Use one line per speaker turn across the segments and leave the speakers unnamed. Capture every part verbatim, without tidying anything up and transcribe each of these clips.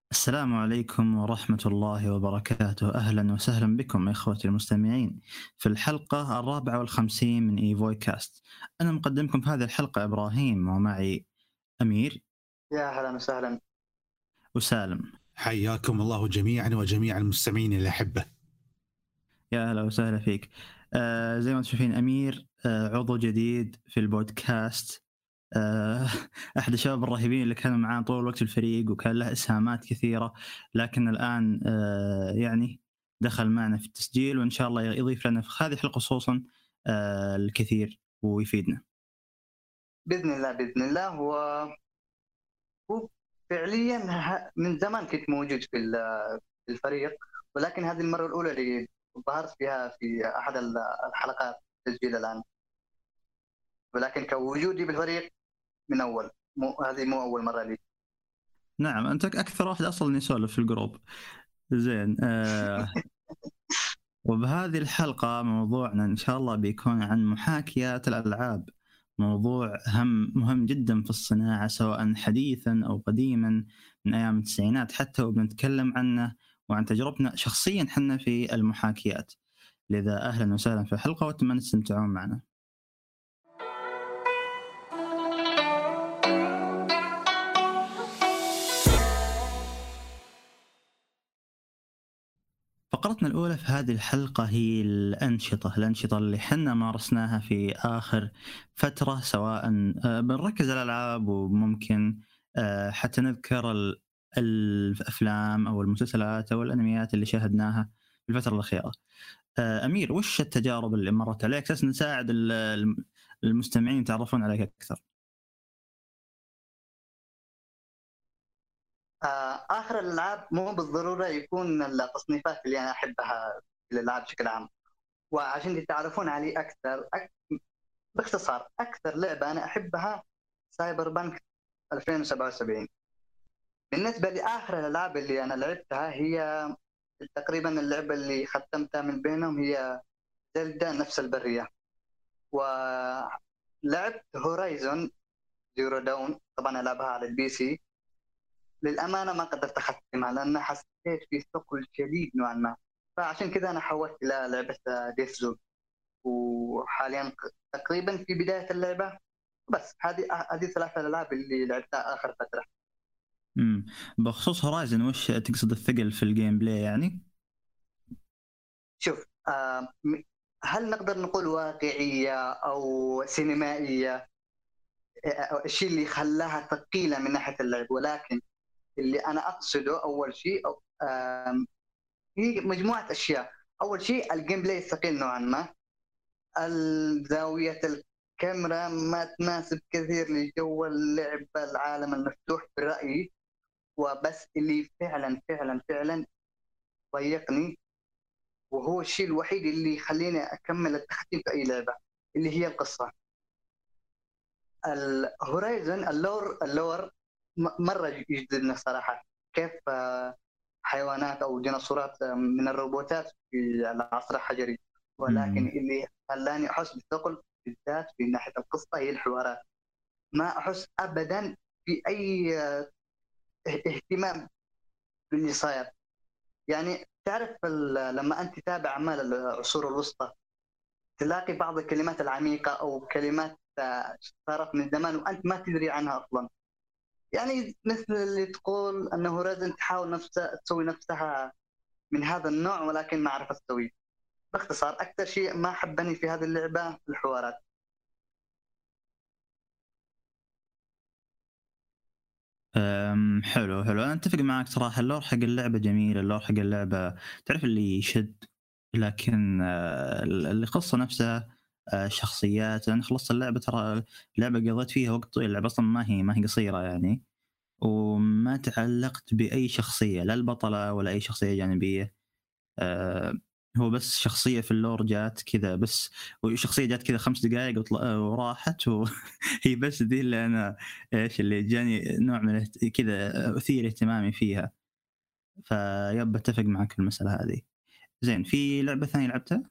السلام عليكم ورحمة الله وبركاته. أهلا وسهلا بكم إخوتي المستمعين في الحلقة الرابعة والخمسين من إيفوي كاست. أنا مقدمكم في هذه الحلقة إبراهيم، ومعي أمير
يا أهلا وسهلا.
وسالم.
حياكم الله جميعا وجميع المستمعين الأحبة.
يا أهلا وسهلا فيك. آه زي ما تشوفين أمير آه عضو جديد في البودكاست، آه أحد الشباب الرهيبين اللي كانوا معاه طول الوقت الفريق وكان له إسهامات كثيرة، لكن الآن آه يعني دخل معنا في التسجيل، وإن شاء الله يضيف لنا في هذه الحلقة خصوصا آه الكثير ويفيدنا
بإذن الله بإذن الله. هو هو فعليا ه- من زمان كنت موجود في ال- في الفريق، ولكن هذه المرة الأولى اللي ظهرت فيها في أحد ال- الحلقات تسجيل الآن، ولكن كوجودي بالفريق من أول. مو هذه مو أول مرة لي.
نعم، أنت أكثر واحد أصلا يسولف في الجروب. زين. آه وبهذه الحلقة موضوعنا إن شاء الله بيكون عن محاكيات الألعاب، موضوع هم مهم جدا في الصناعة سواء حديثا أو قديما من أيام التسعينات حتى، وبنتكلم عنه وعن تجربتنا شخصيا حنا في المحاكيات. لذا أهلا وسهلا في الحلقة وأتمنى تستمتعون معنا. فقرتنا الأولى في هذه الحلقة هي الأنشطة الأنشطة اللي حنا مارسناها في آخر فترة، سواء آه، بنركز على الألعاب وممكن آه، حتى نذكر ال- الأفلام أو المسلسلات أو الأنميات اللي شاهدناها في الفترة الأخيرة. آه، أمير، وش التجارب اللي مرت عليك أساس نساعد ال- الم- المستمعين يتعرفون عليك أكثر؟
آه، آخر الألعاب مو بالضرورة يكون التصنيفات اللي أنا أحبها في الألعاب بشكل عام، وعشان تعرفون علي أكثر أك... باختصار، أكثر لعبة أنا أحبها سايبر بانك ألفين وسبعة وسبعين. بالنسبة لآخر الألعاب اللي أنا لعبتها، هي تقريبا اللعبة اللي ختمتها من بينهم هي زلدا نفس البرية. ولعبت هورايزون زيرو داون، طبعا ألعبها على البي سي. للأمانة ما قدرت أختمها لأن حسيت في ثقل شديد نوعا ما، فعشان كذا أنا حولت إلى لعبة ديث زون، وحاليا تقريبا في بداية اللعبة. بس هذه هذه ثلاثة الألعاب اللي لعبتها آخر فترة.
مم. بخصوص هورايزن، وش تقصد الثقل في الجيم بلاي يعني؟
شوف، آه، هل نقدر نقول واقعية أو سينمائية؟ آه، الشيء اللي خلاها ثقيلة من ناحية اللعب، ولكن اللي أنا أقصده أول شيء أو آم، هي مجموعة أشياء. أول شيء الجيم بلاي ثقيل نوعا ما، زاوية الكاميرا ما تناسب كثير لجو اللعب العالم المفتوح برأيي. وبس اللي فعلا فعلا فعلا ضيقني، وهو الشيء الوحيد اللي يخليني أكمل التختيم في أي لعبة، اللي هي القصة. الهورايزن اللور اللور مره يجذبنا الصراحه. كيف آه، حيوانات او ديناصورات آه، من الروبوتات في العصر الحجري، ولكن
مم.
اللي خلاني احس بالثقل بالذات في ناحيه القصه هي الحوارات. ما احس ابدا في اي آه، اهتمام باللي صاير. يعني تعرف ال- لما انت تتابع اعمال العصور الوسطى، تلاقي بعض الكلمات العميقه او كلمات آه، صارت من زمان وانت ما تدري عنها اصلا. يعني مثل اللي تقول انه ريزن تحاول نفسها تسوي نفسها من هذا النوع، ولكن ما عرفت تسويه. باختصار، اكثر شيء ما حبني في هذه اللعبه الحوارات.
أم، حلو حلو، انا اتفق معك صراحه. اللور حق اللعبه جميل، اللور حق اللعبه تعرف اللي يشد، لكن آه، القصه نفسها، آه، شخصيات. انا خلصت اللعبه، ترى اللعبه قضيت فيها وقت طويل، اللعبه اصلا ما هي ما هي قصيره يعني، وما تعلقت باي شخصيه، لا البطله ولا اي شخصيه جانبيه. آه، هو بس شخصية في اللور جات كذا بس، وشخصية جات كذا خمس دقائق وطل- وراحت، وهي بس دي اللي أنا إيش اللي جاني نوع من الاهت- كذا أثير اهتمامي فيها. فيب أتفق معك في المسألة هذه. زين، في لعبة ثانية لعبتها؟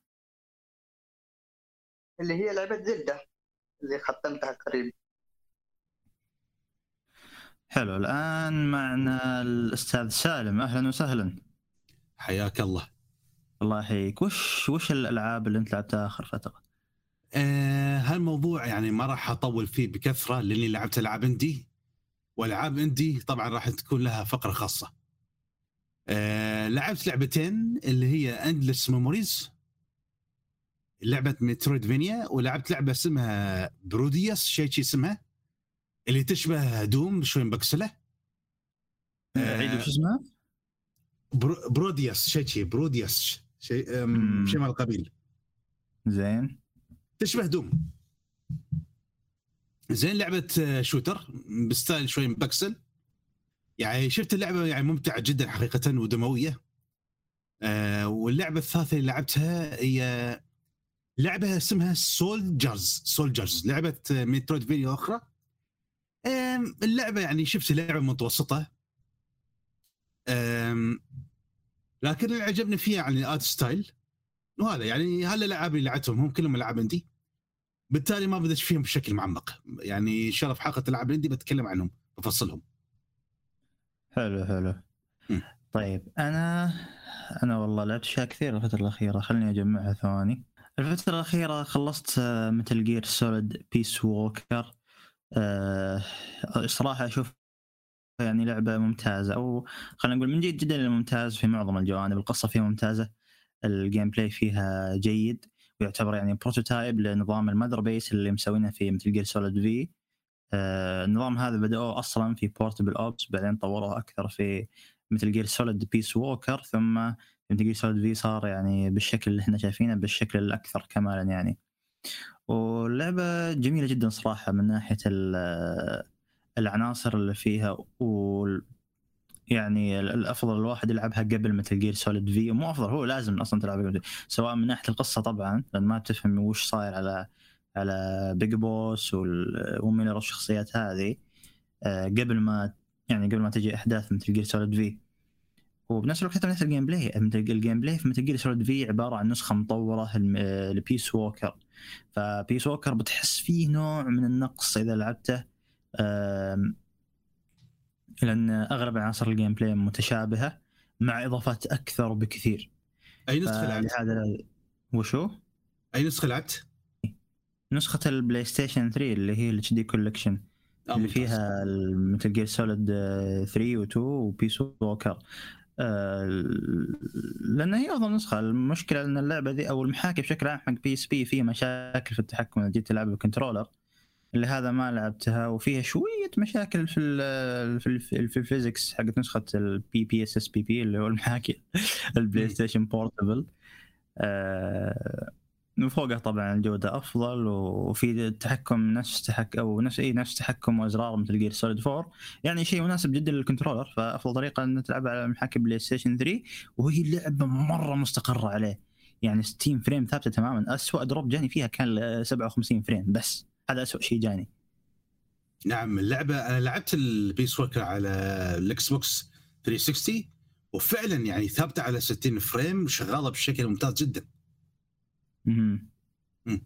اللي هي لعبه زلده اللي ختمتها قريب.
حلو. الآن معنا الأستاذ سالم، أهلا وسهلا.
حياك الله.
الله يحييك. وش وش الألعاب اللي أنت لعبتها آخر فترة؟
آه هالموضوع يعني ما راح اطول فيه بكثره لاني لعبت العاب اندي، والعاب اندي طبعا راح تكون لها فقره خاصه. آه لعبت لعبتين اللي هي اندلس ميموريز، لعبه مترويدفينيا، ولعبت لعبه اسمها بروديوس، شيء شي اسمها اللي تشبه دوم شوي مبكسله.
عيد، وش
آه
اسمها؟
برو بروديوس شيء شي بروديوس شيء أم،
مم.
شيء من القبيل،
زين.
تشبه دوم. زين لعبه آه، شوتر بستايل شوي مبكسل. يعني شفت اللعبه يعني ممتعه جدا حقيقه ودمويه. آه واللعبه الثالثه اللي لعبتها هي لعبه اسمها سولجرز سولجرز لعبه مترويد فيديو اخرى. آم، اللعبه يعني شفت لعبه متوسطه، آم، لكن اللي عجبني فيها يعني ارت ستايل، وهذا يعني هالالعاب اللي لعبتهم هم كلهم العاب عندي، بالتالي ما بدش فيهم بشكل معمق. يعني شرف حلقه العاب عندي بتكلم عنهم بفصلهم.
حلو حلو.
م.
طيب أنا أنا والله لعبت أشياء كثير الفترة الأخيرة، خلني أجمعها ثواني. الفترة الأخيرة خلصت مثل جير سوليد بيس ووكر. أه صراحة أشوف يعني لعبة ممتازة، أو خلينا نقول من جيد جدا للممتاز في معظم الجوانب. القصة فيها ممتازة، الجيم بلاي فيها جيد، ويعتبر يعني بروتوتايب لنظام المادر بيس اللي مسوينه في مثل جير سوليد في. آه النظام هذا بدأوه أصلا في بورتبل أوبس، بعدين طوروه أكثر في مثل جير سوليد بيس ووكر، ثم مثل جير سوليد في صار يعني بالشكل اللي احنا شايفينه، بالشكل الأكثر كمالا يعني. واللعبة جميلة جدا صراحة من ناحية العناصر اللي فيها، وال يعني الافضل الواحد يلعبها قبل مثل جير سوليد في، مو افضل، هو لازم اصلا تلعبها قبل، سواء من ناحيه القصه طبعا لان ما تفهم وش صاير على على بيج بوس وميلر والشخصيات هذه آه، قبل ما يعني قبل ما تجي احداث مثل جير سوليد في. وبنفس الوقت من ناحيه الجيم بلاي، مثل الجيم بلاي في مثل جير سوليد في عباره عن نسخه مطوره لبيس ووكر. فبيس ووكر بتحس فيه نوع من النقص اذا لعبته، لأن أغلب عناصر الجيم بلاي متشابهة مع إضافات أكثر بكثير.
اي نسخه لعبت؟
فلهذا وشو؟
اي نسخه لعبت؟
نسخة البلاي ستيشن ثري اللي هي الاتش دي كولكشن،
اه
اللي
ممتاز.
فيها مثل جير سوليد ثري و تو وبيس ووكر. آه، لأن هي أفضل نسخة. المشكلة أن اللعبة ذي أو المحاكي بشكل عام حق بي اس بي فيها مشاكل في التحكم إذا جيت تلعب بالكنترولر، اللي هذا ما لعبتها، وفيها شويه مشاكل في ال في ال في الفيزيكس حقت نسخه البي بي اس اس بي بي اللي هو المحاكي البلاي ستيشن بورتبل. آه وفوقها طبعا الجوده افضل، وفي التحكم نفس تحك او نفس اي نفس تحكم وازرار مثل جير سوليد فور، يعني شيء مناسب جدا للكنترولر. فافضل طريقه ان تلعبها على محاكي بلاي ستيشن ثري، وهي اللعبه مره مستقره عليه، يعني ستين فريم ثابته تماما. اسوأ دروب جاني فيها كان سبعة وخمسين فريم بس، هذا أسوأ شيء جاني.
نعم اللعبه انا لعبت البيس ووكر على الاكس بوكس ثلاثمية وستين، وفعلا يعني ثابته على ستين فريم، شغاله بشكل ممتاز جدا.
امم
مم.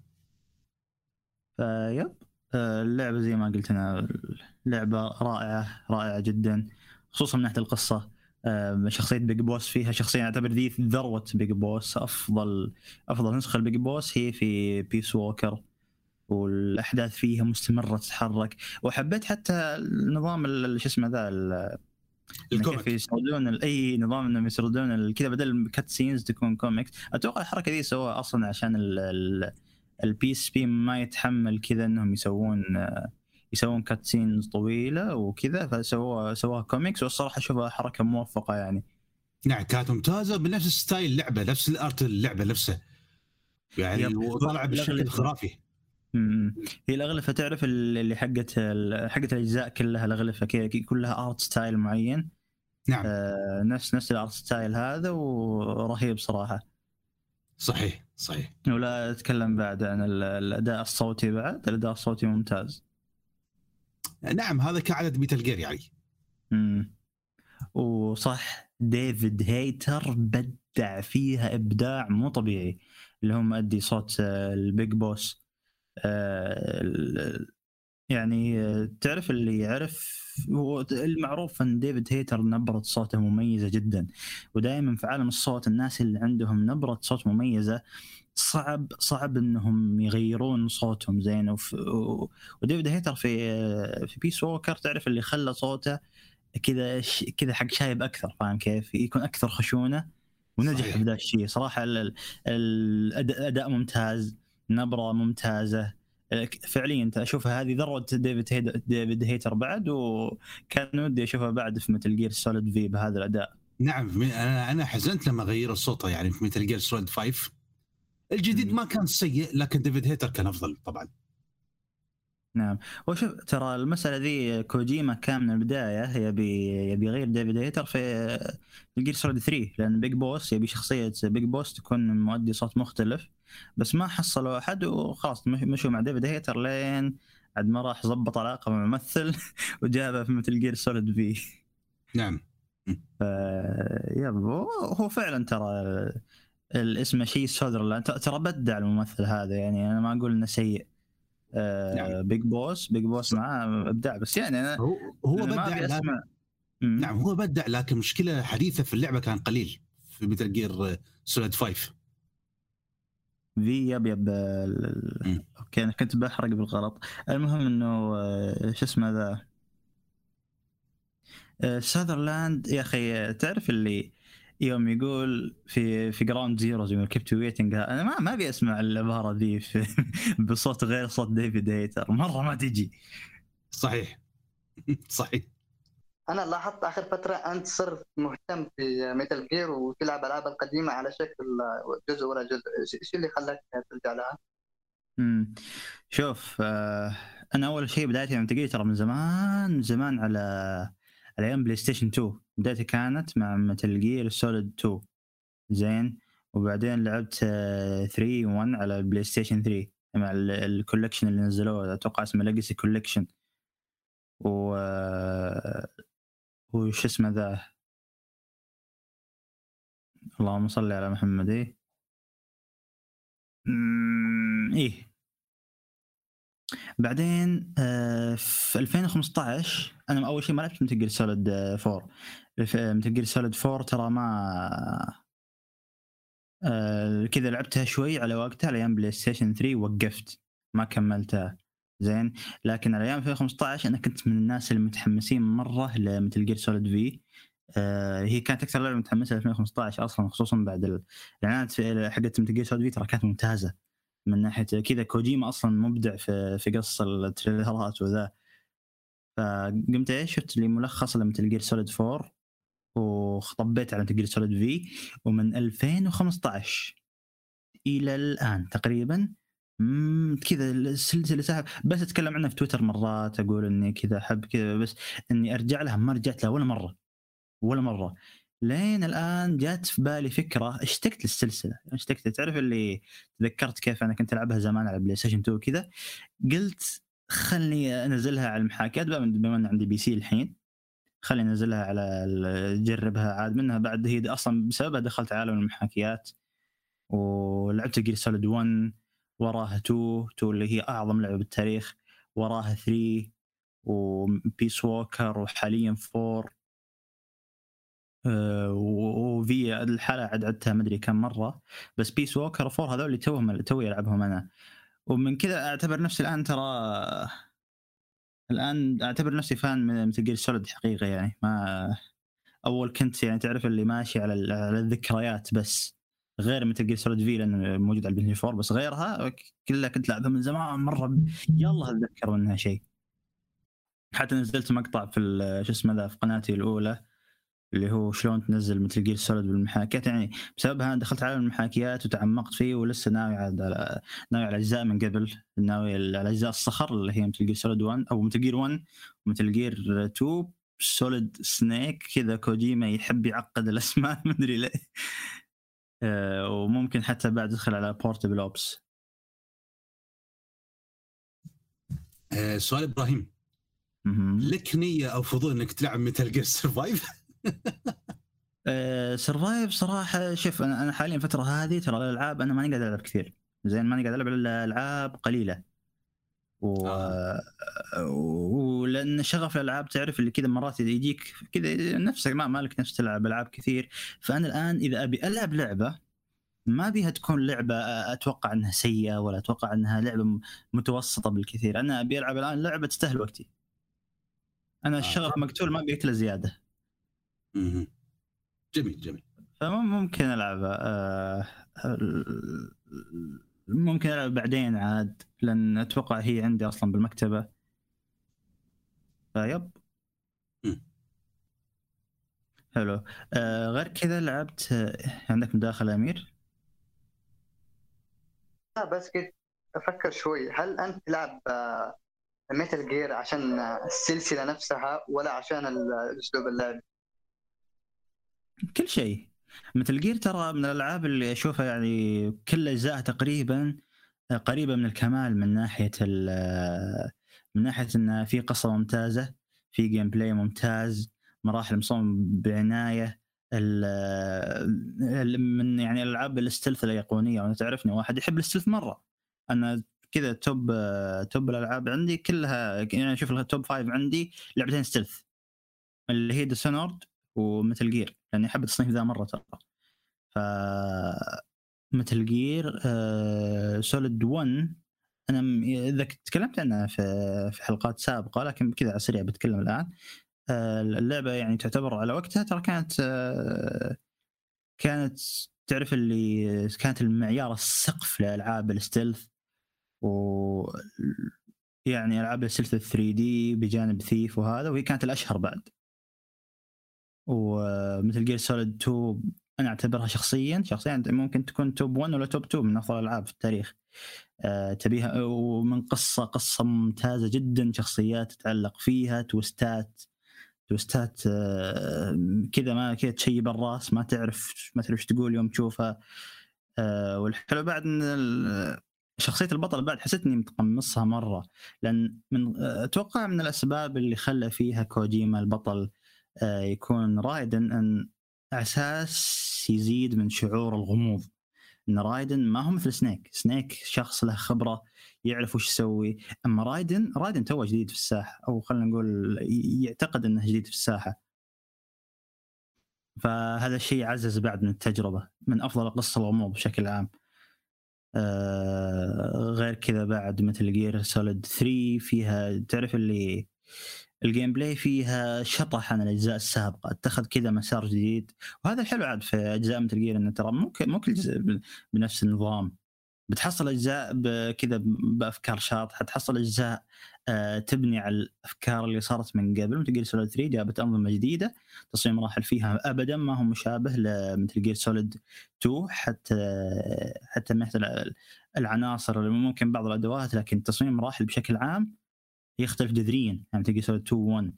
فيب آه، اللعبة زي ما قلت أنا، لعبة رائعة رائعة جدا، خصوصا من ناحية القصة. آه، شخصية بيج بوس فيها شخصية أعتبر ذي ذروة بيج بوس، أفضل أفضل نسخة لبيج بوس هي في بيس ووكر، والأحداث فيها مستمرة تتحرك. وحبيت حتى النظام ال- شو اسمه ذا ال- إنه كيف
الكوميك.
يسردون ال- أي نظام إنهم يسردون كذا بدل الكات سينز تكون كوميكس. أتوقع الحركة ذي سووها أصلا عشان ال ال البي اس بي ما يتحمل كذا انهم يسوون يسوون كاتسينز طويله وكذا، فسووها سووها كوميكس، والصراحه اشوفها حركه موفقه يعني.
نعم كانت ممتازه بنفس ستايل اللعبه، نفس الارت اللعبه نفسها، يعني
يب
وطلع بالشكل
الاغلفه.
خرافي.
امم هي الاغلفه تعرف اللي حقت ال- حقت الاجزاء كلها، الاغلفه كذا كلها ارت ستايل معين.
نعم
آه نفس نفس الارت ستايل هذا، ورهيب صراحه.
صحيح صحيح.
ولا اتكلم بعد عن ال- الاداء الصوتي، بعد الاداء الصوتي ممتاز.
نعم هذا كعادة ميتال جير يعني.
امم وصح ديفيد هيتر بدع فيها ابداع مو طبيعي، اللي هم ادي صوت آه، البيج بوس. آه، يعني آه، تعرف اللي يعرف، هو المعروف ان ديفيد هيتر نبرة صوته مميزة جدا، ودائما في عالم الصوت الناس اللي عندهم نبرة صوت مميزة صعب صعب انهم يغيرون صوتهم زين. وف... و- وديفيد هيتر في آه، في بيس ووكر تعرف اللي خلى صوته كذا ش- كذا حق شايب اكثر، فاهم كيف؟ يكون اكثر خشونة، ونجح
صحيح.
في ذا الشيء صراحة. ال- ال- الأداء الأداء ممتاز، نبرة ممتازة فعليا. انت اشوفها هذه ذروه ديفيد هيد ديفيد هيتر بعد، وكان ودي اشوفها بعد في مثل جير سوليد في بهذا الاداء.
نعم، انا انا حزنت لما غيروا صوته يعني في مثل جير سوليد خمسة. الجديد
مم.
ما كان سيء، لكن ديفيد هيتر كان افضل طبعا.
نعم. وشوف ترى المساله ذي كوجيما كان من البدايه يبي يبي يغير ديفيد هيتر في جير سوليد ثلاثة، لان بيج بوس يبي شخصيه بيج بوس تكون مؤدي صوت مختلف، بس ما حصلوا احد وخلاص مش- مشوا مع ديفيد هيتر لين عاد ما راح ظبط علاقه مع ممثل وجابه في مثل جير سوليد في.
نعم.
يب هو فعلا ترى الاسم شيء سودرلاند ترى بدع الممثل هذا، يعني انا ما اقول انه سيء.
نعم.
آه بيج بوس بيج بوس معاه ابداع، بس يعني انا
هو هو
أنا ما
بدع
ابي
لكن.
اسمع. مم.
نعم هو بدع، لكن مشكله حديثه في اللعبه كان قليل في مثل جير سوليد خمسة.
في يب يب ال- ال- اوكي انا كنت بحرق بالغلط. المهم انه آه، شو اسمه ذا آه، ساذرلاند يا اخي. تعرف اللي يوم يقول في في جراوند زيروز يوم كيبت ويتنج، انا ما ما ابي اسمع العباره ذي في بصوت غير صوت ديفيد هيتر، مره ما تجي.
صحيح. صحيح.
انا لاحظت اخر فتره انت صرت مهتم في ميتال جير وتلعب العاب القديمه على شكل جزء ورا جزء، ايش اللي خلاك ترجع لها؟
امم شوف آه انا اول شيء بدايتي لما تقيت ترى من زمان من زمان على على ايام بلاي ستيشن تو. بدايتي كانت مع متل جير سوليد تو زين، وبعدين لعبت ثلاثة واحد على البلاي ستيشن ثلاثة مع الكولكشن اللي نزلوه، اتوقع اسمه ليجاسي كولكشن. و آه، وش اسمه ذا، اللهم صل على محمد. ايه أمم، ايه بعدين آه، في ألفين وخمسطعش انا اول شيء ما لعبت متل جير سوليد فور. متل جير سوليد فور ترى ما آه، كذا لعبتها شوي على وقتها على ايام بلاي ستيشن ثلاثة، وقفت ما كملتها زين. لكن على ايام ألفين وخمسطعش انا كنت من الناس المتحمسين مره لمتل جير سوليد في. آه، هي كانت اكثر لعبه متحمسه ألفين وخمسطعش اصلا، خصوصا بعد الاعلانات حقت متل جير سوليد في ترى كانت ممتازه من ناحيه كذا. كوجيما اصلا مبدع في في قص التريلرات وذا. فقمت ايش شفت لي ملخص لمتل جير سوليد فور، وطبيت على متل جير سوليد في. ومن ألفين وخمسطعش الى الان تقريبا مم، كذا السلسله سحب، بس اتكلم عنها في تويتر مرات اقول اني كذا احب كذا، بس اني ارجع لها ما رجعت لها ولا مره ولا مره. لين الان جات في بالي فكره، اشتقت للسلسله اشتقت. تعرف اللي تذكرت كيف انا كنت العبها زمان على بلاي ستيشن تو كذا، قلت خلني انزلها على المحاكيات بما ان عندي بي سي الحين، خليني انزلها على اجربها عاد منها. بعد هي اصلا بسببها دخلت عالم المحاكيات ولعبت جير سوليد واحد، وراها تو تو اللي هي اعظم لعبه بالتاريخ، وراها ثلاثة وبيس ووكر، وحاليا فور. أه وفي الحالة عد عدتها مدري كم مرة، بس بيس ووكر فور هذول اللي توهم توي ألعبهم أنا. ومن كذا أعتبر نفسي الآن ترى الآن أعتبر نفسي فان من مثل جير سوليد حقيقة. يعني ما أول كنت يعني تعرف اللي ماشي على على الذكريات بس، غير مثل جير سوليد في لأنه موجود على البلاي فور، بس غيرها كلها كنت لعبها من زمان مرة، يلا أتذكر منها شيء. حتى نزلت مقطع في شو اسمه ذا في قناتي الأولى اللي هو شلون تنزل مثل جير سوليد بالمحاكيات، يعني بسببها دخلت على المحاكيات وتعمقت فيه، ولسه ناوي على ناوي على اجزاء من قبل، ناوي على اجزاء الصخر اللي هي مثل جير سوليد واحد او مثل جير واحد ومثل جير تو سوليد سنيك. كذا كوجيما يحب يعقد الاسماء ما ادري ليه. أه وممكن حتى بعد ادخل على بورتبل اوبس.
أه سؤال ابراهيم، لك نيه او فضول انك تلعب مثل جير سرفايف؟
سرفايف صراحه شوف انا انا حاليا الفتره هذه ترى الالعاب انا ماني قاعد العب كثير زين، ماني قاعد العب الا العاب قليله، و...
آه.
ولان شغف الالعاب تعرف اللي كذا مرات يجيك كذا نفسك ما مالك نفس تلعب العاب كثير. فانا الان اذا ابي العب لعبه ما بيها تكون لعبه اتوقع انها سيئه ولا اتوقع انها لعبه متوسطه بالكثير، انا ابي العب الان لعبه تستاهل وقتي. انا الشغف
آه.
مقتول ما بيكله زياده.
مم. جميل جميل.
فممكن العبها آه ممكن العب بعدين عاد، لان اتوقع هي عندي اصلا بالمكتبه. فيب
مم.
حلو. آه غير كذا لعبت آه، عندك مداخله امير؟
لا بس كنت افكر شوي، هل انت تلعب ميتال جير عشان السلسله نفسها ولا عشان ال- اسلوب اللعب؟
كل شيء. مثل جير ترى من الالعاب اللي اشوفها يعني كل اجزائها تقريبا قريبه من الكمال من ناحيه ال- من ناحيه ان في قصه ممتازه، في جيم بلاي ممتاز، مراحل مصمم بعنايه. ال- ال- من يعني الالعاب الاستلث الايقونيه، وانا تعرفني واحد يحب الاستلث مره. انا كذا توب توب الالعاب عندي كلها يعني اشوف التوب فايف عندي لعبتين ستيلث اللي هي ديسونورد ومثل جير، لاني احب التصنيف ذا مره ترى. ف مثل جير آه سوليد واحد انا م- اذا كنت تكلمت عنها في في حلقات سابقه، لكن كذا على السريع بتكلم الان. آه اللعبه يعني تعتبر على وقتها ترى كانت آه كانت تعرف اللي كانت المعيار السقف لالعاب الستيلث، و يعني العاب الستيلث ثري دي بجانب ثيف وهذا، وهي كانت الاشهر بعد. ومثل جير سوليد تو انا اعتبرها شخصيا شخصيا ممكن تكون توب واحد ولا توب اثنين من افضل الالعاب في التاريخ. أه تبيها، ومن قصه قصه ممتازه جدا، شخصيات تتعلق فيها، توستات توستات أه كذا ما كذا تشيب الراس، ما تعرف ما تعرف ايش تقول يوم تشوفها. أه والحلو بعد ان شخصيه البطل بعد حسيتني متقمصها مره، لان من اتوقع من الاسباب اللي خلى فيها كوجيما البطل يكون رايدن ان اساس يزيد من شعور الغموض. ان رايدن ما هو مثل سنيك، سنيك شخص له خبره يعرف وش يسوي، اما رايدن رايدن توه جديد في الساحه، او خلينا نقول يعتقد انه جديد في الساحه. فهذا الشيء عزز بعد من التجربه، من افضل قصص الغموض بشكل عام. آه غير كذا بعد مثل جير سوليد ثري فيها تعرف اللي الجيم بلاي فيها شطح عن الاجزاء السابقه، اتخذ كذا مسار جديد. وهذا الحلو عاد في اجزاء مثل جير انه ترى مو مو كل جزء بنفس النظام، بتحصل اجزاء كذا بافكار شاطحه، تحصل اجزاء آه تبني على الافكار اللي صارت من قبل. مثل جير سوليد ثري جابت انظمه جديده، تصميم مراحل فيها ابدا ما هو مشابه لمثل جير سوليد تو، حتى حتى مثل العناصر اللي ممكن بعض الادوات، لكن تصميم مراحل بشكل عام يختلف جذريا يعني تلقى سوليد تو واحد.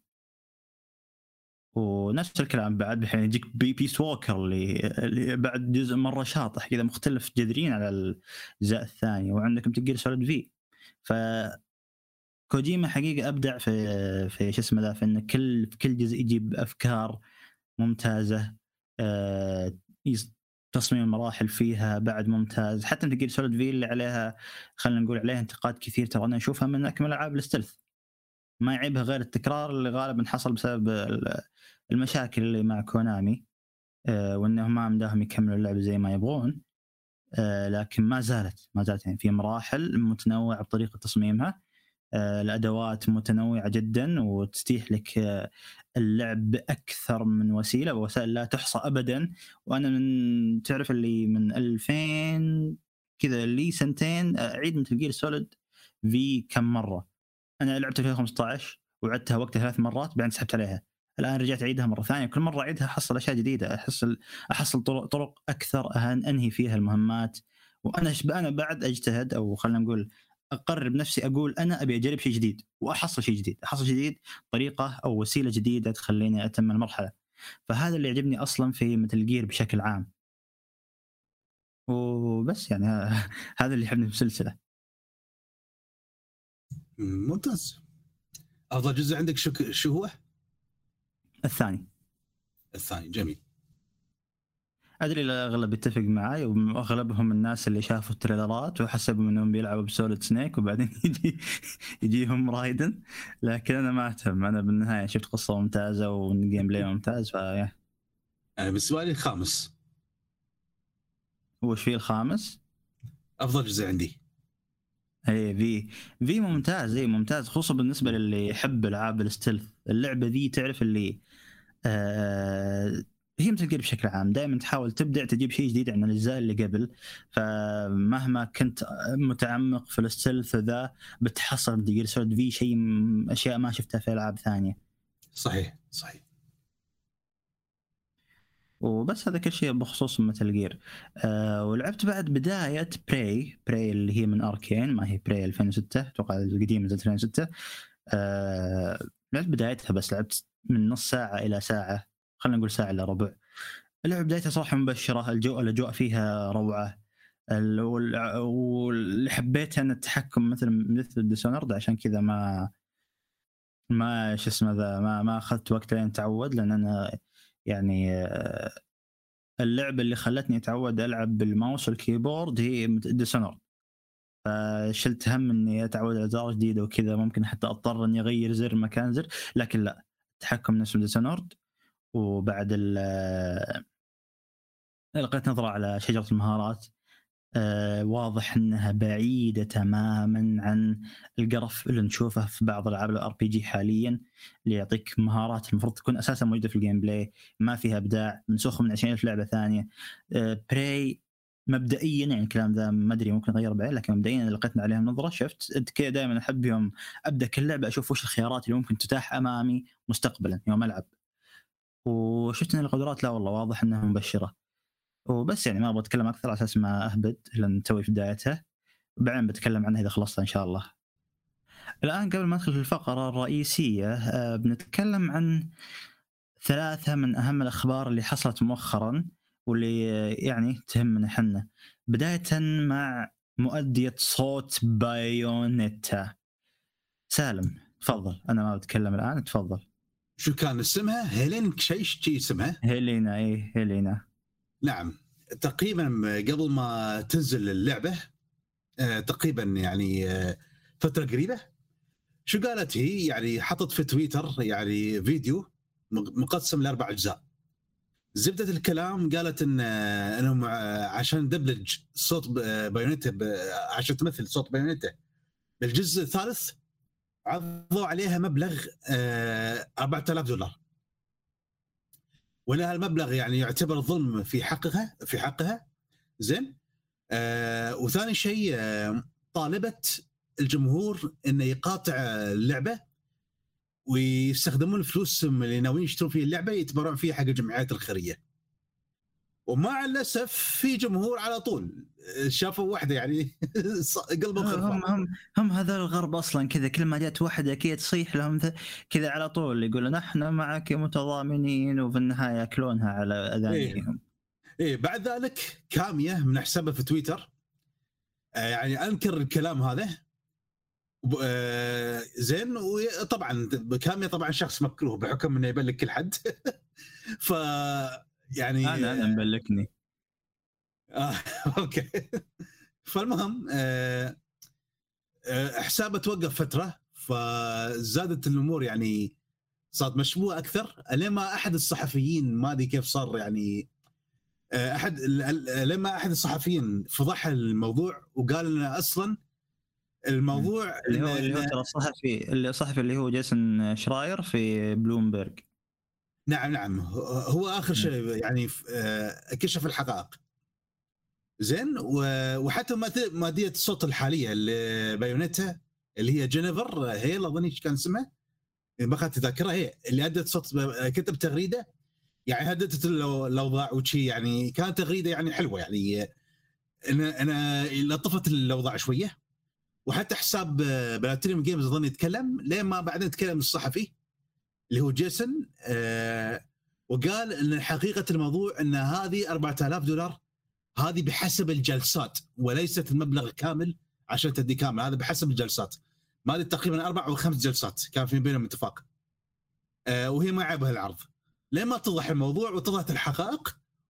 ونفس الكلام بعد الحين يجيك بي بيس ووكر اللي, اللي بعد جزء مره شاطح كذا مختلف جذريا على الجزء الثاني، وعندك تلقى سوليد في. ف كوجيما حقيقه ابدع في في شو اسمه ذا، في ان كل في كل جزء يجيب افكار ممتازه. أه تصميم المراحل فيها بعد ممتاز، حتى تلقى سوليد في اللي عليها خلينا نقول عليها انتقاد كثير، ترى انا اشوفها من اكمل العاب الستلث. ما يعيبها غير التكرار اللي غالبا حصل بسبب المشاكل اللي مع كونامي، أه وانهم ما مداهم يكملوا اللعبه زي ما يبغون. أه لكن ما زالت ما زالت يعني في مراحل متنوعه بطريقه تصميمها، أه الادوات متنوعه جدا، وتتيح لك أه اللعب باكثر من وسيله، ووسائل لا تحصى ابدا. وانا من تعرف اللي من ألفين كذا لي سنتين اعيد مثل جير سوليد في كم مره. انا لعبت ألفين وخمسة عشر وعدتها وقتها ثلاث مرات بعدين سحبت عليها، الان رجعت اعيدها مره ثانيه، كل مره اعيدها احصل اشياء جديده، احصل احصل طرق, طرق اكثر أهن انهي فيها المهمات. وانا انا بعد اجتهد، او خلينا نقول اقرب نفسي اقول انا ابي اجرب شيء جديد واحصل شيء جديد، احصل شيء جديد طريقه او وسيله جديده تخليني اتم المرحله. فهذا اللي يعجبني اصلا في مثل جير بشكل عام. وبس يعني هذا اللي يحبني في السلسله.
ممتاز. افضل جزء عندك شو شو هو؟
الثاني.
الثاني. جميل.
ادري الاغلب يتفق معي، واغلبهم الناس اللي شافوا التريلرات وحسبوا انهم بيلعبوا بسوليد سنيك وبعدين يجي يجيهم رايدن، لكن انا ما اهتم. انا بالنهايه شفت قصه ممتازه والجيم بلاي ممتاز. ف
انا بالنسبه لي الخامس.
وش فيه الخامس؟
افضل جزء عندي.
اي في في ممتاز، اي ممتاز، خصوصا بالنسبه للي يحب العاب الستيلث. اللعبه ذي تعرف اللي آه هي مثل جير بشكل عام، دائما تحاول تبدع تجيب شيء جديد عن الاجزاء اللي قبل. فمهما كنت متعمق في الستيلث ذا بتحصل جير سوليد في شيء، اشياء ما شفتها في العاب ثانيه.
صحيح صحيح.
وبس هذا كل شيء بخصوص مثل جير. آه ولعبت بعد بدايه براي براي اللي هي من اركين، ما هي براي ألفين وستة، اتوقع القديمه ألفين وستة. آه لعبت بدايتها، بس لعبت من نص ساعه الى ساعه، خلينا نقول ساعه الا ربع. اللعبه بدايتها صراحه مبشره، الجو الاجواء فيها روعه. ال- وال- واللي حبيتها ان التحكم مثل مثل ديسونرد، عشان كذا ما ما شو اسمه ذا ما ما اخذت وقت لين اتعود، لان انا يعني آه، اللعبه اللي خلتني اتعود العب بالماوس والكيبورد هي ديسونرد. فشلت هم اني اتعود على زر جديده وكذا، ممكن حتى اضطر اني اغير زر مكان زر، لكن لا، التحكم نفس ديسونرد. وبعد ال لقيت نظرة على شجرة المهارات، آه واضح انها بعيدة تماما عن القرف اللي نشوفه في بعض العاب الار بي جي حاليا، اللي يعطيك مهارات المفروض تكون اساسا موجودة في الجيم بلاي، ما فيها ابداع، منسوخة من عشرين ألف لعبة ثانية. آه براي مبدئيا، يعني الكلام ذا ما ادري ممكن يغير بعدين، لكن مبدئيا لقيتنا عليها نظرة، شفت كذا دائما احب يوم ابدا كل لعبة اشوف وش الخيارات اللي ممكن تتاح امامي مستقبلا يوم العب. وشفت ان القدرات لا والله واضح انها مبشرة. وبس يعني ما ابغى اتكلم اكثر على اساس ما اهبد، لان توي في بدايتها، وبعدين بتكلم عنها اذا خلصت ان شاء الله. الان قبل ما ندخل في الفقره الرئيسيه، آه بنتكلم عن ثلاثه من اهم الاخبار اللي حصلت مؤخرا، واللي آه يعني تهمنا حنا. بدايه مع مؤديه صوت بايونيتا. سالم تفضل، انا ما بتكلم الان، تفضل.
شو كان اسمها؟ هيلين شيء شيء اسمها؟
هيلينا. ايه هيلينا.
نعم. تقريبا قبل ما تنزل اللعبة آه، تقريبا يعني آه، فترة قريبة، شو قالت هي؟ يعني حطت في تويتر يعني فيديو مقسم لأربع أجزاء. زبدة الكلام قالت إن آه، إنهم آه، عشان دبلج صوت بايونيتا، عشان تمثل صوت بايونيتا بالجزء الثالث، عرضوا عليها مبلغ آه، أربعة آلاف دولار. ولا هالمبلغ يعني يعتبر ظلم في حقها في حقها زين. آه وثاني شيء آه طالبت الجمهور انه يقاطع اللعبه ويستخدمون الفلوس اللي ناويين يشترون فيه اللعبه يتبرعون فيها حق الجمعيات الخيريه. ومع الاسف في جمهور على طول شافوا واحده يعني قلبهم خرفان.
هم هم هم هذا الغرب اصلا كذا، كل ما جت واحده كذا تصيح لهم كذا على طول، يقولون نحن معك متضامنين، وفي النهايه ياكلونها على اذانيهم.
إيه. ايه بعد ذلك كاميه من حسابه في تويتر آه يعني انكر الكلام هذا آه زين. وطبعا كاميه طبعا شخص مكروه بحكم انه يبلك كل حد ف يعني
انا انا مبلكني.
آه اوكي. فالمهم آه آه حسابه توقف فتره، فزادت الامور يعني صارت مشبوهه اكثر، لما احد الصحفيين ما ادري كيف صار يعني آه احد لما احد الصحفيين فضح الموضوع وقال ان اصلا الموضوع
اللي هو اللي هو ترى الصحفي اللي الصحفي اللي هو جيسون شراير في بلومبرج.
نعم نعم هو اخر شيء يعني كشف الحقائق زين. وحتى ماديه الصوت الحاليه لبايونيتا اللي هي جينيفر هيل اظن ايش كان اسمها، ما اخذت ذاكره، هي اللي ادت صوت، كتب تغريده يعني هددت الاوضاع وشي، يعني كانت تغريده يعني حلوه، يعني انا انا لطفت الاوضاع شويه. وحتى حساب بلاتينيوم جيمز اظن يتكلم لين ما بعدين تكلم الصحفي اللي هو جيسون آه وقال ان حقيقه الموضوع ان هذه أربعة آلاف دولار هذه بحسب الجلسات وليست المبلغ كامل عشان تدي كامل، هذا بحسب الجلسات. ما ادري تقريبا اربع او خمس جلسات كان في بينهم اتفاق آه وهي ما عيبها العرض. لين ما اتضح الموضوع واتضحت الحقائق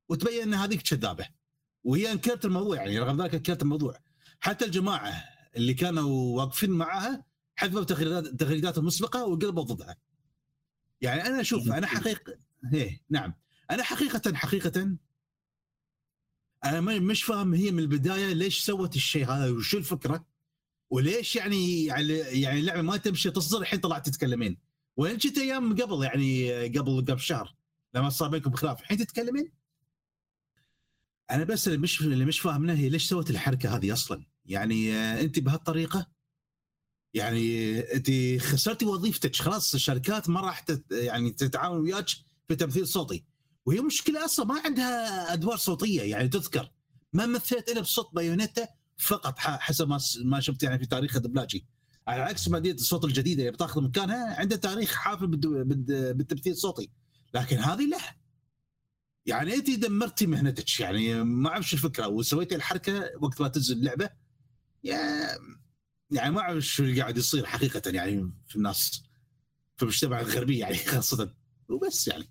وتبين ان هذيك كذابه، وهي انكرت الموضوع. يعني رغم ذلك انكرت الموضوع. حتى الجماعه اللي كانوا واقفين معاها حذفوا تغريدات تغريدات مسبقه وقلبوا ضدها. يعني انا اشوف انا حقيقه هي نعم انا حقيقه حقيقه انا مش فاهم هي من البدايه ليش سوت الشيء هذا وشو الفكره، وليش يعني يعني اللعبه ما تمشي تصدر الحين طلعت تتكلمين، وين جيت ايام قبل يعني قبل قبل شهر لما صار بينكم خلاف الحين تتكلمين. انا بس اللي مش اللي مش فاهمنا هي ليش سوت الحركه هذه اصلا. يعني انت بهالطريقه يعني انت خسرتي وظيفتك خلاص. الشركات ما راح تت يعني تتعاون وياك في تمثيل صوتي، وهي مشكله اصلا ما عندها ادوار صوتيه يعني تذكر، ما مثلت الا بصوت بايونيتا فقط حسب ما ما شفت يعني في تاريخ الدبلاجي. على عكس ماديه الصوت الجديده اللي بتاخذ مكانها عندها تاريخ حافل بالتمثيل الصوتي، لكن هذه لا. يعني انت دمرتي مهنتك، يعني ما اعرف شو الفكره، وسويتي الحركه وقت ما تنزل اللعبه. يعني ما اعرف شو اللي قاعد يصير حقيقه يعني في الناس في المجتمع الغربي يعني خاصه، وبس يعني.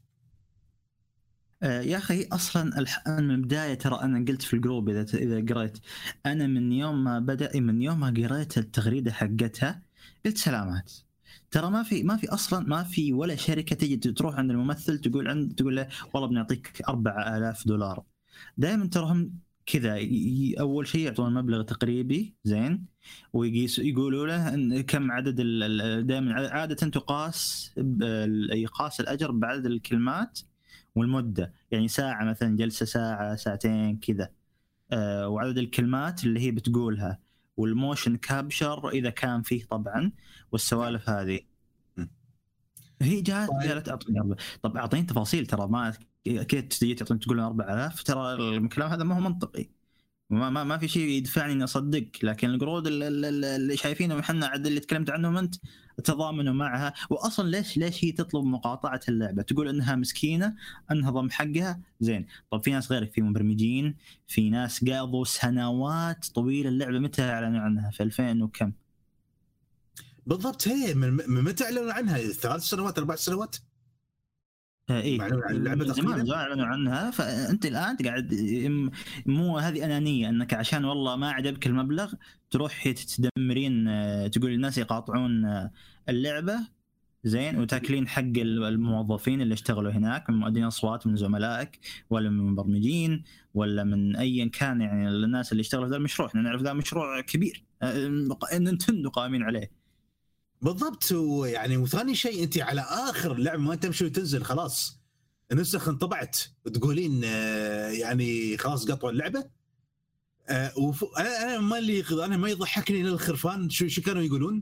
يا اخي اصلا من البدايه ترى انا قلت في الجروب اذا اذا قريت انا من يوم ما بدا من يوم ما قريت التغريده حقتها قلت سلامات. ترى ما في ما في اصلا ما في ولا شركه تجي تروح عند الممثل تقول عند تقول له والله بنعطيك أربعة آلاف دولار. دائما ترى هم كذا اول شيء يعطون مبلغ تقريبي زين، ويقيس يقولوا له إن كم عدد دائما عاده تقاس يقاس الاجر بعدد الكلمات والمدة، يعني ساعة مثلا جلسة ساعة ساعتين كذا، آه وعدد الكلمات اللي هي بتقولها والموشن كابشر إذا كان فيه طبعا، والسوالف هذه. هي جات قالت أعطيني، طب أعطيني تفاصيل، ترى ما كذا تجي تعطيني تقول أربعة آلاف، ترى الكلام هذا ما هو منطقي، ما ما ما في شيء يدفعني اني اصدق. لكن القرود اللي شايفينهم احنا عاد اللي تكلمت عنهم انت تضامنوا معها. واصلا ليش ليش هي تطلب مقاطعه اللعبه؟ تقول انها مسكينه انهضم حقها زين. طب في ناس غيرك، في مبرمجين، في ناس قاضوا سنوات طويله اللعبه. متى اعلنوا عنها؟ في ألفين وكم
بالضبط؟ هي من متى اعلنوا عنها؟ ثلاث سنوات اربع سنوات
اي من زمان اعلنوا عنها. فانت الان قاعد مو هذه انانيه انك عشان والله ما عجبك المبلغ تروح تدمرين تقول الناس يقاطعون اللعبه زين، وتاكلين حق الموظفين اللي اشتغلوا هناك من مؤدين اصوات من زملائك ولا من مبرمجين ولا من ايا كان، يعني الناس اللي اشتغلوا في هذا المشروع. احنا نعرف ذا مشروع كبير نينتندو قائمين عليه.
بالضبط. ويعني وثاني شيء انت على اخر اللعبه ما تمشي وتنزل خلاص النسخ انطبعت وتقولين يعني خلاص قطعوا اللعبه. انا انا ما اللي انا ما يضحكني الى الخرفان شو شو كانوا يقولون.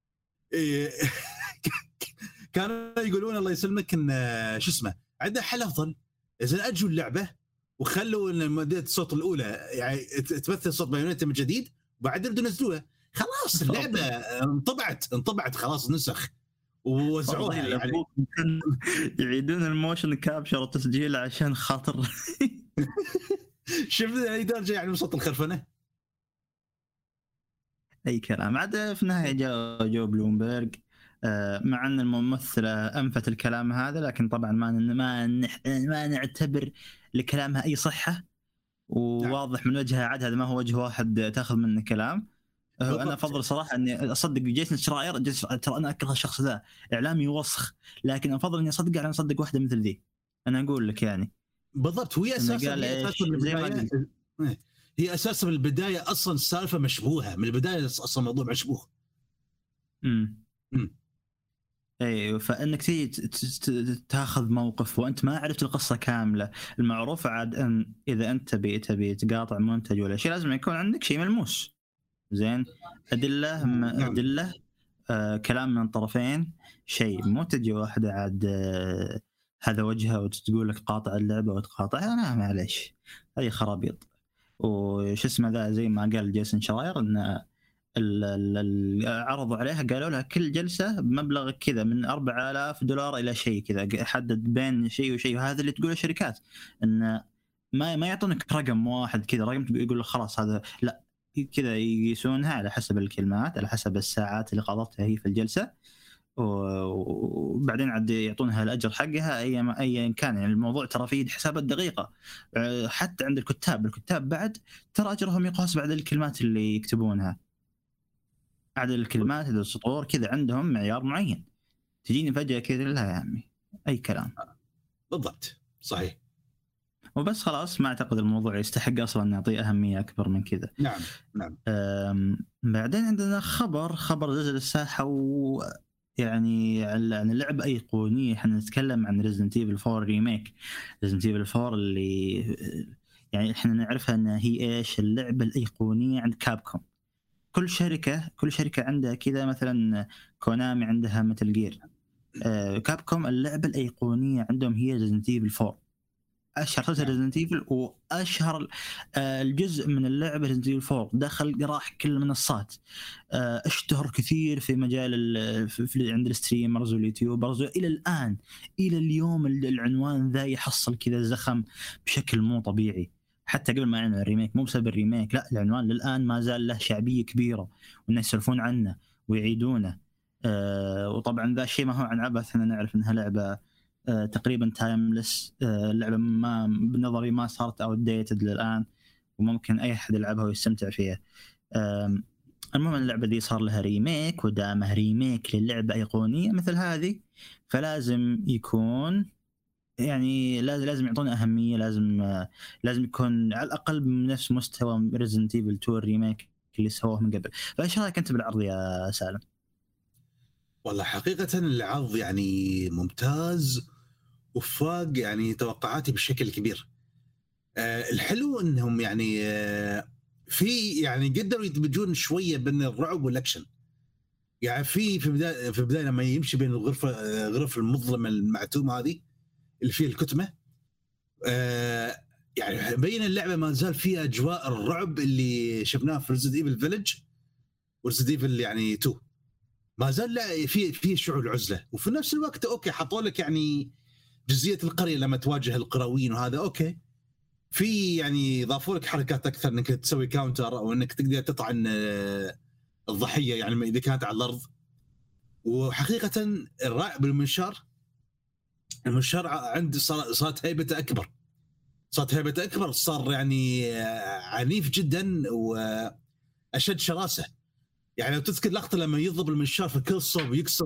كانوا يقولون الله يسلمك ان شو اسمه عندنا حل افضل، اذا اجوا اللعبه وخلوا مادة الصوت الاولى يعني تمثل صوت بايونيتا من جديد وبعدين بدهم ينزلوها خلاص. اللعبه انطبعت انطبعت خلاص نسخ ووزعوها. يعني
يعيدون الموشن كابشر والتسجيل عشان خاطر
شوف اي درجه يعني وصلت الخرفنه.
اي كلام. عاد في النهايه جاء جو بلومبرغ مع ان الممثله انفت الكلام هذا، لكن طبعا ما ما ما نعتبر لكلامها اي صحه، وواضح من وجهها عاد هذا ما هو وجه واحد تاخذ منه كلام. انا افضل صراحه اني اصدق جيسون شراير. ترى انا اكره الشخص ذا، اعلامي وسخ، لكن افضل اني اصدق على اصدق واحده مثل ذي. انا اقول لك يعني
بالضبط. وهي اساسا هي اساسا من البدايه اصلا السالفه مشبوهه من البدايه، اصلا الموضوع مشبوه.
امم ايوه. فانك تيجي تاخذ موقف وانت ما عرفت القصه كامله. المعروف عاد ان اذا انت تبي تبي تقاطع منتج ولا شيء لازم يكون عندك شيء ملموس زين، ادله ادله آه، كلام من طرفين، شيء مو تجي واحده عاد آه، هذا وجهها وتقول لك قاطع اللعبه وتقاطع. انا معليش هذه خرابيط. وش اسمه ذا زي ما قال جيسون شراير ان عرضوا عليها قالوا لها كل جلسه بمبلغ كذا من أربعة آلاف دولار الى شيء كذا، حدد بين شيء وشيء. وهذا اللي تقوله الشركات ان ما ما يعطونك رقم واحد كذا رقم يقول لك خلاص هذا، لا كذا يقيسونها على حسب الكلمات على حسب الساعات اللي قضتها هي في الجلسه، وبعدين عاد يعطونها الاجر حقها اي ايا كان. يعني الموضوع ترى فيه حسابات دقيقه حتى عند الكتاب. الكتاب بعد ترى اجرهم يقاس بعد الكلمات اللي يكتبونها، عدد الكلمات، عدد السطور كذا، عندهم معيار معين. تجيني فجاه كذا لا يا عمي اي كلام.
بالضبط صحيح.
وبس خلاص ما اعتقد الموضوع يستحق اصلا نعطيه اهميه اكبر من كذا.
نعم نعم.
بعدين عندنا خبر خبر نزل الساحه و يعني عن اللعبة أيقونية. احنا نتكلم عن Resident Evil فور ريميك. Resident Evil فور اللي يعني احنا نعرفها انها هي ايش اللعبة الأيقونية عند كابكوم. كل شركة كل شركة عندها كذا، مثلا كونامي عندها متل جير، آه كابكوم اللعبة الأيقونية عندهم هي Resident Evil فور. اشهر سلسله ريزنت ايفل، واشهر الجزء من اللعبه ريزنت ايفل فور دخل راح كل المنصات، اشتهر كثير في مجال في عند الستريمرز واليوتيوبرز. الى الان الى اليوم العنوان ذا يحصل كذا زخم بشكل مو طبيعي. حتى قبل ما يعلن الريميك، مو بسبب الريميك، لا العنوان للان ما زال له شعبيه كبيره والناس يسولفون عنه ويعيدونه. وطبعا ذا الشيء ما هو عن عبث، احنا نعرف انها لعبه آه، تقريبا تايمليس. آه، اللعبة ما بنظري ما صارت أو ديتد للآن، وممكن أي أحد يلعبها ويستمتع فيها. المهم اللعبة دي صار لها ريميك، ودامه ريميك للعبة أيقونية مثل هذه فلازم يكون يعني لازم لازم يعطونا أهمية. لازم آه، لازم يكون على الأقل بنفس مستوى Resident Evil تو الريميك اللي سووه من قبل. فإيش رأيك أنت بالعرض يا سالم؟
والله حقيقة العرض يعني ممتاز وفاق يعني توقعاتي بشكل كبير. آه الحلو انهم يعني آه في يعني قدروا يدمجون شويه بين الرعب والاكشن. يعني في في بدايه في بدايه لما يمشي بين الغرفه آه غرف المظلمه المعتومه هذه اللي فيها الكتمه، آه يعني بين اللعبه ما زال فيها اجواء الرعب اللي شفناه في ريزيدنت ايفل فيلج وريزيدنت ايفل يعني تو. ما زال لا في في شعور العزله، وفي نفس الوقت اوكي حطوا لك يعني جزئيه القريه لما تواجه القرويين وهذا اوكي. في يعني ضافوا لك حركات اكثر انك تسوي كاونتر او انك تقدر تطعن الضحيه يعني اذا كانت على الارض. وحقيقه الرائع بالمنشار، المنشار عندي صارت هيبته اكبر، صارت هيبته اكبر، صار يعني عنيف جدا واشد شراسه. يعني لو تذكر لقطه لما يضرب المنشار في كل صوب ويكسر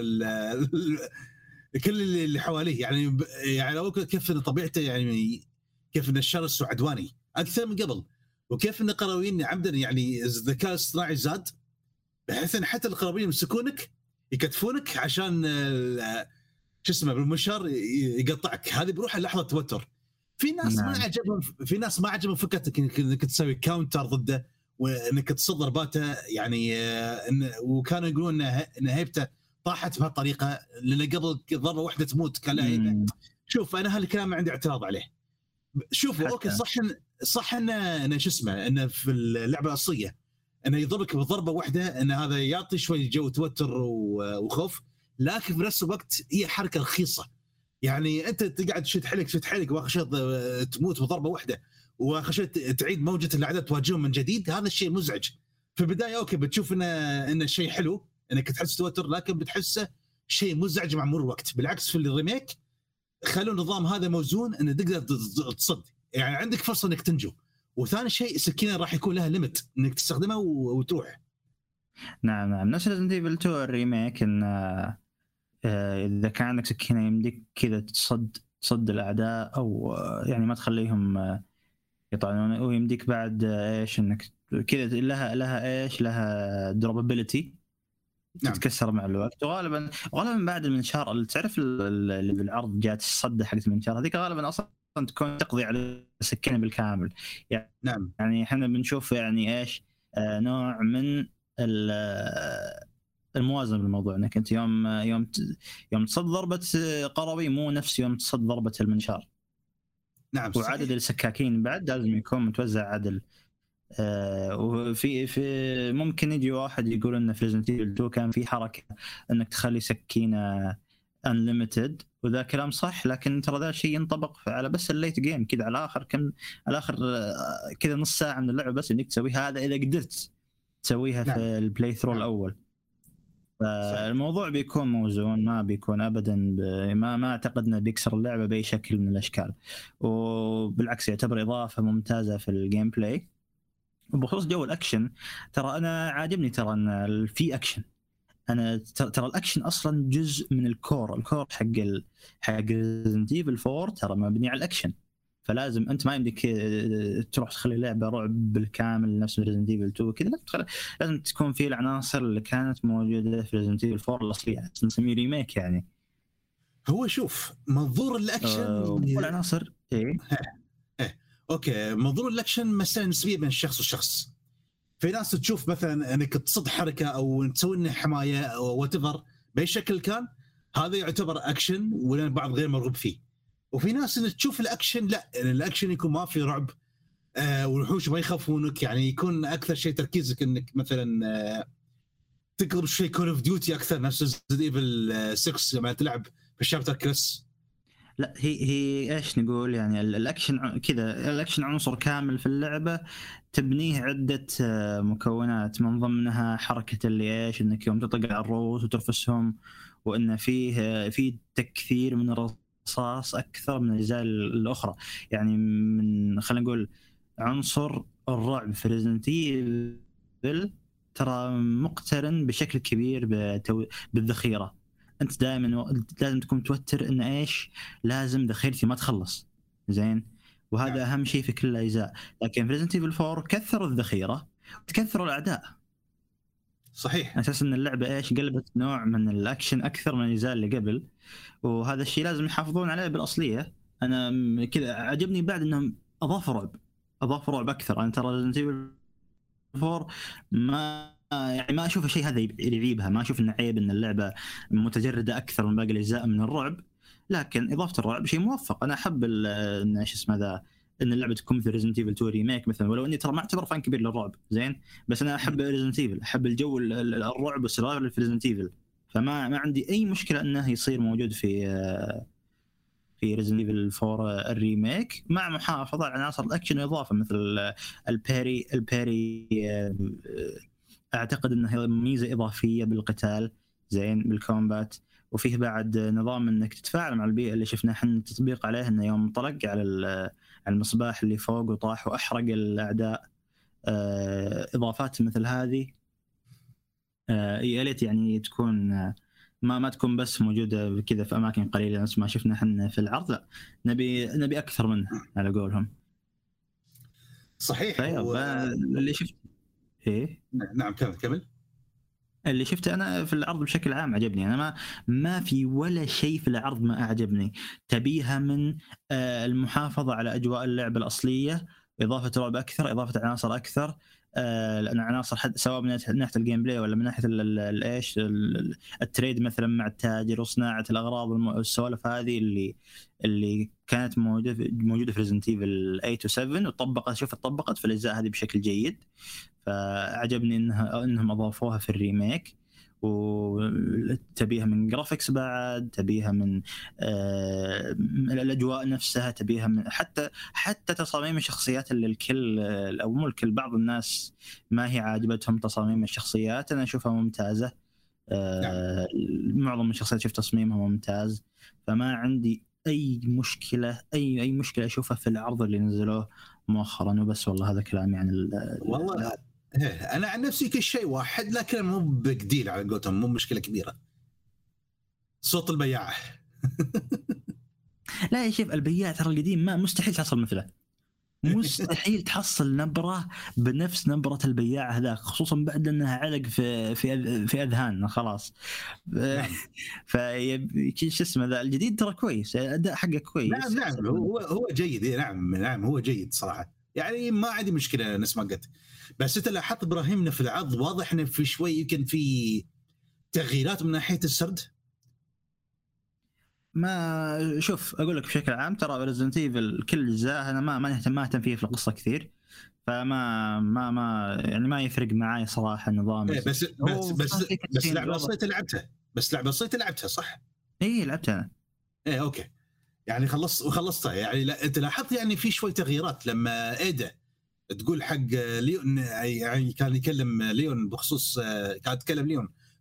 كل اللي حواليه، يعني يعني لو كيف طبيعته، يعني كيف ان الشرس وعدواني اكثر من قبل، وكيف ان القرويين عمدا يعني الذكاء الاصطناعي زاد بحيث ان حتى القرويين يمسكونك يكتفونك عشان شو اسمه بالمنشار يقطعك. هذه بروح لحظه توتر. في ناس نعم. ما عجبهم في ناس ما عجبهم فكرتك انك تسوي كاونتر ضده وانك تصد ضرباته يعني إن وكانوا يقولون ان هيبته طاحت بهالطريقه لان قبل ضربه واحده تموت كان لا هيبه. شوف انا هالكلام ما عندي اعتراض عليه. شوفوا اوكي صح إن صح ان انا شو اسمه انه في اللعبه الاصليه انه يضربك بضربه واحده ان هذا يعطي شوي جو توتر وخوف، لكن في نفس الوقت هي حركه رخيصه. يعني انت تقعد تشد حيلك تشد حيلك واخر شيء تموت بضربه واحده واخر شيء تعيد موجه الاعداء تواجههم من جديد. هذا الشيء مزعج. في البدايه اوكي بتشوف انه انه شيء حلو انك تحس توتر، لكن بتحسه شيء مزعج مع مرور الوقت. بالعكس في الريميك خلوا النظام هذا موزون انه تقدر تصد، يعني عندك فرصه انك تنجو. وثاني شيء السكينه راح يكون لها ليمت انك تستخدمها وتروح.
نعم نعم نفس ريزنت ايفل تو الريميك ان اذا كان عندك سكينه يمديك كذا تصد تصد الاعداء او يعني ما تخليهم يطعنون، ويمديك بعد ايش انك كذا لها لها ايش لها دروبابيلتي نعم. تتكسر مع الوقت. وغالبا غالبا بعد المنشار اللي تعرف اللي بالعرض جات الصده حقت المنشار هذيك غالبا اصلا تكون تقضي على السكينه بالكامل. يعني
نعم
يعني احنا بنشوف يعني ايش آه نوع من الموازنه بالموضوع، انك انت يوم يوم يوم تصد ضربه قروي مو نفس يوم تصد ضربه المنشار.
نعم
وعدد صحيح. السكاكين بعد لازم يكون متوزع عدل. آه وفي في ممكن يجي واحد يقول ان في ريزنت ايفل تو كان في حركه انك تخلي سكينه انليمتد، وذا كلام صح، لكن ترى ذا شيء ينطبق على بس الليت جيم كذا على اخر كم على اخر كذا نص ساعه من اللعبه بس انك تسوي هذا اذا قدرت تسويها نعم. في البلاي ثرو نعم. الاول. فالموضوع بيكون موزون، ما بيكون ابدا ب... ما ما اعتقد انه بيكسر اللعبه باي شكل من الاشكال، وبالعكس يعتبر اضافه ممتازه في الجيم بلاي. وبخصوص جو الاكشن، ترى انا عاجبني ترى ان في اكشن. انا ترى الاكشن اصلا جزء من الكور الكور حق ال... حق ريزنت ايفل فور، ترى مبني على الاكشن. فلازم انت ما يمديك تروح تخلي لعبه رعب بالكامل نفس ريزنت ايفل تو كذا، لازم تكون في العناصر اللي كانت موجوده في ريزنت ايفل فور الاصليه، نسميه ريميك يعني.
هو شوف منظور الاكشن
أه والعناصر ايه
ايه اوكي، منظور الاكشن مسألة نسبيه بين الشخص والشخص. في ناس تشوف مثلا انك تصد حركه او تسوي لنا حمايه او وات ايفر باي شكل كان، هذا يعتبر اكشن ولا بعض غير مرغوب فيه. وفي ناس ان تشوف الاكشن لا، الاكشن يكون ما في رعب آه والوحوش ما يخافونك، يعني يكون اكثر شيء تركيزك انك مثلا آه تقرب شيء كول اوف ديوتي اكثر، نفس ريزيدنت ايفل ستة لما تلعب في الشابتر كريس.
لا هي هي ايش نقول يعني الاكشن كذا، الاكشن عنصر كامل في اللعبه تبنيه عده مكونات، من ضمنها حركه اللي ايش انك يوم تطق على الروس وترفسهم، وان فيه في تكثير من الرصاص اكثر من الاجزاء الاخرى. يعني من خلينا نقول عنصر الرعب في ريزنت ايفل ترى مقترن بشكل كبير بالذخيره. انت دائما لازم تكون متوتر ان ايش لازم ذخيرتي ما تخلص زين، وهذا نعم. اهم شيء في كل الاجزاء. لكن في ريزنت ايفل فور كثروا الذخيره وتكثروا الاعداء.
صحيح،
اساس ان اللعبه ايش قلبت نوع من الاكشن اكثر من الاجزاء اللي قبل، وهذا الشيء لازم يحافظون عليه بالاصليه. انا كذا عجبني بعد انهم اضافوا رعب اضافوا رعب اكثر. انا ترى ريزنت ايفل فور ما يعني ما اشوف شيء هذا يعيبها، ما اشوف انه عيب ان اللعبه متجرده اكثر من باقي الاجزاء من الرعب، لكن اضافه الرعب شيء موفق. انا احب ان ايش اسمه ذا ان اللعبه تكون مثل ريزنت ايفل تو ريميك مثلا، ولو اني ترى ما اعتبر فان كبير للرعب زين، بس انا احب ريزنت ايفل، احب الجو الرعب والسراير في ريزنت ايفل، فما ما عندي اي مشكله انه يصير موجود في في ريزنت ايفل فور الريميك، مع محافظه على عناصر الاكشن واضافه مثل الباري الباري اعتقد انها ميزه اضافيه بالقتال زين بالكومبات. وفيه بعد نظام انك تتفاعل مع البيئه اللي شفنا احنا تطبيق عليه، انه يوم طلق على على المصباح اللي فوق وطاح واحرق الاعداء. اضافات مثل هذه يا ريت يعني تكون ما ما تكون بس موجوده كذا في اماكن قليله نفس ما شفنا احنا في العرض، لا نبي نبي اكثر منها على قولهم.
صحيح.
و... اللي شفت ايه
نعم كمل كمل.
اللي شفته انا في العرض بشكل عام عجبني. انا ما ما في ولا شيء في العرض ما اعجبني. تبيها من المحافظه على اجواء اللعبه الاصليه، اضافه رعب اكثر، اضافه عناصر اكثر، لان عناصر سواء من ناحيه الجيم بلاي ولا من ناحيه الايش التريد مثلا مع التاجر وصناعه الاغراض والسوالف هذه اللي اللي كانت موجوده موجوده في ريزنت ايفل ثمانية و سبعة وطبقت شوف طبقت في الاجزاء هذه بشكل جيد. فعجبني انها انهم اضافوها في الريميك، وتبيها من جرافيكس بعد، تبيها من آه الاجواء نفسها، تبيها من حتى حتى تصاميم الشخصيات اللي الكل او مو الكل بعض الناس ما هي عاجبتهم تصاميم الشخصيات، انا اشوفها ممتازه. آه نعم. معظم الشخصيات شفت تصميمها ممتاز، فما عندي اي مشكله اي اي مشكله اشوفها في العرض اللي نزلوه مؤخرا. وبس والله هذا كلامي عن
والله انا عن نفسي كل شيء واحد، لكن مو بجديد على قولتهم، مو مشكله كبيره. صوت البياع
لا يا شيخ البياع ترى القديم ما مستحيل تحصل مثله، مستحيل تحصل نبره بنفس نبره البياع هذاك، خصوصا بعد انها علق في في في اذهاننا خلاص. في شو اسمه ذا الجديد ترى كويس، الاداء حقه كويس.
نعم نعم هو هو جيد. نعم نعم هو جيد صراحه، يعني ما عندي مشكله نسمع قلت. بس انت لاحظت ابراهيم في العرض واضح انه في شوي يمكن في تغييرات من ناحيه السرد.
ما شوف اقول لك بشكل عام ترى ريزنت ايفل كل اجزاء انا ما ما ما اهتم فيه في القصه كثير، فما ما ما يعني ما يفرق معي صراحه النظام.
إيه بس بس بس, بس لعبه بسيطه لعبتها بس لعبه بسيطه لعبتها صح؟
اي لعبتها انا.
ايه اوكي يعني خلصت وخلصتها. يعني لا انت لاحظت يعني في شوي تغييرات لما ايدا تقول حق ليون، يعني كان يكلم ليون بخصوص كان يتكلم ليون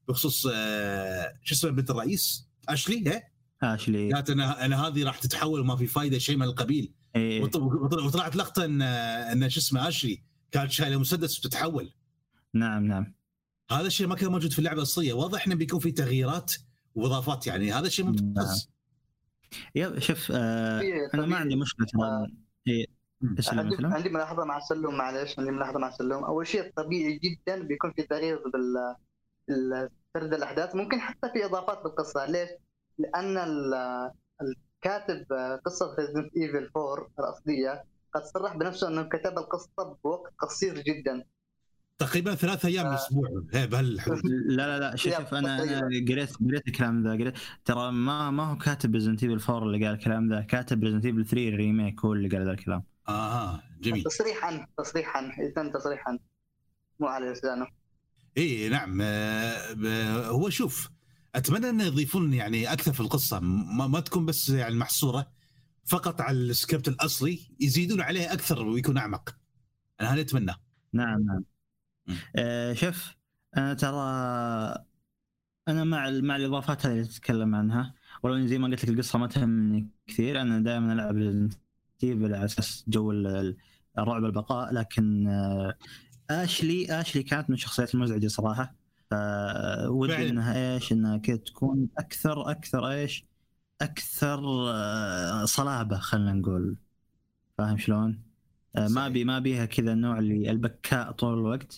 بخصوص آه شو اسمه بنت الرئيس اشلي. ها
اشلي
قالت انا انا هذه راح تتحول وما في فايده شيء من القبيل.
إيه.
وط- وط- وطلعت لقطه ان ان شو اسمه اشلي كانت شايله مسدس وتتحول.
نعم نعم
هذا الشيء ما كان موجود في اللعبه الاصليه. واضح انه بيكون في تغييرات واضافات، يعني هذا شيء ممتاز.
يا شوف آه انا ما عندي مشكله
آه
إيه.
عندي,
مثلا
عندي ملاحظه مع سلوم، معلش عندي ملاحظه مع سلوم. اول شيء طبيعي جدا بيكون في تغيير بال سرد الاحداث، ممكن حتى في اضافات بالقصه. ليش؟ لان الكاتب قصه ريزدنت ايفل فور الاصليه قد صرح بنفسه انه كتب القصه بوقت قصير جدا،
تقريبا ثلاثة ايام من اسبوع هي بهالحدود.
لا لا لا شوف شوف انا انا قريت قريت الكلام ذا، قريت ترى ما ما هو كاتب ريزدنت ايفل فور اللي قال الكلام ذا، كاتب ريزدنت ايفل ثري ريميك هو اللي قال ذا الكلام.
اه جميل.
تصريحا تصريحا اذا تصريحا مو على لسانه.
اي نعم. آه هو شوف اتمنى ان يضيفون يعني اكثر في القصه، ما, ما تكون بس يعني محصوره فقط على السكريبت الاصلي، يزيدون عليه اكثر ويكون اعمق. انا هذا اتمنى.
نعم نعم. آه شوف انا ترى انا مع مع الاضافات هذه اللي تتكلم عنها، ولو اني زي ما قلت لك القصه ما تهمني كثير. انا دائما العب ريزنتيفل على اساس جو الرعب البقاء، لكن آه اشلي اشلي كانت من الشخصيات المزعجه صراحه. فودي انها ايش انها كده تكون اكثر اكثر ايش اكثر صلابه خلينا نقول، فاهم شلون؟ ما بي ما بيها كذا النوع اللي البكاء طول الوقت.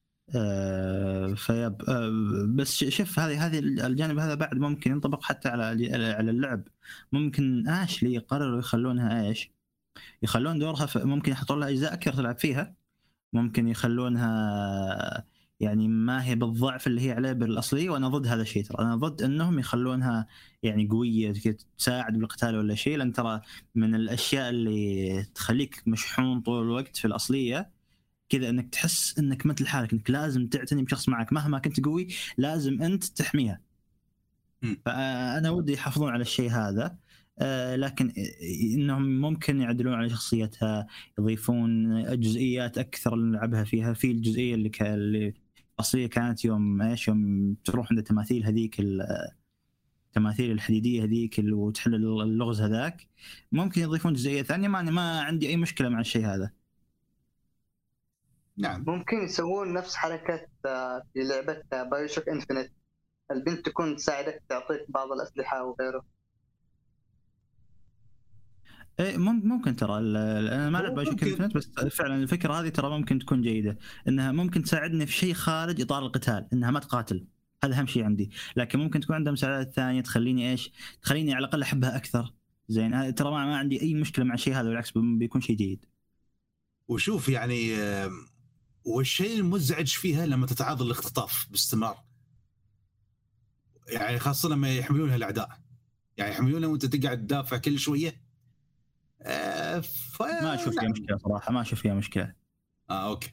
فيب بس شوف هذه هذه الجانب هذا بعد ممكن ينطبق حتى على على اللعب. ممكن اشلي يقرروا يخلونها ايش يخلون دورها، ممكن يحطون لها اجزاء اكثر تلعب فيها، ممكن يخلونها يعني ما هي بالضعف اللي هي عليه بالاصلي. وانا ضد هذا الشيء، ترى انا ضد انهم يخلونها يعني قويه تساعد بالقتال ولا شيء، لان ترى من الاشياء اللي تخليك مشحون طول الوقت في الاصليه كذا انك تحس انك مثل حالك، انك لازم تعتني بشخص معك مهما كنت قوي، لازم انت تحميها. فانا ودي يحافظون على الشيء هذا، لكن انهم ممكن يعدلون على شخصيتها، يضيفون جزئيات اكثر نلعبها فيها. في الجزئيه اللي اللي اصليه كانت يوم ايش يوم تروح عند تماثيل هذيك التماثيل الحديديه هذيك وتحل اللغز هذاك، ممكن يضيفون جزئيه ثانيه. ما ما عندي اي مشكله مع الشيء هذا.
نعم
ممكن يسوون نفس حركه في لعبه بايوشوك انفينيت، البنت تكون تساعدك تعطيك بعض الاسلحه وغيره.
ايه ممكن ترى انا ما العب بايوشوك انفينيت، بس فعلا الفكره هذه ترى ممكن تكون جيده، انها ممكن تساعدني في شيء خارج اطار القتال، انها ما تقاتل، هذا اهم شيء عندي. لكن ممكن تكون عندها مساعدات ثانيه تخليني ايش تخليني على الاقل احبها اكثر. زين ترى ما عندي اي مشكله مع الشيء هذا، بالعكس بيكون شيء جيد.
وشوف يعني والشيء المزعج فيها لما تتعرض للاختطاف باستمرار، يعني خاصه لما يحملونها الاعداء، يعني يحملونها وانت تقعد تدافع كل شويه. آه ف...
ما اشوف فيها مشكله صراحه، ما اشوف فيها مشكله.
اه اوكي.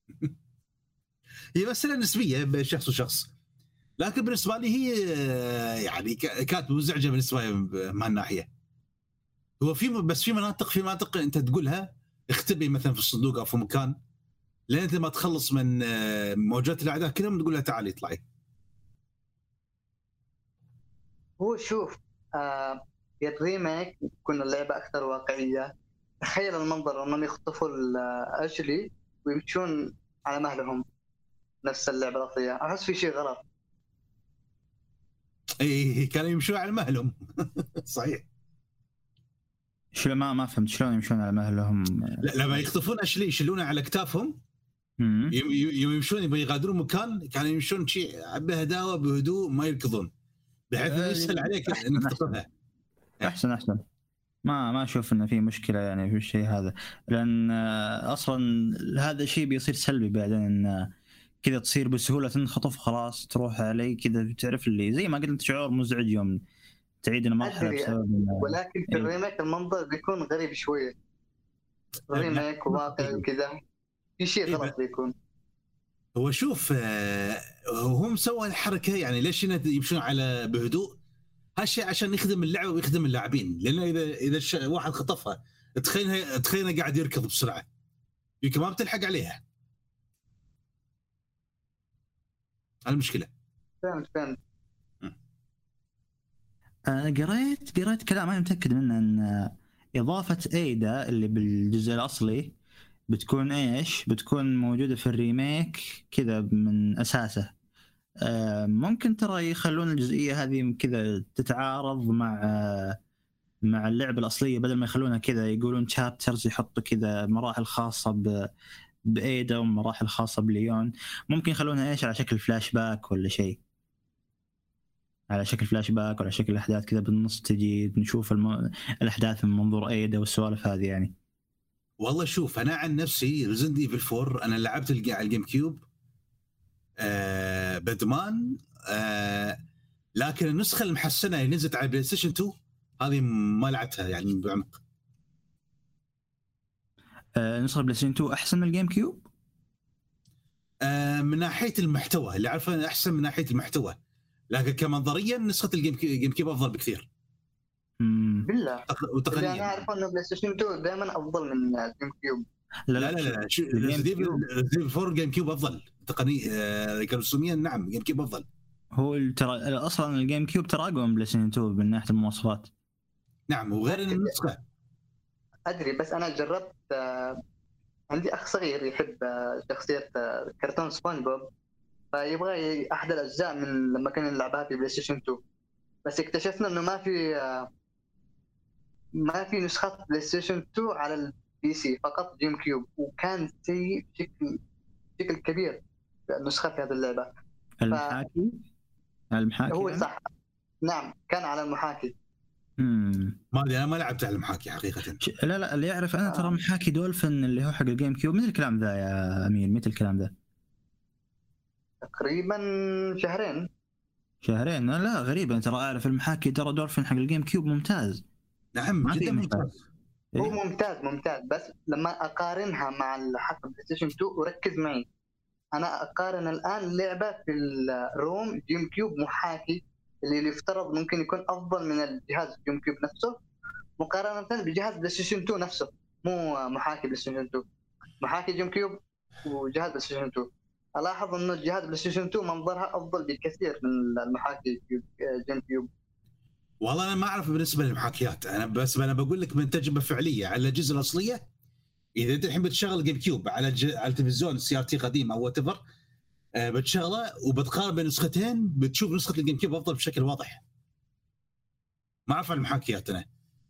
هي مساله نسبيه بين شخص وشخص، لكن بالنسبه لي هي يعني كانت مزعجه بالنسبه لي من هالناحيه. هو في بس في مناطق في مناطق انت تقولها اختبئي مثلا في الصندوق او في مكان، لين انت ما تخلص من موجات الاعداء كلهم تقول لها تعالي اطلعي.
هو شوف آه الريميك تكون اللعبه اكثر واقعيه. تخيل المنظر انهم يخطفوا اشلي ويمشون على مهلهم نفس اللعبه الاصليه، احس في شيء غلط.
اي كانوا يمشون على مهلهم. صحيح.
شو ما ما فهمت شلون يمشون على مهلهم؟
لا لما يخطفون اشلي يشيلونه على اكتافهم، يوم يمشون يبغى يغادرون مكان كانوا يمشون شيء بهداوه بهدوء ما يركضون، بحيث انه يسهل عليك انك تخطفها.
احسن احسن ما ما اشوف انه في مشكله يعني في الشيء هذا، لان اصلا هذا الشيء بيصير سلبي بعدين، كذا تصير بسهوله تنخطف خلاص تروح علي كذا، تعرف اللي زي ما قلت شعور مزعج يوم تعيد المرحله بسبب.
ولكن في الريميك المنظر بيكون غريب شويه، الريميك واقعي وكذا، في شيء غلط بيكون.
هو شوف هم سووا الحركه يعني ليش يمشون على بهدوء؟ هالشيء عشان يخدم اللعبه ويخدم اللاعبين، لانه اذا اذا واحد خطفها تخيلها تخيلها قاعد يركض بسرعه يمكن ما بتلحق عليها. المشكله
فهمت فهمت.
أنا قريت قريت كلام أنا متأكد منه أن إضافة إيدا اللي بالجزء الأصلي بتكون إيش بتكون موجودة في الريميك كذا من أساسه. ممكن ترى يخلون الجزئية هذه كذا تتعارض مع مع اللعبة الأصلية، بدل ما يخلونها كذا يقولون شابترز يحطوا كذا مراحل خاصة ب بإيدا ومراحل خاصة بليون، ممكن يخلونها إيش على شكل فلاش باك ولا شيء، على شكل فلاش باك ولا شكل أحداث كذا بالنص تجي نشوف الم... الأحداث من منظور إيدا والسوالف هذه يعني.
والله شوف أنا عن نفسي ريزيدنت ايفل فور أنا لعبت على الجيم كيوب آه بدمان آه لكن النسخة المحسنة اللي نزلت على بلاي ستيشن تو هذه ما لعبتها يعني بعمق.
آه نسخة بلاي ستيشن تو أحسن من الجيم كيوب
آه من ناحية المحتوى اللي عارفه أحسن من ناحية المحتوى، لكن كمنظريا نسخة الجيم جيم كيوب أفضل بكثير.
مم.
بالله
وتقنيا
انا اعرف انه بلاي ستيشن تو دائما افضل من الجيم كيوب.
لا لا لا, لا. ريزيدنت فور جيم كيوب افضل تقنيا آه كرسوميا. نعم جيم كيوب افضل.
هو ترى اصلا الجيم كيوب ترى اقوى من بلاي ستيشن تو من ناحيه المواصفات.
نعم وغير ان النسخه
ادري بس انا جربت آه عندي اخ صغير يحب آه شخصيه آه كرتون سبونج بوب، فيبغى احد الاجزاء من لما كنا نلعبها في بلاي ستيشن تو، بس اكتشفنا انه ما في آه ما في نسخه بلاي ستيشن تو على البي سي، فقط جيم كيوب، وكان سيء بشكل بشكل كبير نسخه هذه اللعبه.
المحاكي ف... المحاكي
هو
يعني؟
صح نعم كان على المحاكي.
امم
ما ادري انا ما لعبت على المحاكي حقيقه.
لا لا اللي يعرف انا ترى محاكي دولفين اللي هو حق الجيم كيوب. متى الكلام ذا يا امير؟ متى الكلام ذا؟
تقريبا شهرين
شهرين. لا غريبة ترى اعرف المحاكي ترى دولفين حق الجيم كيوب ممتاز.
نعم جدا ممتاز.
هو ممتاز ممتاز بس لما اقارنها مع حق بلاي ستيشن تو وركز معي، انا اقارن الان لعبه في الروم جيم كيوب محاكي اللي يفترض ممكن يكون افضل من الجهاز جيم كيوب نفسه مقارنه بجهاز بلاي ستيشن تو نفسه، مو محاكي بلاي ستيشن تو، محاكي جيم كيوب وجهاز بلاي ستيشن تو. الاحظ انه جهاز بلاي ستيشن تو منظرها افضل بكثير من المحاكي جيم كيوب.
والله انا ما اعرف بالنسبه للمحاكيات، انا بس انا بقول لك من تجربه فعليه على الجزء الاصليه. اذا انت الحين بتشغل جيم كيوب على الج... على التلفزيون سي ار تي قديم او وات ايفر آه بتشغله وبتقارن بين نسختين بتشوف نسخه الجيم كيوب افضل بشكل واضح. ما اعرف المحاكيات انا.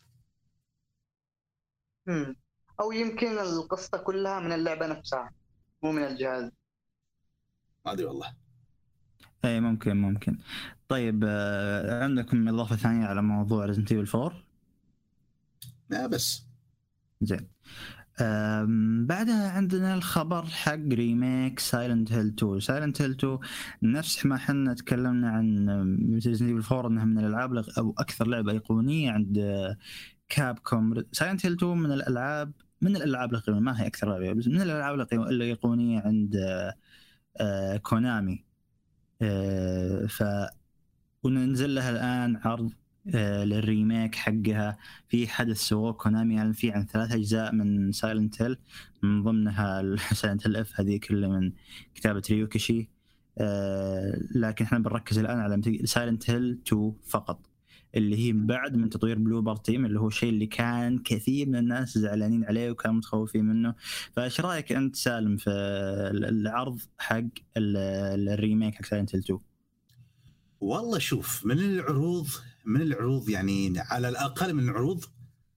امم او يمكن القصه كلها من اللعبه نفسها مو من الجهاز.
ما ادري والله.
اي ممكن ممكن. طيب آه عندكم اضافه ثانيه على موضوع ريزنت ايفل فور؟
لا بس
زين. بعدها عندنا الخبر حق ريميك سايلنت هيل تو. سايلنت هيل تو نفس ما حنا تكلمنا عن ريزنت ايفل فور انها من الالعاب او اكثر لعبه ايقونيه عند كاب كوم. سايلنت هيل تو من الالعاب من الالعاب الايقونيه، ما هي اكثر لعبه بس من الالعاب الايقونيه عند كونامي. ف وننزل لها الآن عرض للريميك حقها في حدث سووه كونامي، يعني في عن ثلاث أجزاء من سايلنت هيل، من ضمنها سايلنت هيل اف هذه كلها من كتابة ريوكيشي، لكن احنا بنركز الآن على سايلنت هيل تو فقط، اللي هي بعد من تطوير بلوبر تيم، اللي هو الشيء اللي كان كثير من الناس زعلانين عليه وكانوا متخوفين منه. فايش رايك انت سالم في العرض حق الريميك حق سايلنت هيل تو؟
والله شوف من العروض من العروض يعني على الأقل من العروض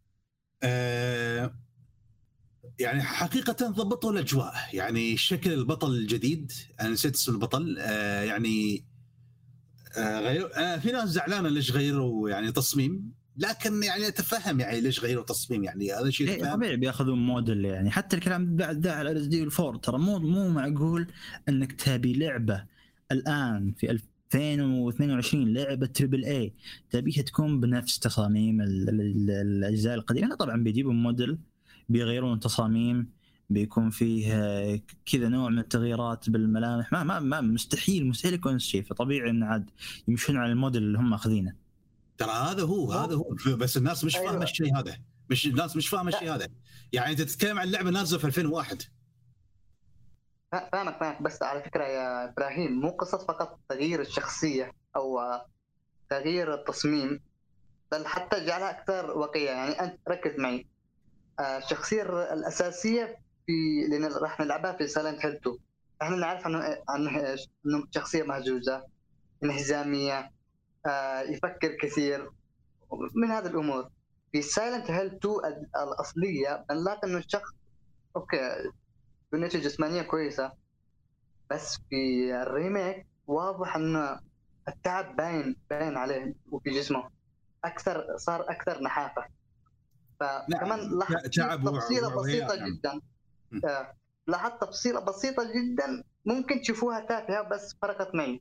آه يعني حقيقة ضبطوا الأجواء، يعني شكل البطل الجديد أنا نسيت اسم البطل آه يعني آه غير آه في ناس زعلانة ليش غيروا يعني تصميم، لكن يعني أتفهم يعني ليش غيروا تصميم، يعني هذا شيء
إيه طبيعي بياخذون موديل، يعني حتى الكلام بعد ذا على ريزنت ايفل فور ترى مو مو معقول انك تبي لعبة الآن في ألفين واثنين وعشرين لعبة تريبل اي تبيها تكون بنفس تصاميم الأجزاء القديمة. طبعا بيجيبوا موديل بيغيرون تصاميم، بيكون فيه كذا نوع من التغييرات بالملامح، ما ما, ما مستحيل مستحيل يكون نفس الشيء، فطبيعي ان عاد يمشون على الموديل اللي هم اخذينه.
ترى هذا هو هذا هو بس الناس مش فاهمه الشيء هذا، مش الناس مش فاهمه الشيء هذا. يعني انت تتكلم عن لعبه نازله في ألفين وواحد
فاهمك فاهمك بس على فكرة يا إبراهيم، مو قصة فقط تغيير الشخصية أو تغيير التصميم، بل حتى جعلها أكثر واقعية. يعني أنت ركز معي، الشخصية الأساسية في لأن راح نلعبها في سايلنت هيل تو، احنا نعرف عنه عنه إيش؟ إنه شخصية مهزوزة، انهزامية، آه، يفكر كثير من هذه الأمور. في سايلنت هيل تو الأصلية بنلاقي إنه الشخص أوكي بنيته جسمانية كويسة، بس في الريميك واضح إنه التعب باين باين عليه وفي جسمه أكثر، صار أكثر نحافة. فكمان
نعم
لاحظت
تعب
تفصيلة
وعياء.
بسيطة
نعم.
جدا، آه، لاحظت تفصيلة بسيطة جدا ممكن تشوفوها تافهة بس فرقت معي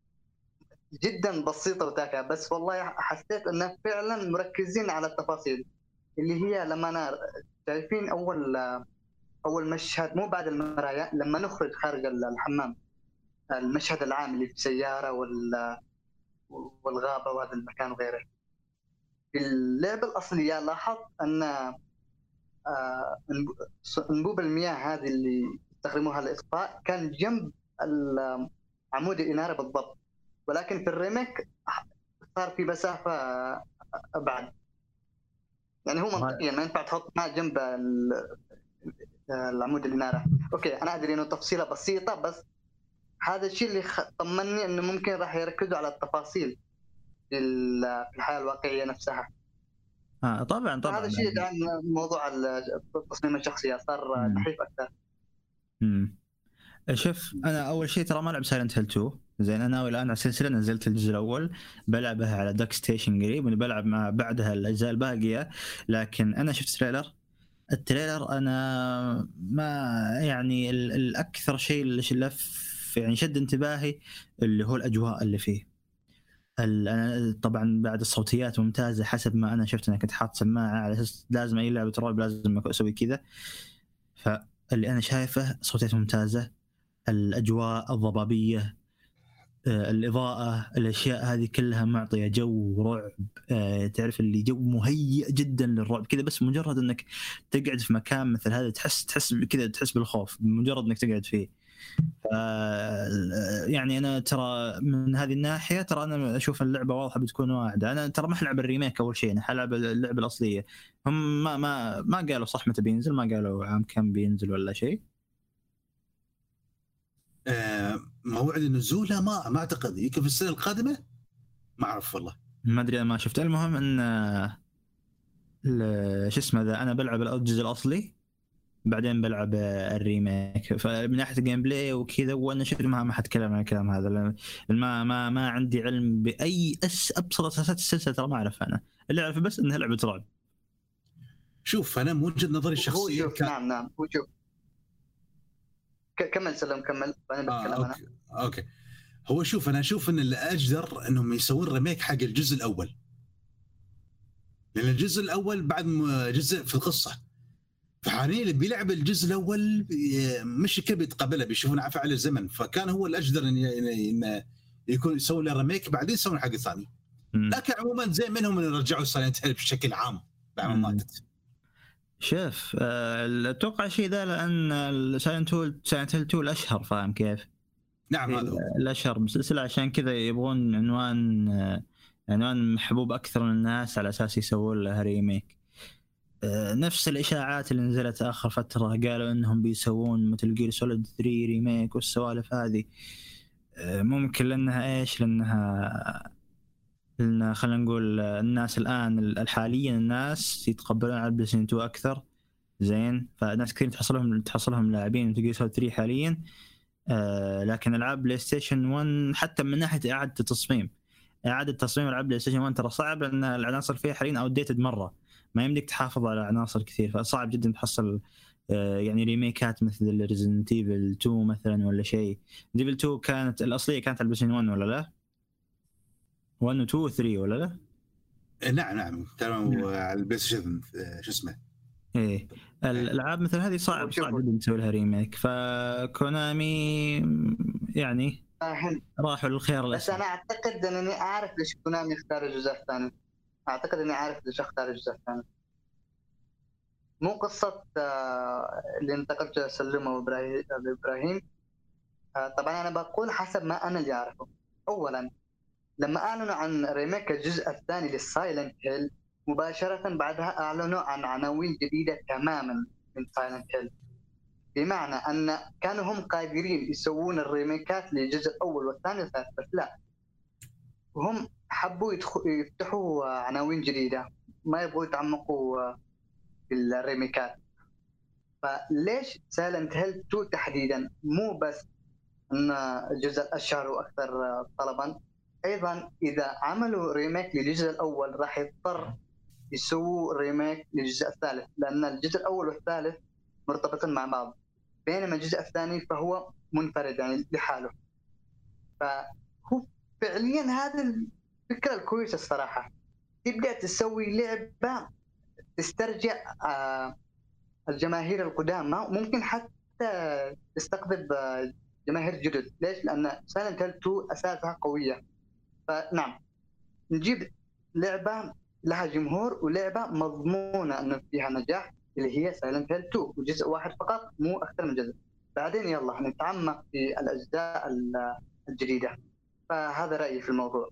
جدا، بسيطة وتافهة، بس والله حسيت أنه فعلا مركزين على التفاصيل اللي هي لما أنا شايفين أول أول مشهد مو بعد المرايا، لما نخرج خارج الحمام، المشهد العام اللي في السيارة وال والغابة وهذا المكان وغيره. في اللعبة الأصلية لاحظت أن آه، انبوب المياه هذه اللي يستخدموها للإطفاء كان جنب عمود الإنارة بالضبط، ولكن في الريميك صار في مسافة أبعد. يعني هو منطقيا ما ينفع تحط ماء جنب العمود الإنارة. أوكي أنا أدري إنه تفصيلة بسيطة، بس هذا الشيء اللي طمني إنه ممكن راح يركزوا على التفاصيل في الحياة الواقعية نفسها.
آه طبعا طبعا.
هذا الشيء عن موضوع تصميم الشخصية صار نحيف أكثر.
امم شوف انا اول شيء ترى ما العب سايلنت هيل تو، زين انا ناوي الان على السلسله، نزلت الجزء الاول بلعبها على داك ستيشن قريب وبلعب مع بعدها الاجزاء الباقيه. لكن انا شفت تريلر، التريلر انا ما يعني ال- الاكثر شيء اللي لف يعني شد انتباهي اللي هو الاجواء اللي فيه. ال- انا طبعا بعد الصوتيات ممتازه حسب ما انا شفت، انا كنت حاط سماعه على اساس لازم اي لعبه رعب لازم اسوي كذا. فاللي انا شايفه صوتيات ممتازه، الاجواء الضبابيه، آه، الاضاءه، الاشياء هذه كلها معطيه جو رعب. آه، تعرف اللي جو مهيئ جدا للرعب كذا، بس مجرد انك تقعد في مكان مثل هذا تحس تحس كذا، تحس بالخوف مجرد انك تقعد فيه. ف يعني انا ترى من هذه الناحيه ترى انا اشوف اللعبه واضحه بتكون واحده. انا ترى ما حلعب الريميك اول شيء، انا حلعب اللعبه الاصليه. هم ما ما ما قالوا صح متى بينزل، ما قالوا عام كم بينزل ولا شيء.
آه موعد النزول لا ما ما اعتقد، يمكن في السنه القادمه، ما اعرف والله.
ما ادري، ما شفت. المهم ان ال- شو اسمه ذا، انا بلعب الجزء الاصلي بعدين بلعب الريميك. فمن ناحيه الجيم بلاي وكذا وانا شفت ما ما حتكلم عن الكلام هذا، لأن ما ما ما عندي علم باي أس ابسط اساسات السلسله، ترى ما اعرف انا. اللي اعرف بس انها لعبه رعب.
شوف انا من وجهه نظري
هو
الشخصيه
شوف
ك...
نعم نعم هو شوف ك- كمل سلام كمل وانا
آه
بتكلم انا.
أوكي. اوكي هو شوف انا اشوف ان الاجدر انهم يسوون ريميك حق الجزء الاول، لان الجزء الاول بعد ما جزء في القصه، فحاليا اللي بيلعب الجزء الاول مش كيف بيتقبلها، بيشوفون عفى الزمن، فكان هو الاجدر ان ان يكون يسوي له ريميك بعدين يسوون حق ثاني. لكن عموما زي منهم ان يرجعوا سايلنت هيل بشكل عام بعد ما ماتت.
شوف أه اتوقع شيء ذا لان سايلنت هيل سايلنت هيل تو الاشهر، فاهم كيف؟
نعم هذا هو
الاشهر بالسلسله، عشان كذا يبغون عنوان آه، عنوان محبوب اكثر من الناس على اساس يسوون له ريميك. آه، نفس الاشاعات اللي نزلت اخر فتره قالوا انهم بيسوون مثل جير سوليد ثري ريميك والسوالف هذه. آه، ممكن لانها ايش، لانها لان خلينا نقول الناس الان حاليا الناس يتقبلون على بلاي ستيشن تو اكثر، زين. فناس كثير تحصلهم تحصلهم لاعبين مثل جير سوليد ثري حاليا. آه لكن العاب بلاي ستيشن ون حتى من ناحيه اعاده التصميم، اعاده تصميم العاب بلاي ستيشن ون ترى صعب، لان العناصر فيها حاليا اوتديتد مره، ما يمديك تحافظ على عناصر كثير، فصعب جدا تحصل آه يعني ريميكات مثل ريزنت ايفل تو مثلا ولا شيء. ديفل تو كانت الاصليه كانت على البلاي ستيشن ون ولا لا؟ ون و تو و ثري ولا لا؟
نعم نعم كانوا على البلاي ستيشن شو اسمه.
ايه الالعاب مثل هذه صعب صعب جدا تسوي لها ريميك، فكونامي يعني راحوا للخيار
الاسهل. بس
الاسهل.
انا اعتقد انني اعرف ليش كونامي اختار الجزء الثاني، اعتقد اني عارف ليش اختار الجزء الثاني. مو قصة آه، اللي انتقلت سلمة وإبراهيم إبراهيم. آه، طبعا أنا بقول حسب ما أنا اللي أعرفه. أولا لما أعلنوا عن ريميك الجزء الثاني للسايلنت هيل مباشرة بعدها أعلنوا عن عناوين جديدة تماما من سايلنت هيل، بمعنى أن كانوا هم قادرين يسوون الريميكات للجزء الأول والثاني والثالث، بس لا، وهم حبوا يفتحوا عناوين جديدة، ما يبغوا يتعمقوا في الريميكات. فليش سايلنت هيل تو تحديدا؟ مو بس ان الجزء الاشهر واكثر طلبا، ايضا اذا عملوا ريميك للجزء الاول راح يضطر يسووا ريميك للجزء الثالث، لان الجزء الاول والثالث مرتبطين مع بعض، بينما الجزء الثاني فهو منفرد يعني لحاله. فهو فعليا هذا الفكره الكويسه الصراحه، تبدا تسوي لعبه تسترجع الجماهير القدامى، ممكن حتى تستقطب جماهير جدد. ليش؟ لان سايلنت هيل تو اساسها قويه. فنعم نجيب لعبه لها جمهور ولعبه مضمونه انه فيها نجاح، اللي هي سايلنت هيل تو، وجزء واحد فقط مو اكثر من جزء. بعدين يلا نتعمق في الاجزاء الجديده. فهذا رايي في الموضوع.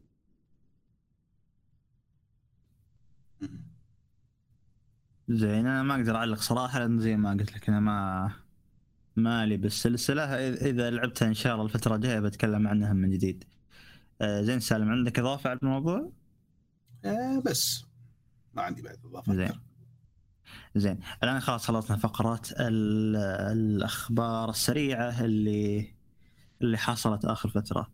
زين انا ما اقدر اعلق صراحه، لان زي ما قلت لك انا ما مالي بالسلسله. اذا لعبتها ان شاء الله الفتره الجايه بتكلم عنها من جديد. آه زين سالم، عندك اضافه على الموضوع؟
آه بس ما عندي بعد اضافه.
زين زين الان خلاص خلصنا فقرات الاخبار السريعه اللي اللي حصلت اخر فتره.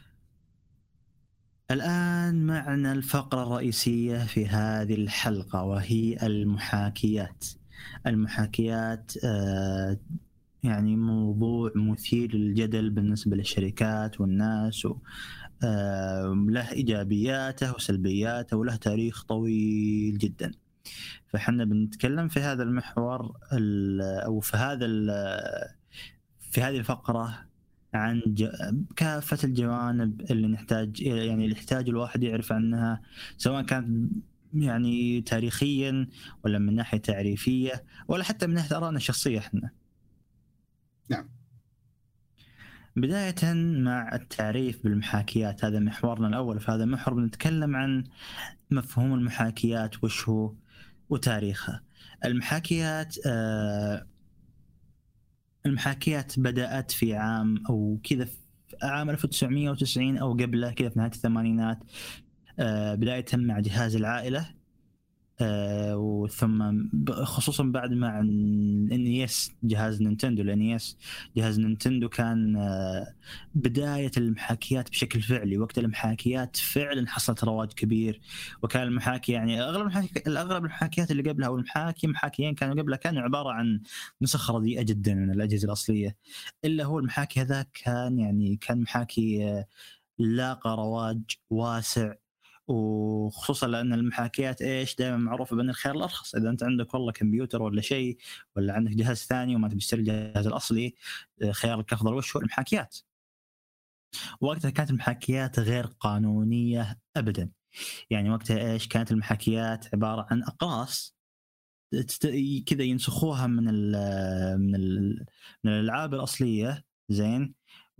الآن معنا الفقرة الرئيسية في هذه الحلقة، وهي المحاكيات. المحاكيات آه يعني موضوع مثير للجدل بالنسبة للشركات والناس، آه له إيجابياته وسلبياته وله تاريخ طويل جدا. فحنا بنتكلم في هذا المحور أو في هذا في هذه الفقرة عن كافة الجوانب اللي نحتاج يعني اللي يحتاج الواحد يعرف عنها، سواء كانت يعني تاريخيا ولا من ناحية تعريفية ولا حتى من ناحية آرائنا الشخصية احنا.
نعم.
بداية مع التعريف بالمحاكيات، هذا محورنا الأول. في هذا المحور بنتكلم عن مفهوم المحاكيات وش هو وتاريخها. المحاكيات آه المحاكيات بدأت في عام أو كذا في عام ألف وتسعمائة وتسعين أو قبله كذا في نهاية الثمانينات، بداية مع جهاز العائلة، وثم خصوصا بعد مع الانيس جهاز نينتندو. الانيس جهاز نينتندو كان بداية المحاكيات بشكل فعلي. وقت المحاكيات فعلا حصلت رواج كبير، وكان المحاكي يعني اغلب المحاكي الاغلب المحاكيات اللي قبلها او المحاكي محاكيين كانوا قبلها كانوا عبارة عن نسخ رديئة جدا من الأجهزة الأصلية. إلا هو المحاكي هذا كان يعني كان محاكي لاقى رواج واسع، وخصوصا لأن المحاكيات إيش دائما معروفة بأن الخيار الأرخص. إذا أنت عندك والله كمبيوتر ولا شيء ولا عندك جهاز ثاني وما تبي تشتري الجهاز الأصلي، خيارك أفضل وش هو؟ المحاكيات. وقتها كانت المحاكيات غير قانونية أبدا. يعني وقتها إيش كانت المحاكيات عبارة عن أقراص كذا ينسخوها من ال من ال من الألعاب الأصلية، زين،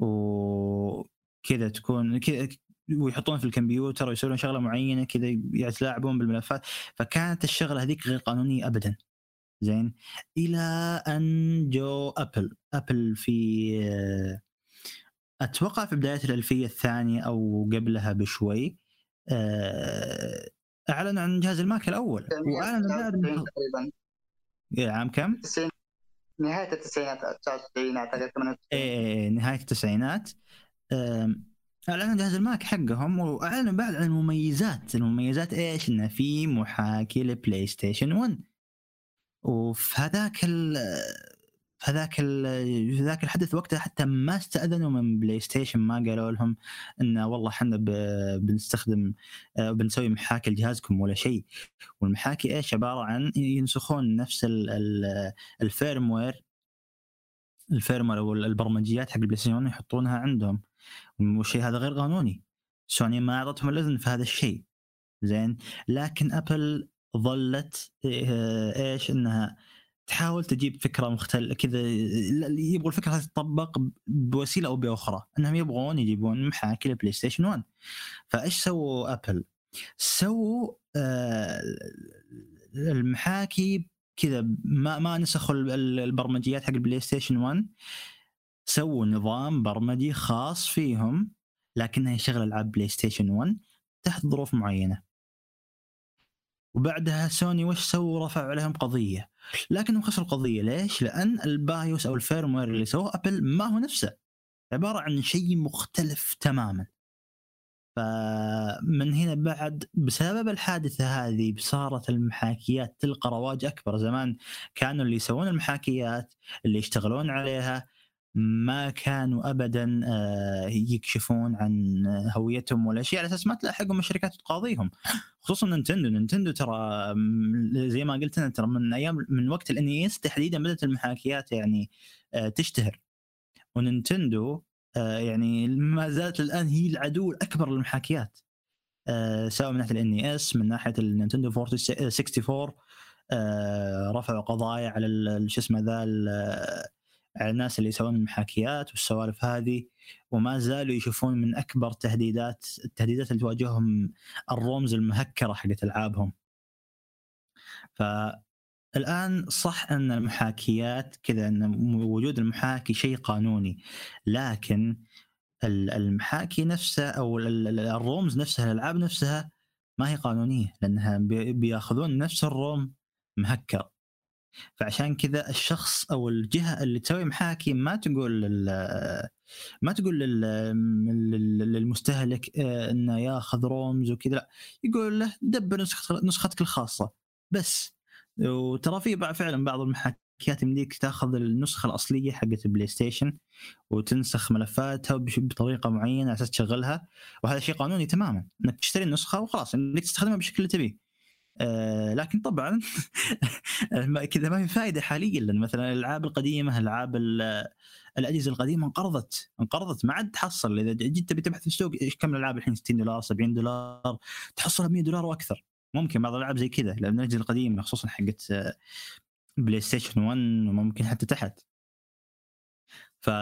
وكذا تكون كذا ويحطون في الكمبيوتر ويسوون شغلة معينة كذا يتلاعبون بالملفات. فكانت الشغلة هذيك غير قانونية أبدا، زين، إلى أن جو أبل أبل في أتوقع في بداية الألفية الثانية أو قبلها بشوي أعلن عن جهاز الماك الأول. وأعلن بعد
تقريبا
عام كم؟
تسعين نهاية التسعينات تسعة وتسعين أعتقد ثمانية وتسعين.
إيه نهاية التسعينات. أعلنوا جهاز الماك حقهم، وأعلنوا بعد عن المميزات. المميزات إيش؟ إنه في محاكي لبلاي ستيشن ون. وفي هذاك ال هذاك ال ذاك الحدث وقتها حتى ما استأذنوا من بلاي ستيشن، ما قالوا لهم إن والله حنا بنستخدم بنسوي محاكي لجهازكم ولا شيء. والمحاكي إيش؟ عبارة عن ينسخون نفس الفيرموير الفيرموير أو البرمجيات حق البلاي ستيشن يحطونها عندهم، والشيء هذا غير قانوني. سوني ما أعطتهم الإذن في هذا الشيء، زين. لكن أبل ظلت إيش إنها تحاول تجيب فكره مختلفه كذا، يبغوا الفكره هذه تطبق بوسيله او باخرى، انهم يبغون يجيبون محاكي للبلاي ستيشن واحد. فايش سووا ابل؟ سووا آه المحاكي كذا، ما ما نسخوا البرمجيات حق البلاي ستيشن واحد، سووا نظام برمجي خاص فيهم لكنه يشغل العاب بلاي ستيشن واحد تحت ظروف معينه. وبعدها سوني وش سووا؟ رفعوا عليهم قضيه، لكنهم خسروا القضيه. ليش؟ لان البايوس او الفيرموير اللي سووه ابل ما هو نفسه، عباره عن شيء مختلف تماما. فمن هنا بعد بسبب الحادثه هذه صارت المحاكيات تلقى رواج اكبر. زمان كانوا اللي يسوون المحاكيات اللي يشتغلون عليها ما كانوا ابدا يكشفون عن هويتهم ولا شيء، على اساس ما تلاحقهم الشركات تقاضيهم. خصوصا نينتندو نينتندو ترى زي ما قلت انا، ترى من ايام من وقت الانيس تحديدا بدات المحاكيات يعني تشتهر. ونينتندو يعني ما زالت الان هي العدو الاكبر للمحاكيات، سواء من ناحيه الانيس من ناحيه النينتندو أربعة وستين، رفعوا قضايا على شو اسمه ذا على الناس اللي يسوون المحاكيات والسوالف هذه، وما زالوا يشوفون من أكبر تهديدات التهديدات اللي تواجههم الرومز المهكرة حقت ألعابهم. فالآن صح أن المحاكيات كذا، أن وجود المحاكي شيء قانوني، لكن المحاكي نفسها أو الرومز نفسها الألعاب نفسها ما هي قانونية، لأنها بيأخذون نفس الروم مهكر. فعشان كذا الشخص او الجهه اللي تسوي محاكي ما تقول ما تقول للمستهلك انه ياخذ رومز وكذا، لا، يقول له دبر نسختك الخاصه بس. وترى في بعض فعلا بعض المحاكيات يمديك تاخذ النسخه الاصليه حقت البلاي ستيشن وتنسخ ملفاتها بطريقه معينه على اساس تشغلها، وهذا شيء قانوني تماما، انك تشتري النسخه وخلاص انك تستخدمها بالشكل اللي تبيه. آه لكن طبعا كذا ما في فائده حاليا، لان مثلا الالعاب القديمه العاب الاجهزه القديمه انقرضت انقرضت ما عاد تحصل. اذا جيت تبي تبحث في السوق ايش كم الالعاب الحين ستين دولار سبعين دولار تحصلها مية دولار واكثر. ممكن بعض الالعاب زي كذا لان الاجهزه القديمه خصوصا حقت بلاي ستيشن واحد وممكن حتى تحت. ف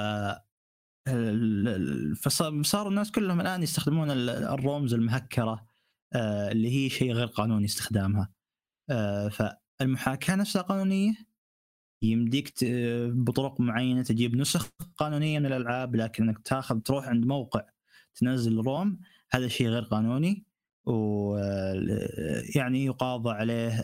فصار الناس كلهم الان يستخدمون الرومز المهكره اللي هي شيء غير قانوني استخدامها. فالمحاكاة نفسها قانونية، يمديك بطرق معينة تجيب نسخ قانونية من الألعاب، لكن انك تاخذ تروح عند موقع تنزل روم هذا شيء غير قانوني، ويعني يقاضى عليه.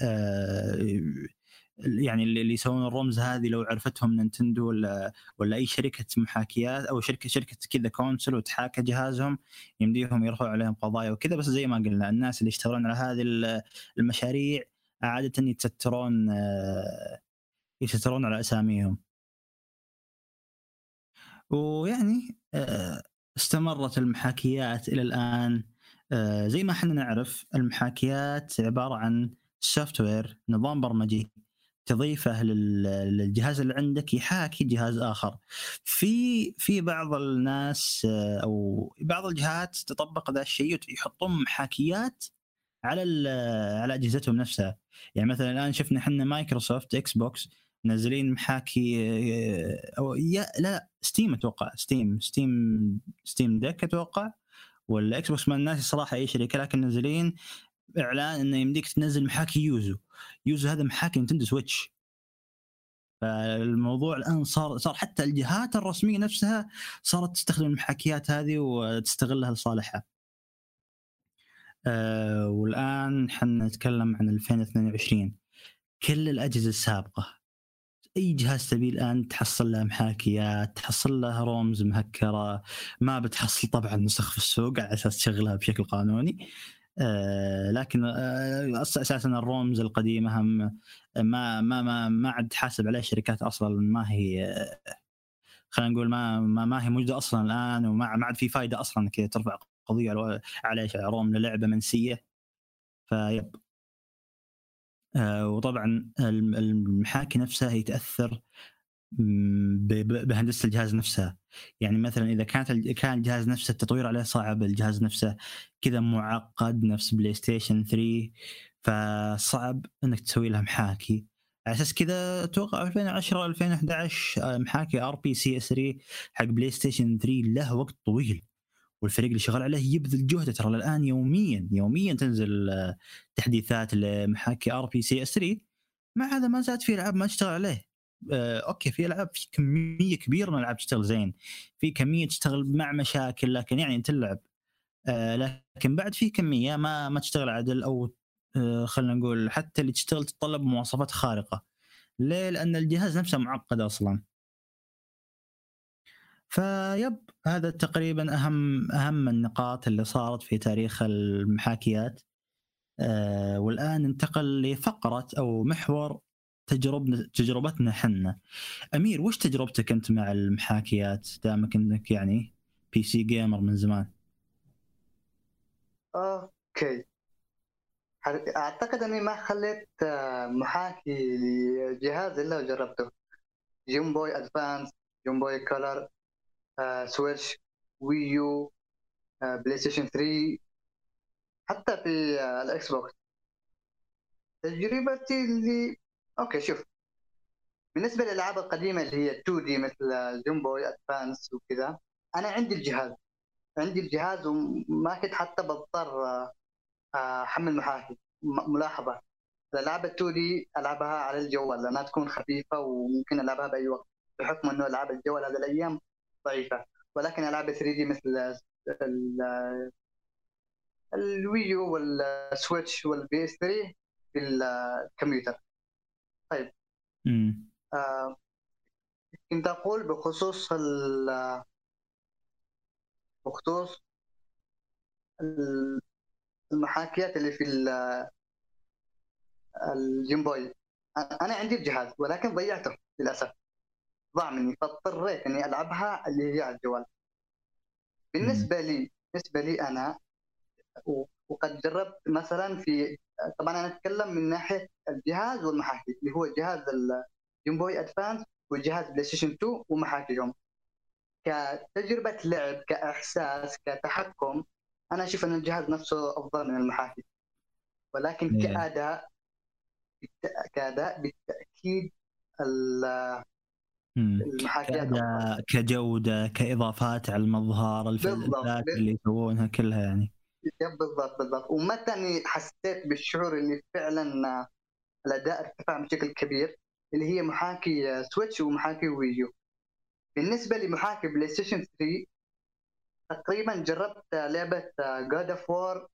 يعني اللي يسوون الرومز هذه لو عرفتهم نينتندو ولا ولا اي شركه محاكيات او شركه شركه كذا كونسل وتحاكى جهازهم، يمديهم يرفعوا عليهم قضايا وكذا. بس زي ما قلنا الناس اللي يشتغلون على هذه المشاريع عاده يتسترون يتسترون على اساميهم. ويعني استمرت المحاكيات الى الان. زي ما احنا نعرف المحاكيات عباره عن سوفت وير، نظام برمجي تضيفه للجهاز اللي عندك يحاكي جهاز آخر. في في بعض الناس أو بعض الجهات تطبق ذا الشيء يحطون محاكيات على على أجهزتهم نفسها. يعني مثلا الآن شفنا حنا مايكروسوفت إكس بوكس منزلين محاكي أو يا لا ستيم أتوقع ستيم ستيم ستيم ديك أتوقع، ولا إكس بوكس ما الناس الصراحة أي شركة، لكن منزلين إعلان إنه يمديك تنزل محاكي يوزو يوزو هذا محاكي نينتندو سويتش. فالموضوع الآن صار صار حتى الجهات الرسمية نفسها صارت تستخدم المحاكيات هذه وتستغلها لصالحها. أه والآن حنا نتكلم عن ألفين واثنين وعشرين، كل الأجهزة السابقة أي جهاز تبي الآن تحصل له محاكيات، تحصل له رومز مهكرة، ما بتحصل طبعا نسخ في السوق على أساس تشغلها بشكل قانوني. آه لكن آه اساسا الرومز القديمه هم ما ما ما ما عاد حاسب عليه الشركات اصلا، ما هي آه خلينا نقول ما ما, ما هي موجوده اصلا الان، وما ما عاد في فائده اصلا كذا ترفع قضيه على روم للعبه منسيه. فيب آه وطبعا المحاكي نفسها هي تاثر بهندسه الجهاز نفسها. يعني مثلا اذا كانت كان الجهاز نفسه التطوير عليه صعب، الجهاز نفسه كذا معقد نفس بلاي ستيشن ثري، فصعب انك تسوي له محاكي. على اساس كذا اتوقع ألفين وعشرة ألفين وأحد عشر محاكي ار بي سي اس ثلاثة حق بلاي ستيشن ثري له وقت طويل، والفريق اللي شغال عليه يبذل جهده ترى الان يوميا يوميا تنزل تحديثات لمحاكي ار بي سي اس ثري. مع هذا ما زاد في العاب ما تشتغل عليه. آه، اوكي في العاب في كميه كبيره من الالعاب تشتغل زين، في كميه تشتغل مع مشاكل لكن يعني تلعب. آه، لكن بعد في كميه ما ما تشتغل عدل، او آه، خلينا نقول حتى اللي تشتغل تتطلب مواصفات خارقه. ليه؟ لان الجهاز نفسه معقد اصلا. فيب هذا تقريبا اهم اهم النقاط اللي صارت في تاريخ المحاكيات. آه، والان ننتقل لفقره او محور تجربنا تجربتنا حنا. امير، وش تجربتك انت مع المحاكيات دامك انك يعني بي سي جيمر من زمان؟
اوكي، اعتقد اني ما خليت آه، محاكي لجهاز الا وجربته. جيم بوي ادفانس، جيم بوي كولر، آه، سويتش، ويو، آه، بلاي ستيشن ثري، حتى في آه، الاكس بوكس. تجربتي اللي اوكي شوف، بالنسبه للالعاب القديمه اللي هي تو دي مثل جيم بوي ادفانس وكذا، انا عندي الجهاز عندي الجهاز وما كنت حتى بضطر آه، احمل محاكي. م- ملاحظه، الالعاب التو دي العبها على الجوال لانها تكون خفيفه وممكن العبها باي وقت، بحكم انه العاب الجوال هذه الايام ضعيفه. ولكن العاب ثري دي مثل ال- الويو والسويتش والبي اس ثري في الكمبيوتر. طيب،
امم
آه كنت اقول بخصوص ال- بخصوص المحاكيات اللي في ال- الجيم بوي. انا عندي الجهاز ولكن ضيعته للاسف، ضاع مني فاضطريت اني العبها اللي هي على الجوال. بالنسبه لي بالنسبه لي انا، و- وقد جربت مثلا في، طبعا انا اتكلم من ناحيه الجهاز والمحاكي اللي هو جهاز الجيم بوي ادفانس وجهاز بلاي ستيشن تو ومحاكيهم. كتجربه لعب، كاحساس، كتحكم، انا اشوف ان الجهاز نفسه افضل من المحاكي. ولكن
إيه.
كاداء كاداء بالتاكيد ال-
مم.
المحاكيات افضل.
كأداء كجودة كإضافات على المظهر
بالضبط،
الفلاتر اللي يسوونها كلها يعني.
يب بالضبط بالضبط. ومتى اني حسيت بالشعور اللي فعلا الاداء ارتفع بشكل كبير، اللي هي محاكي سويتش ومحاكي ويو. بالنسبه لمحاكي بلاي ستيشن ثري، تقريبا جربت لعبه جاد اوف وور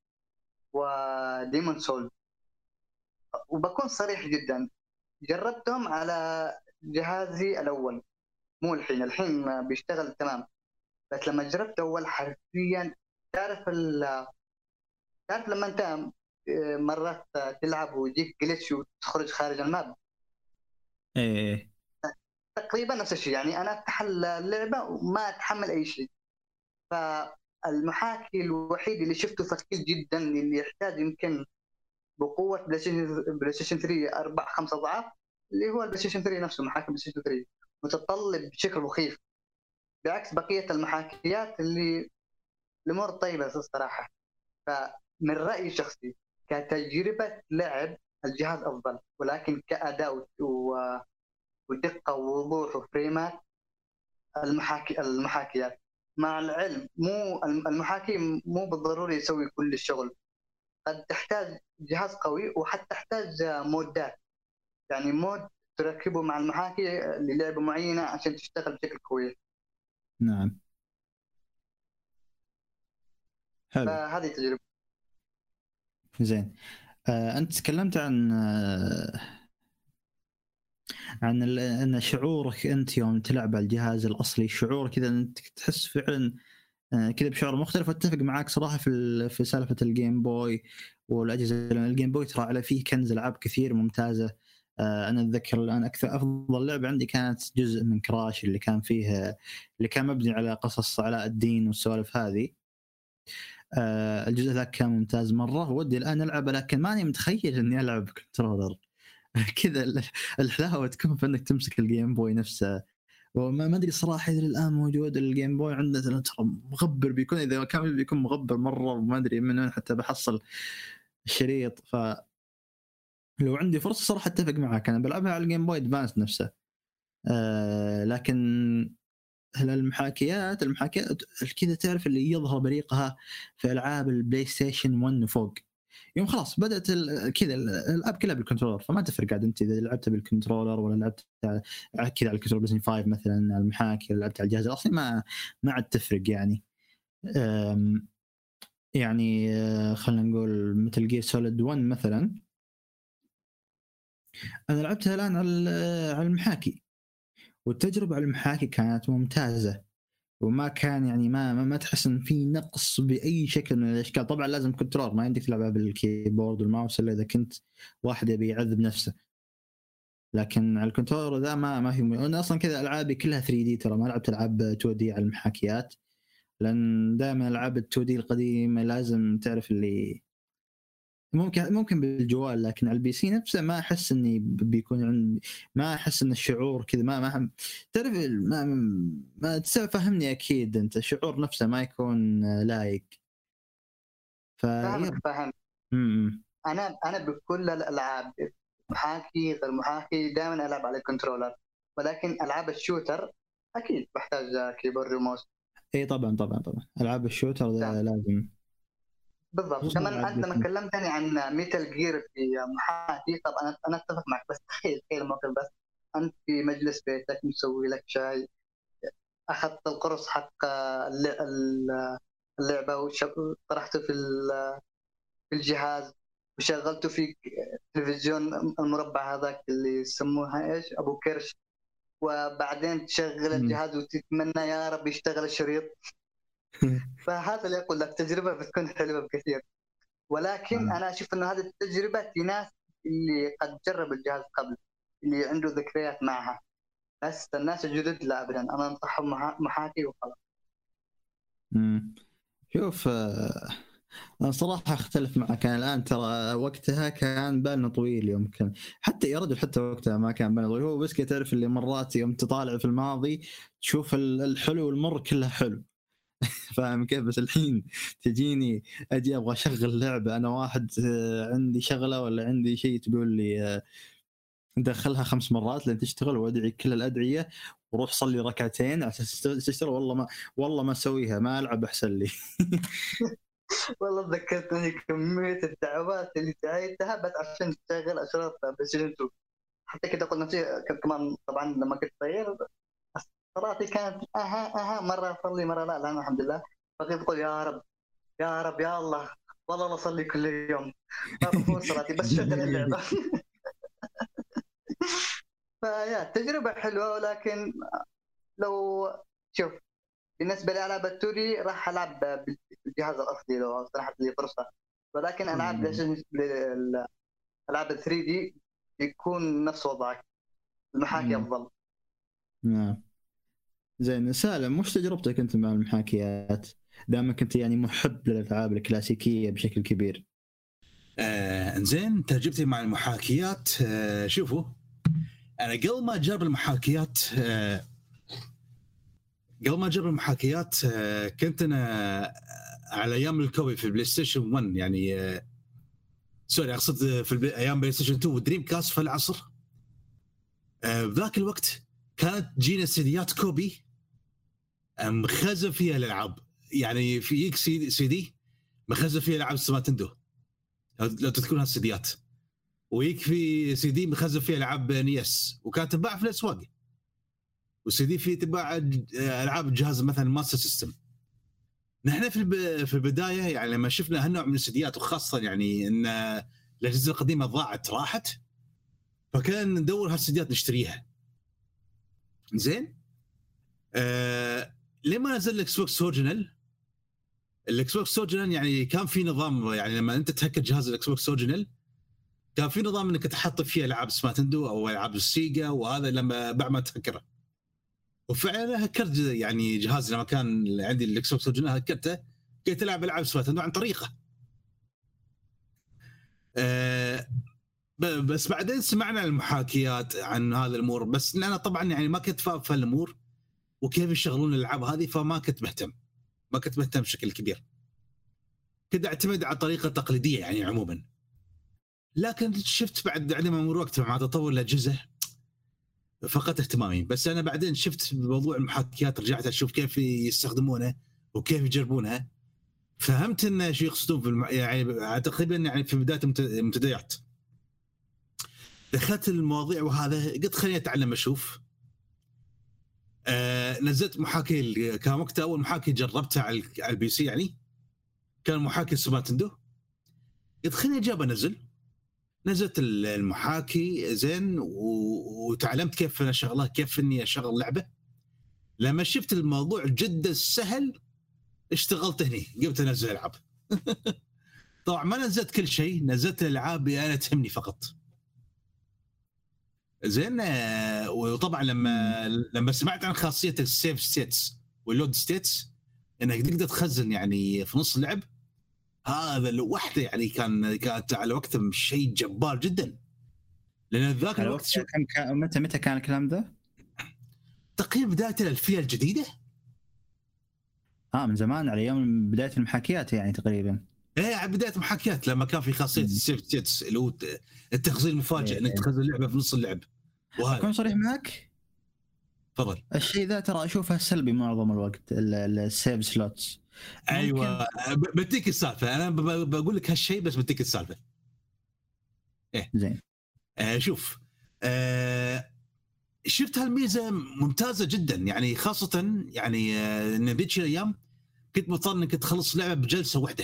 وديمون سول. وبكون صريح جدا، جربتهم على جهازي الاول، مو الحين الحين بيشتغل تمام. بس لما جربت اول حرفيا، تعرف ال... تعرف لما انت مرات تلعب ويجيك جلتش وتخرج خارج الماب،
إيه.
تقريبا نفس الشيء. يعني انا افتح اللعبه وما اتحمل اي شيء. فالمحاكي الوحيد اللي شفته ثقيل جدا، اللي يحتاج يمكن بقوه بلاي ستيشن بلاي ستيشن ثري اربع خمس اضعاف، اللي هو البلاي ستيشن ثري نفسه. محاكي بلاي ستيشن ثري متطلب بشكل مخيف، بعكس بقيه المحاكيات اللي الامور طيبه الصراحه. فمن رايي الشخصي، كتجربه لعب الجهاز افضل، ولكن كاداء و- ودقه ووضوح وفريمات، المحاكي المحاكيات. مع العلم مو المحاكي مو بالضروري يسوي كل الشغل، قد تحتاج جهاز قوي وحتى تحتاج مودات، يعني مود تركبه مع المحاكي للعبه معينه عشان تشتغل بشكل كويس.
نعم. حلو.
فهذه تجربه.
زين. آه، أنت تكلمت عن آه، عن ال- أن شعورك أنت يوم تلعب على الجهاز الأصلي، شعور كذا أنت تحس فعلا آه، كذا بشعور مختلف. واتفق معاك صراحه في ال- في سالفه الجيم بوي والاجهزه. الجيم بوي ترى على فيه كنز العاب كثير ممتازه. آه، انا اتذكر الان اكثر افضل لعبه عندي كانت جزء من كراش اللي كان فيه اللي كان مبني على قصص علاء الدين والسوالف هذه. آه، الجزء ذاك كان ممتاز مره، ودي الان العبه لكن ماني متخيل اني العب كنترولر. كذا ال- الحلاوه تكون في انك تمسك الجيم بوي نفسه. وما ما ادري صراحه اذا الان موجود الجيم بوي عندنا، ترى مغبر بيكون، اذا كان بيكون مغبر مره وما ادري من وين حتى بحصل الشريط. ف لو عندي فرصه صراحه اتفق معك، انا بلعبها على الجيم بوي ادفانس نفسه. آه لكن المحاكيات المحاكيات كذا تعرف اللي يظهر بريقها في العاب البلاي ستيشن واحد وفوق، يوم خلاص بدات كذا الالعاب كلها بالكنترولر، فما تفرق عاد انت اذا لعبت بالكنترولر ولا لعبت كذا على الكنترولر بلاي ستيشن خمسة مثلا على المحاكي، ولا لعبت على الجهاز الاصلي، ما ما عاد تفرق يعني. يعني خلينا نقول مثل جير سوليد واحد مثلا، انا لعبتها الان على على المحاكي، والتجربه على المحاكي كانت ممتازه، وما كان يعني ما ما, ما تحس ان في نقص باي شكل من الاشكال. طبعا لازم كنترول، ما عندك تلعبها بالكيبورد والماوس الا اذا كنت واحد يبي يعذب نفسه، لكن على الكنترول ذا ما ما في. انا اصلا كذا العابي كلها ثري دي، ترى ما لعبت العاب تو دي على المحاكيات، لان دائما العاب التو دي القديمه لازم تعرف اللي ممكن ممكن بالجوال، لكن على البي سي نفسه ما احس اني بيكون عندي، ما احس ان الشعور كذا ما ما تعرف ما ما تفهمني اكيد انت، الشعور نفسه ما يكون لايق. ف
فاهمك فاهم.
امم
انا انا بكل الالعاب محاكي غير محاكي دائما العب على الكنترولر، ولكن العاب الشوتر اكيد بحتاج كيبورد وماوس.
اي طبعا طبعا طبعا العاب الشوتر ذا لازم.
بالضبط. كمان انت لما كلمتني عن ميتال جير في محاكي، طب انا انا اتفق معك، بس تخيل تخيل الموقف، بس انت في مجلس بيتك مسوي لك شاي، اخذت القرص حق اللعبه وطرحته في في الجهاز وشغلته في تلفزيون المربع هذاك اللي يسموها ايش ابو كرش، وبعدين تشغل الجهاز وتتمنى يا رب يشتغل الشريط. فهذا اللي اقول لك، تجربه بتكون حلوه بكثير. ولكن انا اشوف انه هذه التجربه في ناس اللي قد جرب الجهاز قبل، اللي عنده ذكريات معها، بس الناس الجدد لا ابدا، انا انصحهم محاكي وخلاص.
امم شوف أنا صراحة أختلف معك. أنا الآن ترى وقتها كان بالنا طويل، يوم كان حتى يا رجل حتى وقتها ما كان بالنا طويل، هو بس كي تعرف اللي مرات يوم تطالع في الماضي تشوف الحلو والمر كله حلو فاهم كيف؟ بس الحين تجيني أجي أبغى أشغل لعبة، أنا واحد عندي شغلة ولا عندي شيء تقول لي ندخلها خمس مرات لين تشتغل، وادعي كل الادعيه وروح صلي ركعتين عشان تشتغل، والله ما والله ما اسويها، ما العب احسن لي.
والله ذكرتني كميه الدعوات اللي دعيتها بس عشان تشغل اشراط بلايستيشن تو. حتى كده قلنا نفسي كمان، طبعا لما كنت صغير صلاتي كانت اها اها مره اصلي مره لا لا الحمد لله، فكنت اقول يا رب يا رب يا الله والله لا اصلي كل يوم ما تكون صلاتي بس شغل اللعبه. فيا تجربه حلوه، ولكن لو شوف بالنسبه لالعاب التوري راح العب بالجهاز الاصلي لو سنحت لي فرصه، ولكن العاب العاب ثري دي يكون نفس وضعك، المحاكي افضل.
نعم زين. سالم، وش تجربتك انت مع المحاكيات دام كنت يعني محب للالعاب الكلاسيكيه بشكل كبير؟
آه زين، تجربتي مع المحاكيات آه شوفوا، انا قبل ما اجرب المحاكيات آه قبل ما اجرب المحاكيات آه كنت انا على ايام الكوبي في البلاي ستيشن واحد، يعني آه سوري اقصد في البي... ايام بلاي ستيشن تو ودريم كاست في العصر. آه بذاك الوقت كانت جينا سيديات كوبي مخزن فيها الالعاب، يعني في يك سي, سي دي مخزن فيها العاب سوبر نتندو لو تذكرون هالسيديات، ويكفي سي دي مخزن فيه العاب نيس وكانت تباع في الاسواق، والسي دي فيه تباع العاب الجهاز مثلا ماستر سيستم. نحن في في البدايه يعني لما شفنا هالنوع من السيديات، وخاصه يعني ان الاجهزه القديمه ضاعت راحت، فكان ندور هالسيديات نشتريها. زين آه لما نزل الاكس بوكس اوريجينال، الاكس بوكس اوريجينال يعني كان في نظام، يعني لما انت تهكر جهاز الاكس بوكس اوريجينال كان في نظام انك تحط فيه العاب سماتندو او العاب السيجا، وهذا لما بعد ما تهكره. وفعلا هكرت يعني جهازي لما كان عندي الاكس بوكس اوريجينال، هكرته كنت العب العاب سماتندو عن طريقه. أه بس بعدين سمعنا المحاكيات عن هذا الامور، بس انا طبعا يعني ما كنت فاهم في الامور وكيف يشغلون الالعاب هذه، فما كنت مهتم ما كنت مهتم بشكل كبير، كنت اعتمد على طريقه تقليديه يعني عموما. لكن شفت بعد عندما مرور وقت مع تطور الاجهزه فقدت اهتمامي. بس انا بعدين شفت موضوع المحاكيات، رجعت اشوف كيف يستخدمونها وكيف يجربونها، فهمت ان شو يقصدون في الم... يعني تقريبا يعني في بدايه المنتديات دخلت المواضيع وهذا قلت خليني اتعلم اشوف. آه نزلت محاكي، كان وقتها اول محاكي جربتها على البي سي، يعني كان محاكي سوبر نتندو. قلت خليني اجرب انزل، نزلت المحاكي زين وتعلمت كيف انا اشغلها، كيف اني اشغل لعبه. لما شفت الموضوع جدا سهل اشتغلت هني، قمت انزل العاب. طبعا ما نزلت كل شيء، نزلت الالعاب اللي انا تهمني فقط. زين. وطبعا لما م. لما سمعت عن خاصيه السيف ستيتس واللود ستيتس انك تقدر تخزن يعني في نص اللعب، هذا لوحده يعني كان كانت على وقته شيء جبار جدا. لان ذاك الوقت
شو كان متى متى كان الكلام ذا؟
تقريبا بدايه الالفيه الجديده.
اه من زمان، على يوم بدايه المحاكيات يعني تقريبا.
ايه على بدايه المحاكيات لما كان في خاصيه السيف ستيتس اللي هو التخزين المفاجئ، انك تخزن لعبه في نص اللعب.
اكون صريح معك،
تفضل.
الشيء ذا ترى اشوفه سلبي معظم الوقت، السيف سلوتس.
ايوه بديك السالفه، انا بقول لك هالشيء بس بديك السالفه. ايه
زين.
آه شوف، آه شفت هالميزه ممتازه جدا، يعني خاصه يعني آه ان ذيك الايام كنت مضطر انك تخلص لعبه بجلسه واحده،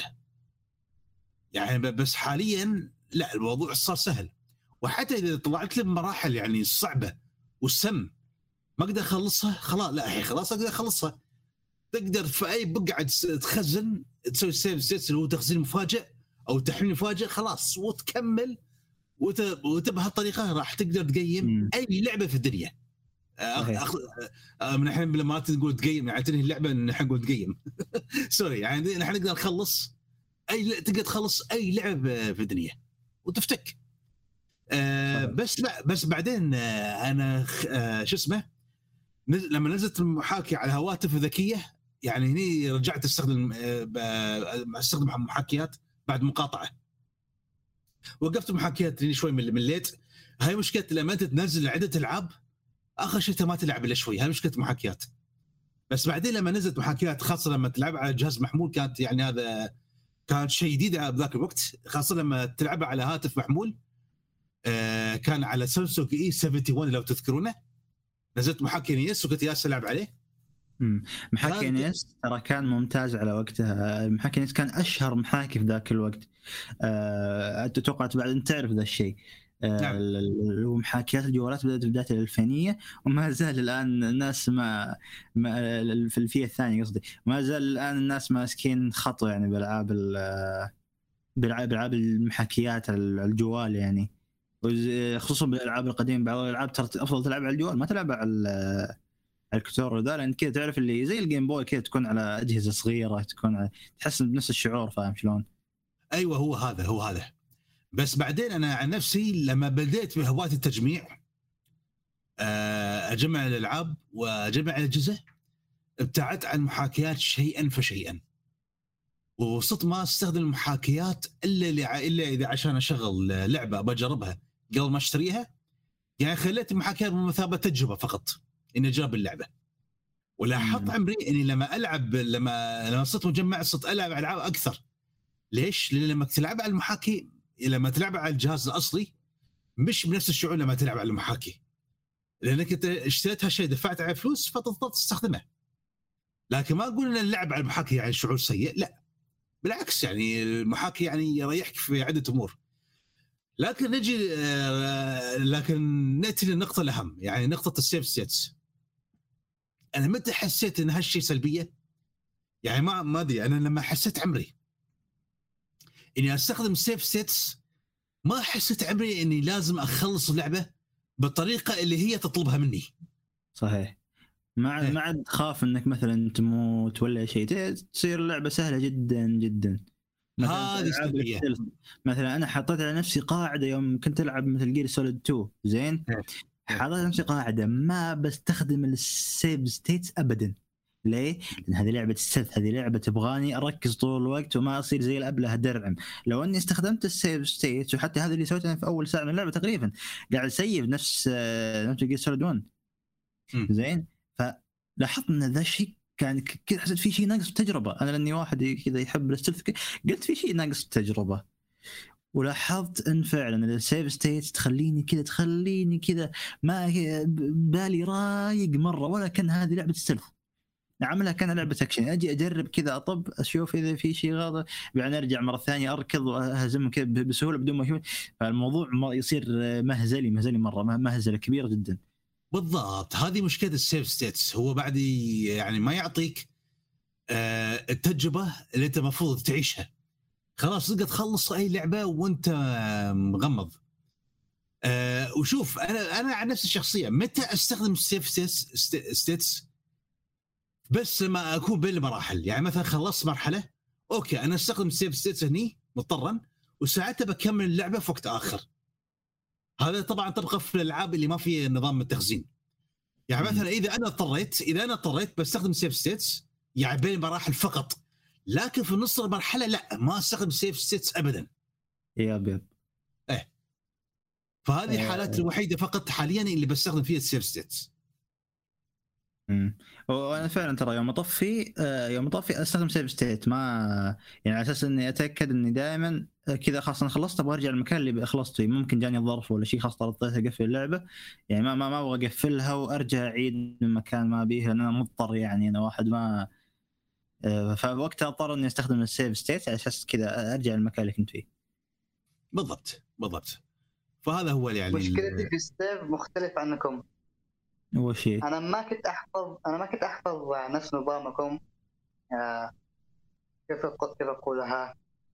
يعني بس حاليا لا الموضوع صار سهل. وحتى اذا طلعت لي بمراحل يعني صعبه والسم ما اقدر اخلصها، خلاص لا الحين خلاص اقدر اخلصها. تقدر في اي بقعه تخزن، تسوي سيف ستيتس اللي هو تخزين مفاجئ او تحميل مفاجئ، خلاص وتكمل وت... وبهالطريقه راح تقدر تقيم م. اي لعبه في الدنيا. أخ... أخ... من الحين لما تقول تقيم يعني تنهي اللعبه نحن نقول تقيم. سوري، يعني نحن نقدر نخلص اي، تقدر تخلص اي لعبه في الدنيا وتفتك. آه بس بس بعدين آه انا آه شو اسمه نزل لما نزلت المحاكي على هواتف ذكيه، يعني هني رجعت استخدم آه استخدم محاكيات بعد مقاطعه. وقفت محاكيات لي شوي من مليت. هاي مشكله لما انت تنزل عده العاب اخر شيء ما تلعب الا شوي، هاي مشكله محاكيات. بس بعدين لما نزلت محاكيات خاصه لما تلعب على جهاز محمول، كانت يعني هذا كانت شيء جديد بذاك الوقت، خاصه لما تلعب على هاتف محمول. آه كان على سامسونج اي سبعة وسبعين لو تذكرونه، نزلت محاكي ان اس وكنت ياس العب عليه.
امم محاكي ان اس ترى كان ممتاز على وقتها. محاكي ان اس كان اشهر محاكي في ذاك الوقت. أه اتوقع بعد انت تعرف ذا الشيء. أه محاكيات الجوالات بدات في بدايه الالفينيه، وما زال الان الناس ما, ما في الفئه الثانيه قصدي ما زال الان الناس ماسكين خطوه يعني بالالعاب بالالعاب المحاكيات على الجوال، يعني خصوصا بالالعاب القديمه. بعض الالعاب ترى افضل تلعب على الجوال ما تلعب على الكتور ذا، لان كذا تعرف اللي زي الجيم بوي كذا تكون على اجهزه صغيره، تكون تحس بنفس الشعور، فاهم شلون؟
ايوه هو هذا هو هذا. بس بعدين انا عن نفسي لما بديت بهوايه التجميع، اجمع الالعاب واجمع الاجهزه، ابتعدت عن المحاكيات شيئا فشيئا، ووصلت ما استخدم المحاكيات الا الا اذا عشان اشغل لعبه بجربها قبل ما اشتريها. يعني خليت المحاكيات بمثابه تجربه فقط اني اجرب اللعبه. ولاحظت عمري اني لما العب لما لما صرت مجمع صرت العب العاب اكثر. ليش؟ لان لما تلعب على المحاكي، لما تلعب على الجهاز الاصلي مش بنفس الشعور لما تلعب على المحاكي، لانك انت اشتريت هالشيء دفعت عليه فلوس فتضطر تستخدمه. لكن ما اقول ان اللعب على المحاكي يعني شعور سيء، لا بالعكس، يعني المحاكي يعني يريحك في عده امور. لكن نجي لكن ناتي للنقطه الاهم، يعني نقطه السيف ستيتس. انا متى حسيت ان هالشيء سلبيه؟ يعني ما ما ادري، انا لما حسيت عمري اني استخدم سيف ستيتس ما حسيت عمري اني لازم اخلص اللعبه بالطريقه اللي هي تطلبها مني.
صحيح. ما ما عاد تخاف انك مثلا تموت ولا شيء، تصير اللعبه سهله جدا جدا.
هذه
مثلا انا حطيت على نفسي قاعده يوم كنت العب مثل جير سوليد تو، زين حطيت على نفسي قاعده ما بستخدم السيف ستيتس ابدا، ليه؟ لأن هذه لعبة ستيلث، هذه لعبة تبغاني أركز طول الوقت وما أصير زي الأبله درعم. لو أني استخدمت السيف ستيت، وحتى هذا اللي سويته في أول ساعة من اللعبة تقريبا، قاعد أسيف نفس نفس جير سوليد واحد زين. فلاحظت أن ذا الشيء كان كذا، حسيت في شيء ناقص التجربة. أنا لأني واحد كذا يحب الستيلث، قلت في شيء ناقص التجربة. ولاحظت ان فعلا السيف ستيت تخليني كذا تخليني كذا ما بالي رايق مره، ولا كان هذه لعبه ستيلث، عملها كان لعبه اكشن. اجي اجرب كذا اطب اشوف اذا في شيء غلط، بعدين ارجع مره ثانيه اركض واهزم كذا بسهوله بدون ما اشوف. فالموضوع يصير مهزلي مهزلي مره، مهزله كبيره جدا.
بالضبط، هذه مشكله السيف ستيتس. هو بعد يعني ما يعطيك آه التجربه اللي انت المفروض تعيشها. خلاص تقدر تخلص اي لعبه وانت مغمض. أه وشوف انا انا عن نفسي الشخصيه متى استخدم السيف ستيتس؟ بس لما اكون بين المراحل. يعني مثلا خلصت مرحله، اوكي انا استخدم السيف ستيتس هني مضطرا، وساعتها بكمل اللعبه في وقت اخر. هذا طبعا تبقى في الالعاب اللي ما في نظام التخزين. يعني مثلا اذا انا اضطريت اذا انا اضطريت بستخدم السيف ستيتس يعني بين المراحل فقط، لكن في نص المرحله لا، ما استخدم سيف ستيتس ابدا.
ياب ياب
ايه، فهذه الحالات الوحيده فقط حاليا اللي بستخدم فيها السيف ستيتس.
امم وانا فعلا ترى يوم اطفي يوم اطفي استخدم سيف ستيت، ما يعني على اساس اني اتاكد اني دائما كذا خلاص انا خلصت ابغى ارجع المكان اللي خلصت فيه. ممكن جاني الظرف ولا شيء خلاص اضطريت اقفل اللعبه، يعني ما ما ما ابغى اقفلها وارجع اعيد من مكان ما بيه، انا مضطر يعني انا واحد ما. فوقتها اضطر اني استخدم السيف ستيت على اساس كذا ارجع المكان اللي كنت فيه.
بالضبط بالضبط. فهذا هو يعني
مشكلتي في السيف مختلف عنكم.
هو شيء
انا ما كنت احفظ انا ما كنت احفظ نفس نظامكم. آه كيف كيف اقولها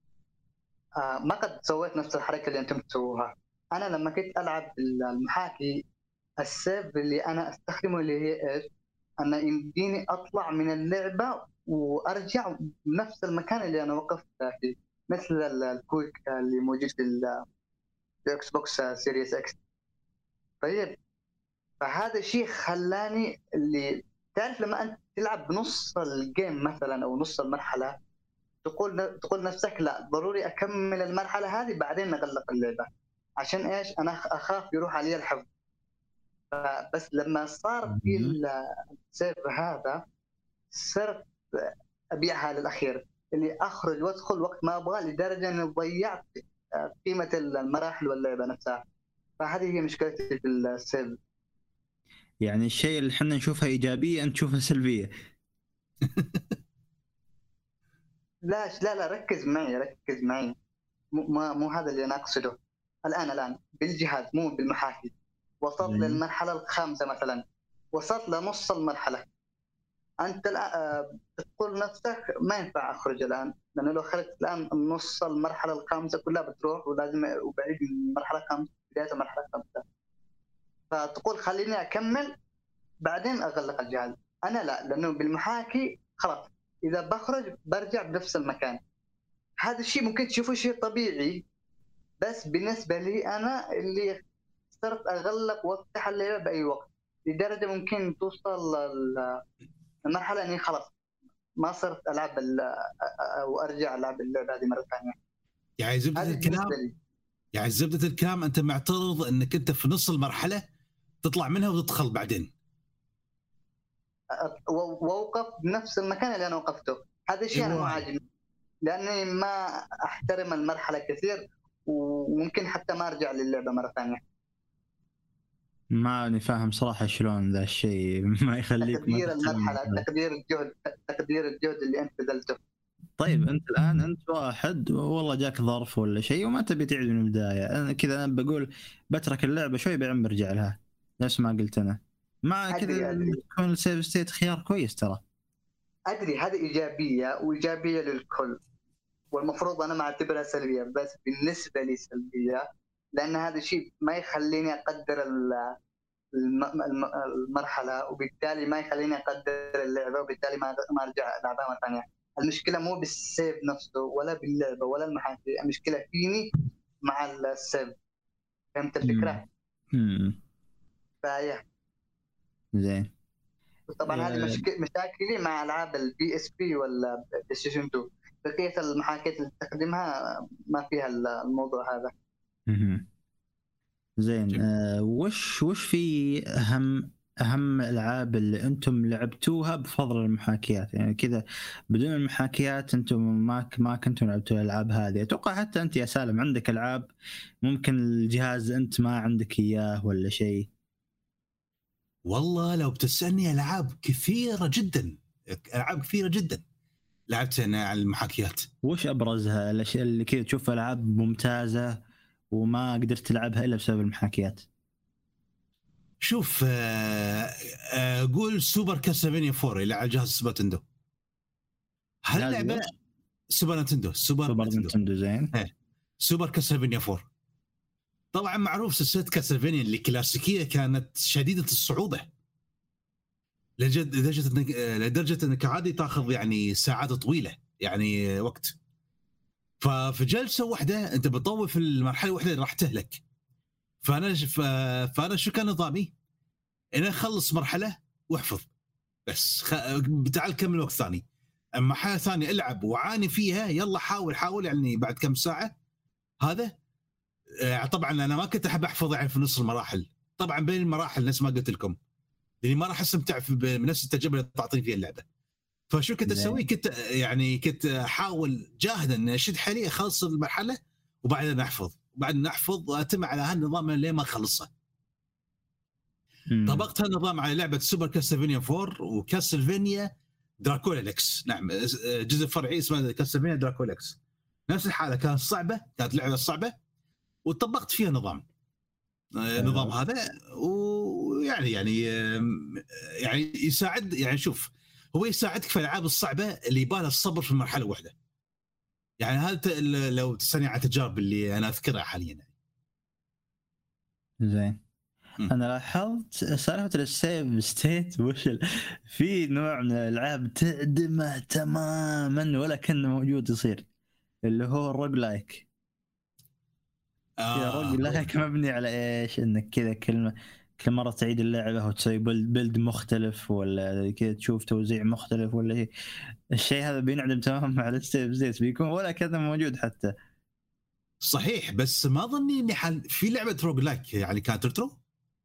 آه ما قد سويت نفس الحركه اللي انتم تسووها. انا لما كنت العب المحاكي، السيف اللي انا استخدمه اللي هي ايش؟ انا يمديني اطلع من اللعبه وارجع بنفس المكان اللي انا وقفت فيه، مثل الكويك اللي موجود في الاكس بوكس سيريس اكس. طيب، فهذا الشيء خلاني اللي تعرف لما انت تلعب بنص الجيم مثلا او نص المرحله، تقول تقول نفسك لا ضروري اكمل المرحله هذه بعدين اغلق اللعبه. عشان ايش؟ انا اخاف يروح علي الحفظ. بس لما صار في السيف هذا صرت ابيعها للاخير، اللي اخرج وادخل وقت ما ابغى، لدرجه اني ضيعت قيمه المراحل واللعبه نفسها. فهذه هي مشكلتي في السيف.
يعني الشيء اللي احنا نشوفها ايجابيه انت تشوفها سلبيه.
لا لا لا ركز معي ركز معي مو مو هذا اللي انا اقصده. الان الان بالجهاز مو بالمحاكي، وصلت للمرحله الخامسه مثلا، وصلت لنص المرحله، انت الان تقول نفسك ما ينفع اخرج الان، لانه لو خرجت الان نص المرحله الخامسه كلها بتروح، ولازم وبعيد من المرحله الخامسه بدايه المرحله الخامسه. فتقول خليني اكمل بعدين اغلق الجهاز. انا لا، لانه بالمحاكي خلاص اذا بخرج برجع بنفس المكان. هذا الشيء ممكن تشوفه شيء طبيعي، بس بالنسبه لي انا اللي صرت اغلق وافتح اللعبه باي وقت، لدرجه ممكن توصل المرحله اني خلاص ما صرت العب او ارجع العب اللعبه هذه مره ثانيه.
يعني زبده الكلام يعني زبده الكلام انت معترض انك انت في نص المرحله تطلع منها وتدخل بعدين
واوقف بنفس المكان اللي انا وقفته. هذا الشيء انا ما عاجبني، لاني ما احترم المرحله كثير، وممكن حتى ما ارجع للعبه مره ثانيه.
ما أنا فاهم صراحه شلون ذا الشيء ما يخليك
تقدير المرحله، تقدير الجهد تقدير الجهد اللي انت بذلته.
طيب انت الان انت واحد والله جاك ظرف ولا شيء وما تبي تعيد من البدايه، انا كذا انا بقول بترك اللعبه شوي بعدين برجع لها نفس ما قلت انا. مع كذا يكون السيف ستيت خيار كويس ترى.
ادري هذه ايجابيه وايجابيه للكل، والمفروض انا ما اعتبرها سلبيه، بس بالنسبه لي سلبيه، لان هذا الشيء ما يخليني اقدر المرحله، وبالتالي ما يخليني اقدر اللعبه، وبالتالي ما ما ارجع العبها مره ثانيه. المشكله مو بالسيف نفسه ولا باللعبه ولا المحاكي، المشكله فيني مع السيف. فهمت الفكره؟
امم
فايه
زين.
وطبعا هذه
آه،
مشك... مشاكلي مع العاب البي اس بي ولا بلاي ستيشن تو. بقيه المحاكيات اللي تستخدمها ما فيها الموضوع هذا.
مهم. زين.
جميل.
آه وش وش في اهم اهم الالعاب اللي انتم لعبتوها بفضل المحاكيات؟ يعني كذا بدون المحاكيات انتم ما ما كنتم لعبتوا الالعاب هذه. اتوقع حتى انت يا سالم عندك العاب ممكن الجهاز انت ما عندك اياه ولا شيء.
والله لو بتسالني العاب كثيره جدا، العاب كثيره جدا لعبتها انا على المحاكيات.
وش ابرزها الاشياء اللي كذا تشوف العاب ممتازه وما قدرت تلعبها الا بسبب المحاكيات؟
شوف، آه، آه، قول سوبر كاسلفينيا فور اللي على جهاز سوبر نتندو. هل
جهاز
لعبه
وش؟
سوبر نتندو سوبر
سوبر
نتندو
نينتندو. زين.
إيه. سوبر كاسلفينيا فور طبعا معروف سلسله كاسلفينيا اللي كلاسيكيه كانت شديده الصعوبه لجد لدرجه انك لدرجه انك عادي تاخذ يعني ساعات طويله يعني وقت. ففي جلسه واحده انت بتطوف في المرحله الواحده راح تهلك. فانا ف... فانا شو كان نظامي؟ انا اخلص مرحله واحفظ بس خ... تعال كمل وقت ثاني. اما حاجه ثانيه العب وعاني فيها، يلا حاول حاول يعني بعد كم ساعه هذا. آه، طبعا انا ما كنت احب احفظ يعني في نص المراحل، طبعا بين المراحل نفس ما قلت لكم لاني ما راح استمتع بنفس التجربه اللي تعطيني فيها اللعبه. فشو كنت اسوي؟ كنت يعني كنت احاول جاهدا اني اشد حيلي اخلص المرحله وبعدين احفظ وبعدين احفظ واتم على هالنظام لين ما اخلصها.
مم.
طبقت هالنظام على لعبه سوبر كاسلفينيا فور وكاسلفينيا دراكولا لكس. نعم، جزء فرعي اسمه كاسلفينيا دراكولا لكس. نفس الحاله، كانت صعبه، كانت لعبه صعبه وطبقت فيها نظام النظام هذا. ويعني يعني يعني يساعد، يعني شوف هو يساعدك في الالعاب الصعبه اللي يبالها الصبر في المرحله واحده. يعني هذا لو تسالني على التجارب اللي انا اذكرها حاليا.
زين.
م.
انا لاحظت سالفه السيف ستيت وش ال... في نوع من الالعاب تعدمه تماما ولا كانه موجود يصير، اللي هو الروج لايك. يا
آه
روج لايك مبني على ايش؟ انك كذا كلمه كل مره تعيد اللعبه وتسوي بلد, بلد مختلف ولا كذا تشوف توزيع مختلف ولا شيء. الشيء هذا بينعدم تماما مع السيف ستيت، بيكون ولا كذا موجود حتى.
صحيح، بس ما ظني اني حل في لعبه روج لايك يعني كانت ريترو.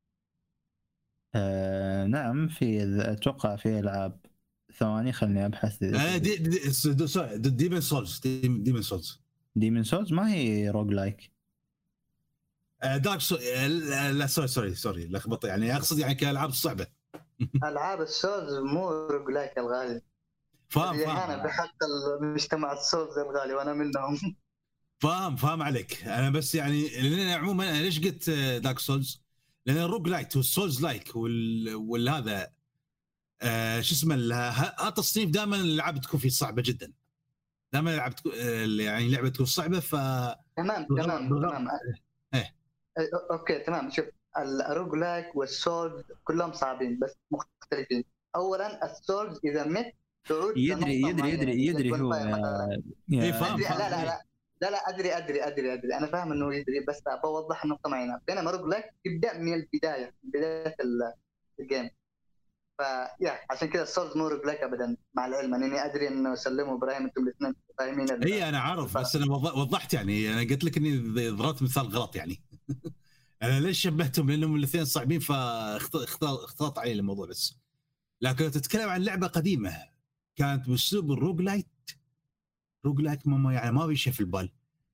آه نعم، في اتوقع في العاب. ثواني خلني ابحث.
آه دي دي ديمن سولز ديمن سولز
ديمن سولز ما هي روج لايك.
دارك سو... لا سوري سوري سوري لخبط، يعني اقصد يعني كالعاب الصعبه.
العاب السولز مو روجلايك الغالي.
فاهم
انا
فاهم
بحق المجتمع السولز الغالي وانا منهم.
فاهم فاهم عليك. انا بس يعني لان عموما انا ليش قلت دارك سولز؟ لان الروج لايك والسولز لايك وال... والهذا آه شو اسمه هذا التصنيف دائما الالعاب تكون فيه صعبه جدا. دائما الالعاب تكون يعني لعبه تكون صعبه. ف
تمام تمام تمام.
ايه
اوكي تمام. شوف الروج لايك والسولز كلهم صعبين بس مختلفين. اولا السولز اذا مت تعود
يدري يدري يدري يدري هو
يا... ايه فاهم
لا لا لا لا لا ادري ادري ادري ادري انا فاهم انه يدري، بس بوضح النقطه معينه. بينما روج لايك تبدا من البدايه من بدايه الجيم. فيا عشان كذا السولز مو روج لايك ابدا، مع العلم اني ادري انه سلموا ابراهيم انتم الاثنين فاهمين.
اي انا عارف، بس انا وضحت يعني انا قلت لك اني ضربت مثال غلط يعني. انا ليش شبهتهم؟ لانهم الاثنين صعبين فاختلط علي الموضوع بس. لكن تتكلم عن لعبه قديمه كانت باسلوب الروج لايت. روج لايت ما يعني ما بيشي في البال.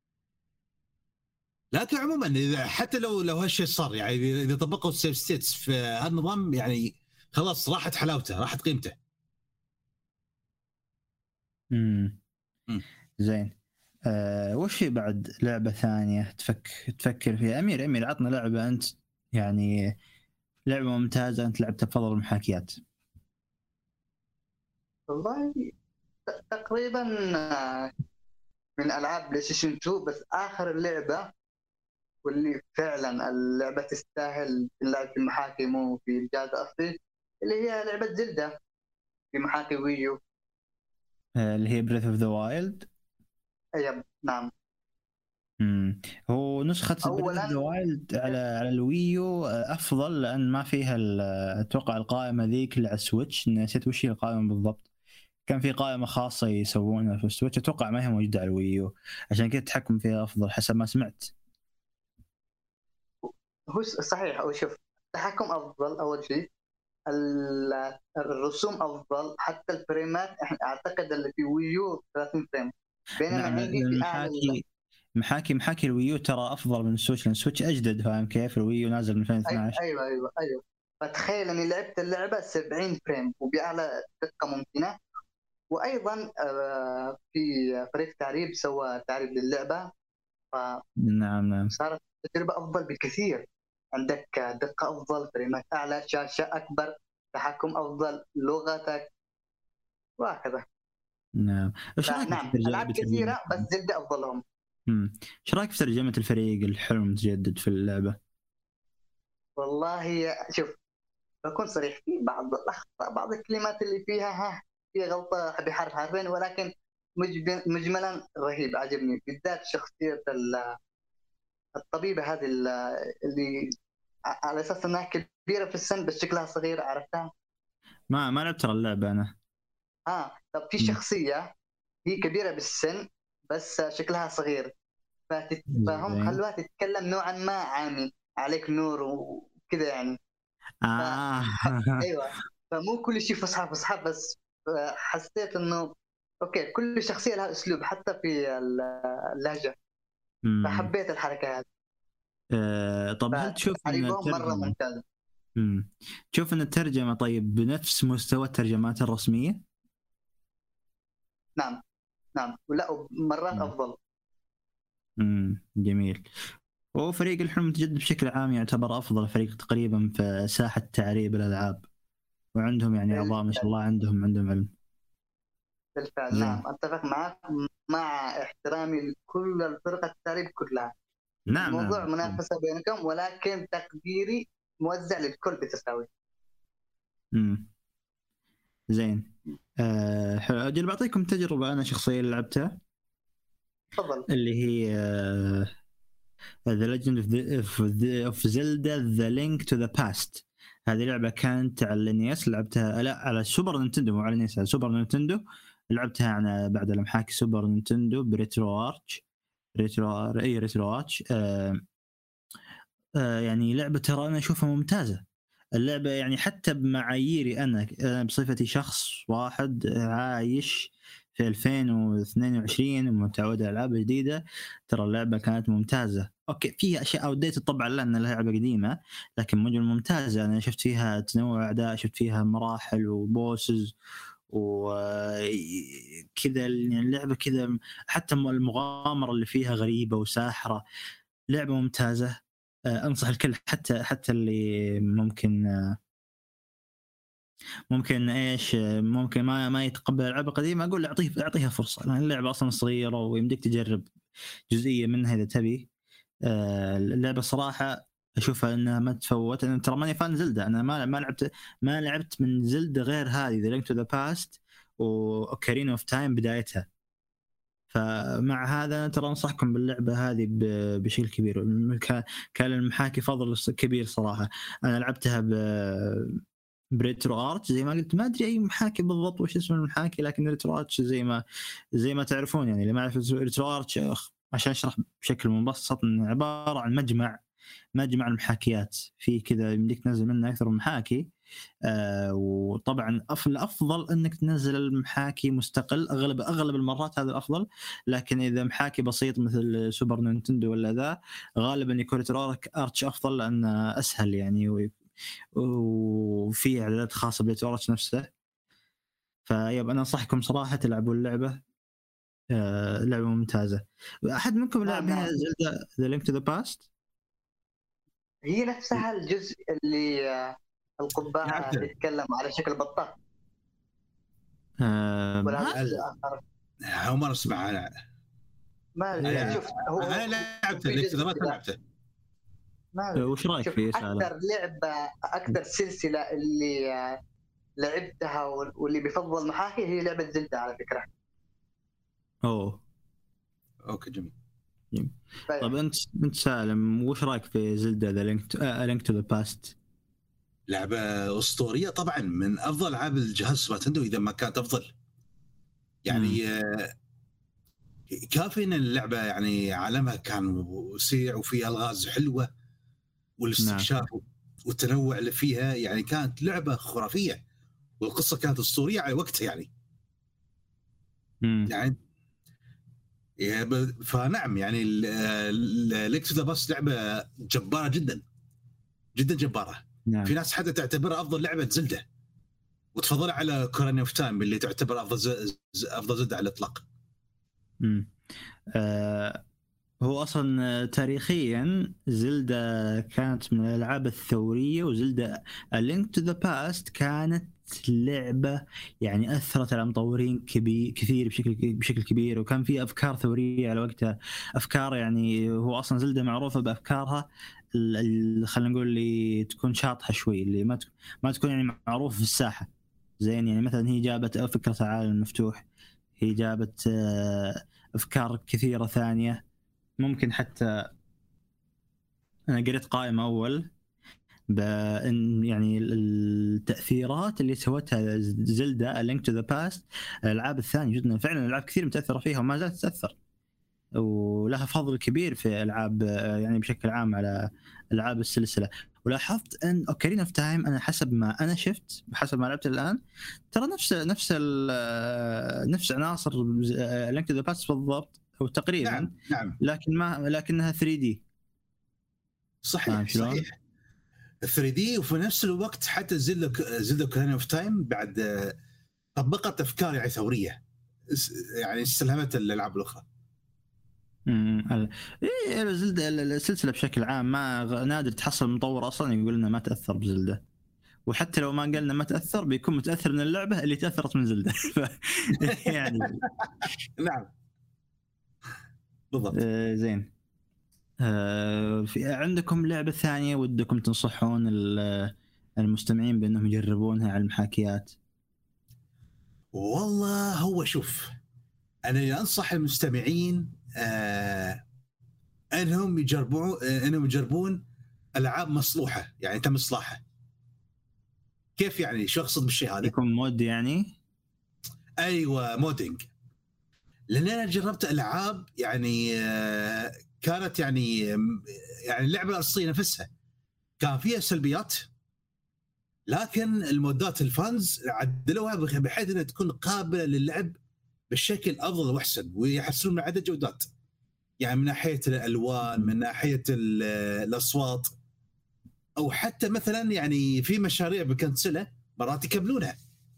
لكن عموما اذا حتى لو لو هالشيء صار يعني اذا طبقوا السيف ستيتس في هالنظام يعني خلاص راحت حلاوته راحت قيمته.
امم زين. آه وش في بعد لعبه ثانيه تفك تفكر فيها؟ امير امير عطنا لعبه انت يعني لعبه ممتازه انت لعبتها بفضل المحاكيات.
والله تقريبا من العاب بلاي ستيشن تو، بس اخر اللعبه واللي فعلا اللعبه تستاهل تلعب في المحاكي مو في الجهاز الاصلي، اللي هي لعبه زلدة في محاكي ويو.
آه اللي هي بريث اوف ذا وايلد.
اي نعم.
امم هو نسخة بريث اوف ذا
اولا
وايلد على على الويو افضل، لان ما فيها ال- اتوقع القائمة ذيك اللي على السويتش، نسيت وش هي القائمة بالضبط. كان في قائمة خاصة يسوونها في السويتش، اتوقع ما هي موجودة على الويو، عشان كذا التحكم فيها افضل حسب ما سمعت.
هو صحيح. او شوف، التحكم افضل اول شيء، ال- الرسوم افضل، حتى الفريمات إحنا- اعتقد اللي في ويو ثلاثين فريم، بينما
نعم،
عندي في اعلى ال-
المحاكي محاكي محاكي الويو ترى افضل من السويتش، لان السويتش اجدد، فاهم كيف؟ الويو نازل من
أي-
ألفين واثناشر.
ايوه ايوه ايوه. فتخيل اني لعبت اللعبه سبعين فريم وباعلى دقه ممكنه. وايضا آه، في فريق تعريب سوى تعريب للعبه،
نعم نعم.
فصارت التجربه افضل بكثير. عندك دقه افضل، فريمات اعلى، شاشه اكبر، تحكم افضل، لغتك، وهكذا.
نعم، ايش رايك في
فنعم،
ترجمة
العاب
ترجمة
كثيره بس زلده افضلهم.
امم ايش رايك في ترجمة الفريق الحلو المتجدد في اللعبة؟
والله شوف، بكون صريح، في بعض الاخطاء، بعض الكلمات اللي فيها ها في غلطه بحرف حرفين، ولكن مجب- مجملا رهيب، عجبني بالذات شخصيه ال- الطبيبه هذه ال- اللي ع- على اساس انها كبيره في السن بس شكلها صغير، عرفتها؟
ما ما لعبت ترى اللعبة انا.
اه طب في
مم.
شخصيه هي كبيره بالسن بس شكلها صغير، فتت... فهم
زين.
خلوها تتكلم نوعا ما عامي، عليك نور وكذا يعني. ف...
اه.
ايوه، فمو كل شيء فصحى فصحى بس. حسيت انه اوكي، كل شخصيه لها اسلوب حتى في اللهجه،
امم
فحبيت الحركه هذه.
آه، طب هل تشوف ان
فتعريبهم مره
الترجمة
ممتاز.
امم تشوف ان الترجمة طيب بنفس مستوى الترجمات الرسمية؟
نعم نعم، ولا مرات
مم.
افضل.
امم جميل. وفريق الحلم المتجدد بشكل عام يعتبر افضل فريق تقريبا في ساحة تعريب الالعاب، وعندهم يعني اعضاء ما شاء
بالفعل
الله عندهم عندهم علم.
بالفعل
زين.
نعم، اتفق معك، مع احترامي لكل الفرق التعريب كلها.
نعم
الموضوع
نعم.
منافسه بينكم، ولكن تقديري موزع للكل بتساوي.
امم زين. أه حلو. اجل بعطيكم تجربة انا شخصيا لعبتها،
تفضل.
اللي هي أه The Legend of, the, of, the, of Zelda The Link to the Past. هذه لعبة كانت على الانيس، لعبتها لا على السوبر نينتندو، مو على الانيس، على السوبر نينتندو. لعبتها انا بعد المحاكي سوبر نينتندو بريترو ارتش. ريترو ار اي ريترو ارتش. آه آه يعني لعبة ترى انا اشوفها ممتازة. اللعبة يعني حتى بمعاييري انا انا بصفتي شخص واحد عايش في ألفين واثنين وعشرين ومتعود على العاب جديدة، ترى اللعبة كانت ممتازة. اوكي فيها اشياء اوديت طبعا لان لعبة قديمة، لكن مجمل ممتازة. انا شفت فيها تنوع اعداء، شفت فيها مراحل وبوسز وكذا، يعني اللعبة كذا، حتى المغامرة اللي فيها غريبة وساحرة. لعبة ممتازة. آه، انصح الكل، حتى حتى اللي ممكن آه، ممكن ايش آه، ممكن ما ما يتقبل الالعاب القديمه، اقول له اعطيه اعطيها فرصه، لان اللعبه اصلا صغيره ويمديك تجرب جزئيه منها اذا تبي. آه، اللعبه صراحه اشوفها انها ما تفوت. انا ترى ماني فان زلده، انا ما ما لعبت ما لعبت من زلده غير هذه ذا لينك تو ذا باست واوكارين اوف تايم بدايتها. فمع هذا ترى انصحكم باللعبه هذه بشكل كبير. كان المحاكي فضل كبير صراحه. انا لعبتها ب بريترو ارت زي ما قلت، ما ادري اي محاكي بالضبط وش اسم المحاكي، لكن ريترو ارت زي ما زي ما تعرفون، يعني اللي ما يعرف ريترو ارت عشان اشرح بشكل مبسط، عباره عن مجمع مجمع المحاكيات في كذا، يمديك تنزل منه اكثر من محاكي. آه وطبعا الافضل انك تنزل المحاكي مستقل، اغلب اغلب المرات هذا الافضل. لكن اذا محاكي بسيط مثل سوبر نينتندو ولا ذا، غالبا يكون ريترو ارتش افضل لانه اسهل يعني، وفي اعدادات خاصه بريترو ارتش نفسه. فيب انا انصحكم صراحه تلعبوا اللعبه. آه لعبه ممتازه. احد منكم لعب
نعم
هنا
نعم،
زلدا ذا لينك تو ذا باست؟
هي نفسها الجزء اللي آه، القبعه
لعبته.
تتكلم على شكل بطه،
آه
ولا هذا
ما
جزء اخر؟
أول مرة أسمع. لا
ما ادري،
إيه.
شوف هو
أنا
هو
لعبته
في
لينك
جزء
ما
كذا،
لعبته.
ما
آه،
ادري.
وش رايك
شوف
فيه سالم؟
اكثر لعبه، اكثر سلسله اللي آه، لعبتها واللي بيفضل محاكي هي لعبه زلدة على فكره.
اوه
أوكي جميل.
طب انت انت سالم وش رايك في زلدا ذا لينك لينك تو ذا باست؟
لعبه اسطوريه طبعا، من افضل العاب الجهاز سوبر نتندو اذا ما كانت افضل. يعني آه، كافي ان اللعبه يعني عالمها كان وسيع وفيها الغاز حلوه، والاستكشاف نعم. والتنوع اللي فيها، يعني كانت لعبه خرافيه، والقصه كانت اسطوريه على وقتها يعني.
مم.
يعني فنعم يعني لينك تو ذا باست لعبه جباره جدا جدا جباره. نعم. في ناس حتى تعتبرها افضل لعبه زلدة، وتفضلها على كورين اوف تايم اللي تعتبر افضل ز... افضل زلدة على الاطلاق.
امم آه هو اصلا تاريخيا زلدة كانت من الالعاب الثوريه، وزلدة لينك تو ذا باست كانت لعبه يعني اثرت على مطورين كبير كثير بشكل بشكل كبير، وكان في افكار ثوريه على وقتها. افكار يعني هو اصلا زلدة معروفه بافكارها خلينا نقول اللي تكون شاطحه شوي، اللي ما ما تكون يعني معروفه في الساحه زين. يعني مثلا هي جابت فكره العالم المفتوح، هي جابت افكار كثيره ثانيه. ممكن حتى انا قريت قائمه اول بان يعني التاثيرات اللي سوتها زلدا لينك تو ذا باست الالعاب الثانيه جدا، فعلا العاب كثير متاثره فيها وما زالت تتاثر، ولها فضل كبير في العاب يعني بشكل عام على العاب السلسله. ولاحظت ان اوكارين اوف تايم انا حسب ما انا شفت بحسب ما لعبت الان ترى نفس نفس نفس عناصر لينك تو ذا باست بالضبط او تقريبا.
نعم نعم.
لكن ما لكنها ثري دي.
صحيح صحيح ثري دي، وفي نفس الوقت حتى زلدا زلدا اوكارين اوف تايم بعد طبقت افكار يعني ثوريه يعني استلهمت الالعاب الاخرى.
امم ايه زلدة السلسله بشكل عام ما نادر تحصل مطور اصلا يقول لنا ما تاثر بزلدة، وحتى لو ما قالنا ما تاثر بيكون متاثر من اللعبه اللي تاثرت من زلدة. يعني
نعم بالضبط.
آه زين. آه في عندكم لعبه ثانيه ودكم تنصحون المستمعين بانهم يجربونها على المحاكيات؟
والله هو شوف، انا انصح المستمعين آه انهم يجربون آه انهم يجربون العاب مصلوحه، يعني تم اصلاحها. كيف يعني؟ شو اقصد بالشيء هذا؟
يكون مود يعني؟
ايوه مودينج. لان انا جربت العاب يعني آه كانت يعني يعني اللعبه الاصليه نفسها كان فيها سلبيات، لكن المودات الفانز عدلوها بحيث انها تكون قابله للعب بالشكل افضل واحسن، ويحسنون من عدد جودات، يعني من ناحيه الالوان، من ناحيه الاصوات، او حتى مثلا يعني في مشاريع بكنسله مرات يكملونها.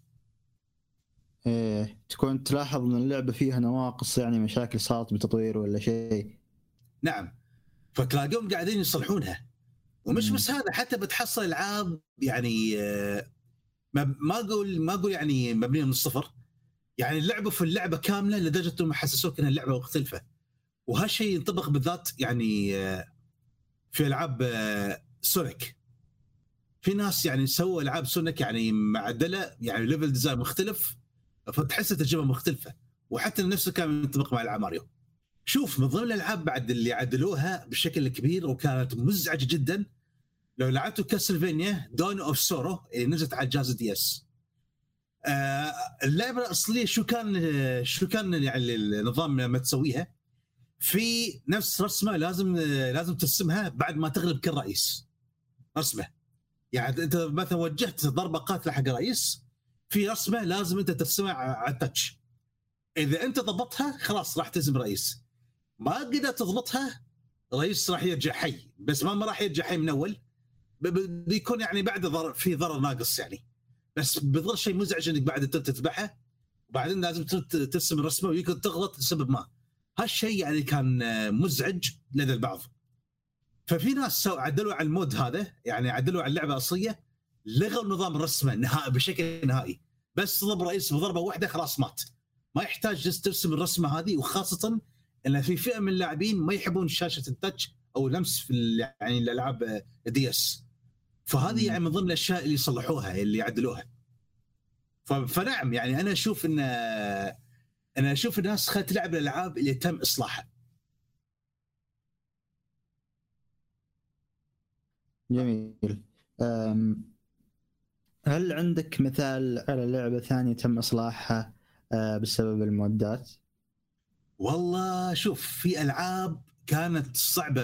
ايه تكون تلاحظ ان اللعبه فيها نواقص، يعني مشاكل صارت بتطوير ولا شيء.
نعم، فتلاقيهم قاعدين يصلحونها. ومش بس هذا، حتى بتحصل العاب يعني ما اقول ما اقول يعني مبنيه من الصفر، يعني اللعبه في اللعبه كامله لدرجه انهم حسسوك ان اللعبه مختلفه. وهالشيء ينطبق بالذات يعني في العاب سونيك. في ناس يعني سووا العاب سونيك يعني معدله، يعني ليفل ديزاين مختلف، فتحس التجربه مختلفه. وحتى نفسه كان ينطبق مع العاب ماريو. شوف، من ضمن الالعاب بعد اللي عدلوها بشكل كبير وكانت مزعجه جدا، لو لعبتوا كاسلفينيا دون اوف سورو اللي نزلت على جهاز دي اس. آه اللعبه الاصليه شو كان شو كان يعني النظام لما تسويها في نفس رسمه لازم لازم ترسمها بعد ما تغلب كل رئيس رسمه. يعني انت مثلا وجهت ضربه قاتله حق رئيس، في رسمه لازم انت ترسمها على التاتش. اذا انت ضبطها خلاص راح تهزم رئيس. ما قدرت تضبطها رئيس راح يرجع حي، بس ما راح يرجع حي من اول، بيكون يعني بعد ضرر، في ضرر ناقص يعني. بس بيظل شيء مزعج انك بعد تذبحها وبعدين لازم ترسم الرسمه ويمكن تغلط لسبب ما. هالشيء يعني كان مزعج لدى البعض. ففي ناس عدلوا على المود هذا، يعني عدلوا على اللعبه الاصليه، لغوا نظام الرسمه نهائي بشكل نهائي، بس ضرب رئيس بضربه واحده خلاص مات. ما يحتاج ترسم الرسمه هذه، وخاصه ان في فئه من اللاعبين ما يحبون شاشه التاتش او لمس في يعني الالعاب دي اس. فهذه يعني من ضمن الاشياء اللي صلحوها اللي عدلوها. فنعم يعني انا اشوف ان انا اشوف الناس خلت تلعب الالعاب اللي تم اصلاحها.
جميل. أم، هل عندك مثال على لعبة ثانية تم إصلاحها أه، بسبب المودات؟
والله شوف، في العاب كانت صعبه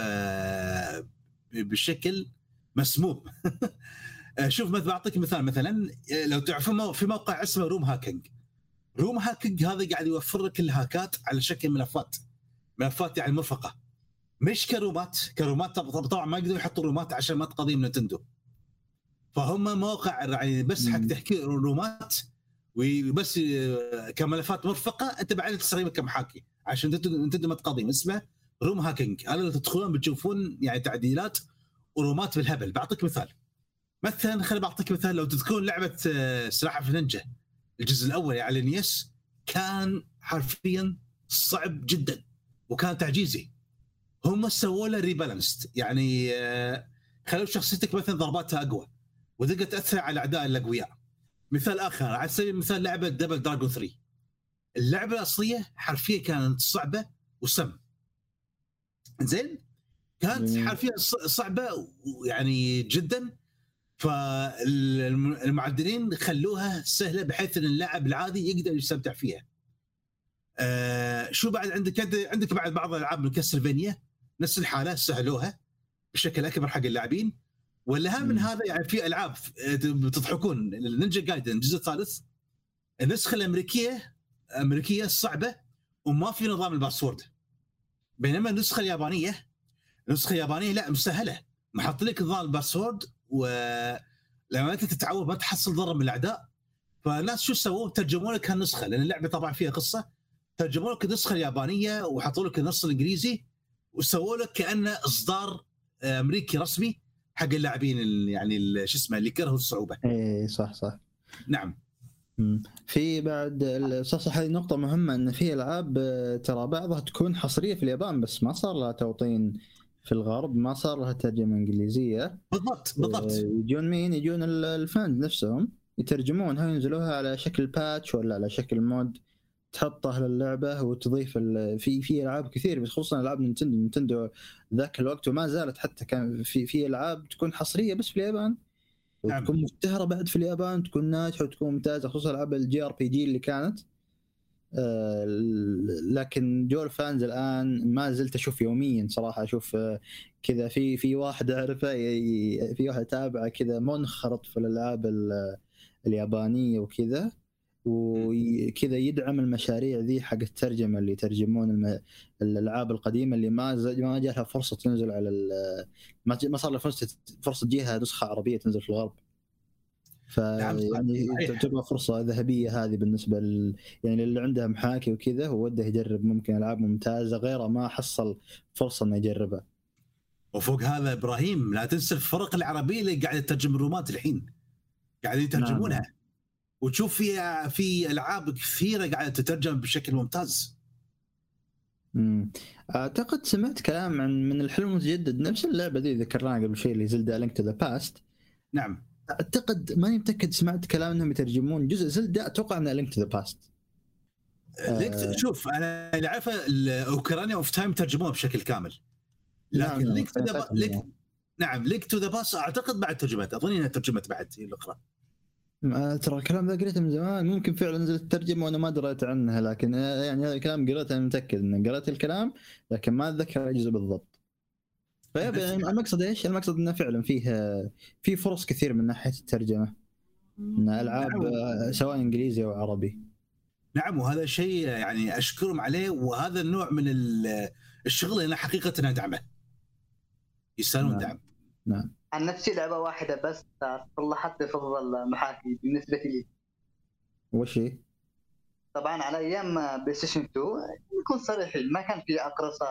بشكل مسموم. شوف مثلا بعطيك مثال، مثلا لو تعرفون في موقع اسمه روم هاكينج. روم هاكينج هذا قاعد يوفر لك الهاكات على شكل ملفات، ملفات يعني مرفقه، مش كرومات. كرومات طبعا ما يقدروا يحطوا رومات عشان ما تقضيهم نتندو، فهم موقع يعني بس حق تحكي رومات وبس كملفات مرفقه، انت بعدين تستخدمها كمحاكي عشان نتندو ما تقضيهم. اسمه روم هاكينج. هذا اللي تدخلون بتشوفون يعني تعديلات ورومات بالهبل. بعطيك مثال، مثلا خليني بعطيك مثال، لو تذكرون لعبه سلاحف النينجا الجزء الاول على النيس، كان حرفيا صعب جدا وكان تعجيزي. هم سووا له ريبالانسد، يعني خلوا شخصيتك مثلا ضرباتها اقوى وتقدر تاثر على الاعداء الاقوياء. مثال اخر على سبيل المثال لعبه دبل دراجون ثري، اللعبه الاصليه حرفيا كانت صعبه وسم زين، كانت حرفيا صعبه يعني جدا، فالمعدلين خلوها سهله بحيث ان اللاعب العادي يقدر يستمتع فيها. آه شو بعد عندك؟ عندك بعد بعض الالعاب من كاسلفينيا نفس الحاله، سهلوها بشكل اكبر حق اللاعبين. والاهم من هذا يعني في العاب بتضحكون، النينجا جايدن الجزء الثالث النسخه الامريكيه امريكيه صعبه وما في نظام الباسورد، بينما النسخه اليابانيه النسخه اليابانيه لا مسهله، محط لك نظام الباسورد، ولما انت تتعود ما تحصل ضرر من الاعداء. فالناس شو سووا؟ ترجموا لك هالنسخه، لان اللعبه طبعا فيها قصه، ترجموا لك النسخه اليابانيه وحطوا لك النص الانجليزي وسووا لك كانه اصدار امريكي رسمي حق اللاعبين يعني شو اسمه اللي كرهوا الصعوبه.
اي صح صح
نعم.
في بعد صح، هذه نقطة مهمة، ان في العاب ترى بعضها تكون حصرية في اليابان بس ما صار لها توطين في الغرب، ما صار لها ترجمة انجليزية.
بالضبط بالضبط.
يجون مين؟ يجون الفانز نفسهم يترجمونها وينزلوها على شكل باتش ولا على شكل مود تحطه للعبة وتضيف في في العاب كثير، بس خصوصا العاب نينتندو نينتندو ذاك الوقت وما زالت، حتى كان في في العاب تكون حصرية بس في اليابان وتكون نعم. مشتهرة بعد في اليابان، تكون ناجحة وتكون ممتازة، خصوصا العاب الجي ار بي جي اللي كانت آه لكن جو الفانز الآن ما زلت أشوف يوميا صراحة، أشوف آه كذا في في واحد أعرفه في واحد تابعه كذا منخرط في الألعاب اليابانية وكذا، وكذا يدعم المشاريع ذي حق الترجمة اللي يترجمون الم... الألعاب القديمة اللي ما ز... ما جاءها فرصة تنزل على ال... ما ج... ما صار لها فرصة فرصة تجيها نسخة عربية تنزل في الغرب. فيعني تبقى فرصة ذهبية هذه بالنسبة ل... يعني اللي عنده محاكي وكذا ووده يجرب ممكن ألعاب ممتازة غيره ما حصل فرصة إنه يجربها.
وفوق هذا إبراهيم لا تنسى الفرق العربية اللي قاعدة تترجم الرومات الحين قاعدين يترجمونها. نعم. وتشوف في في العاب كثيره قاعده تترجم بشكل ممتاز.
امم اعتقد سمعت كلام عن من الحلم المتجدد نفس اللعبه ذي ذكرناها قبل شيء اللي زلدا لينك تو ذا باست.
نعم
اعتقد ماني متاكد، سمعت كلام انهم يترجمون جزء زلدا، اتوقع انه لينك تو ذا باست.
آه شوف انا اللي عارفه اوكرانيا اوف تايم ترجموها بشكل كامل، لكن لينك تو ذا لينك نعم لينك تو ذا باست اعتقد بعد ترجمت، اظن انها ترجمت بعد الاخرى.
ترى الكلام ذا قريته من زمان، ممكن فعلا نزلت الترجمه وانا ما دريت عنها، لكن يعني هذا الكلام قريته، انا متاكد ان قريت الكلام لكن ما اتذكر الجزء بالضبط. طيب المقصد ايش؟ المقصد انه فعلا فيه في فرص كثير من ناحيه الترجمه، ان العاب نعم. سواء انجليزي او عربي.
نعم وهذا شيء يعني اشكرهم عليه، وهذا النوع من الشغل اللي حقيقه ندعمه، يستاهلون
نعم.
دعم.
نعم
عن نفسي لعبه واحده بس صلحت افضل محاكي بالنسبه لي.
وش هي؟
طبعا على ايام بلاي ستيشن تو نكون صريحين ما كان في اقراصه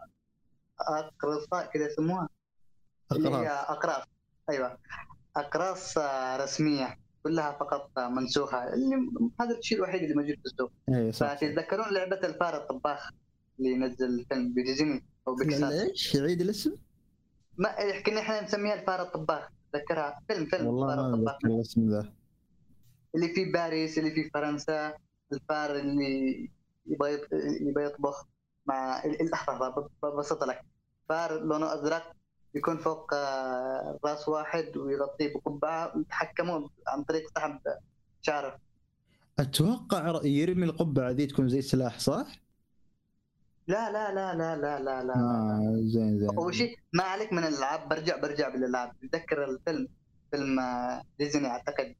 اقراص كذا يسموها اللي هي اقراص، ايوه اقراص رسميه كلها فقط منسوخه، اللي هذا الشيء الوحيد اللي موجود في السوق. فتتذكرون لعبه الفار الطباخ اللي نزل فيلم بديزني او بيكسار؟
ليش عيد الاسم؟
ما يحكينا احنا نسميها الفار الطباخ، تذكرها فيلم فيلم
والله ما أتذكر الاسم ذا،
اللي في باريس اللي في فرنسا، الفار اللي يبغى يبغى يطبخ مع اللحظه ببسط لك، فار لونه ازرق يكون فوق آه، راس واحد ويغطيه بقبعة ويتحكمون عن طريق سحب شعره.
اتوقع يرمي القبعه ذي تكون زي سلاح صح؟
لا لا لا لا لا لا لا لا.
آه زين زين.
اول شيء ما عليك من الالعاب، برجع برجع بالالعاب. تذكر الفيلم فيلم آه، ديزني اعتقد،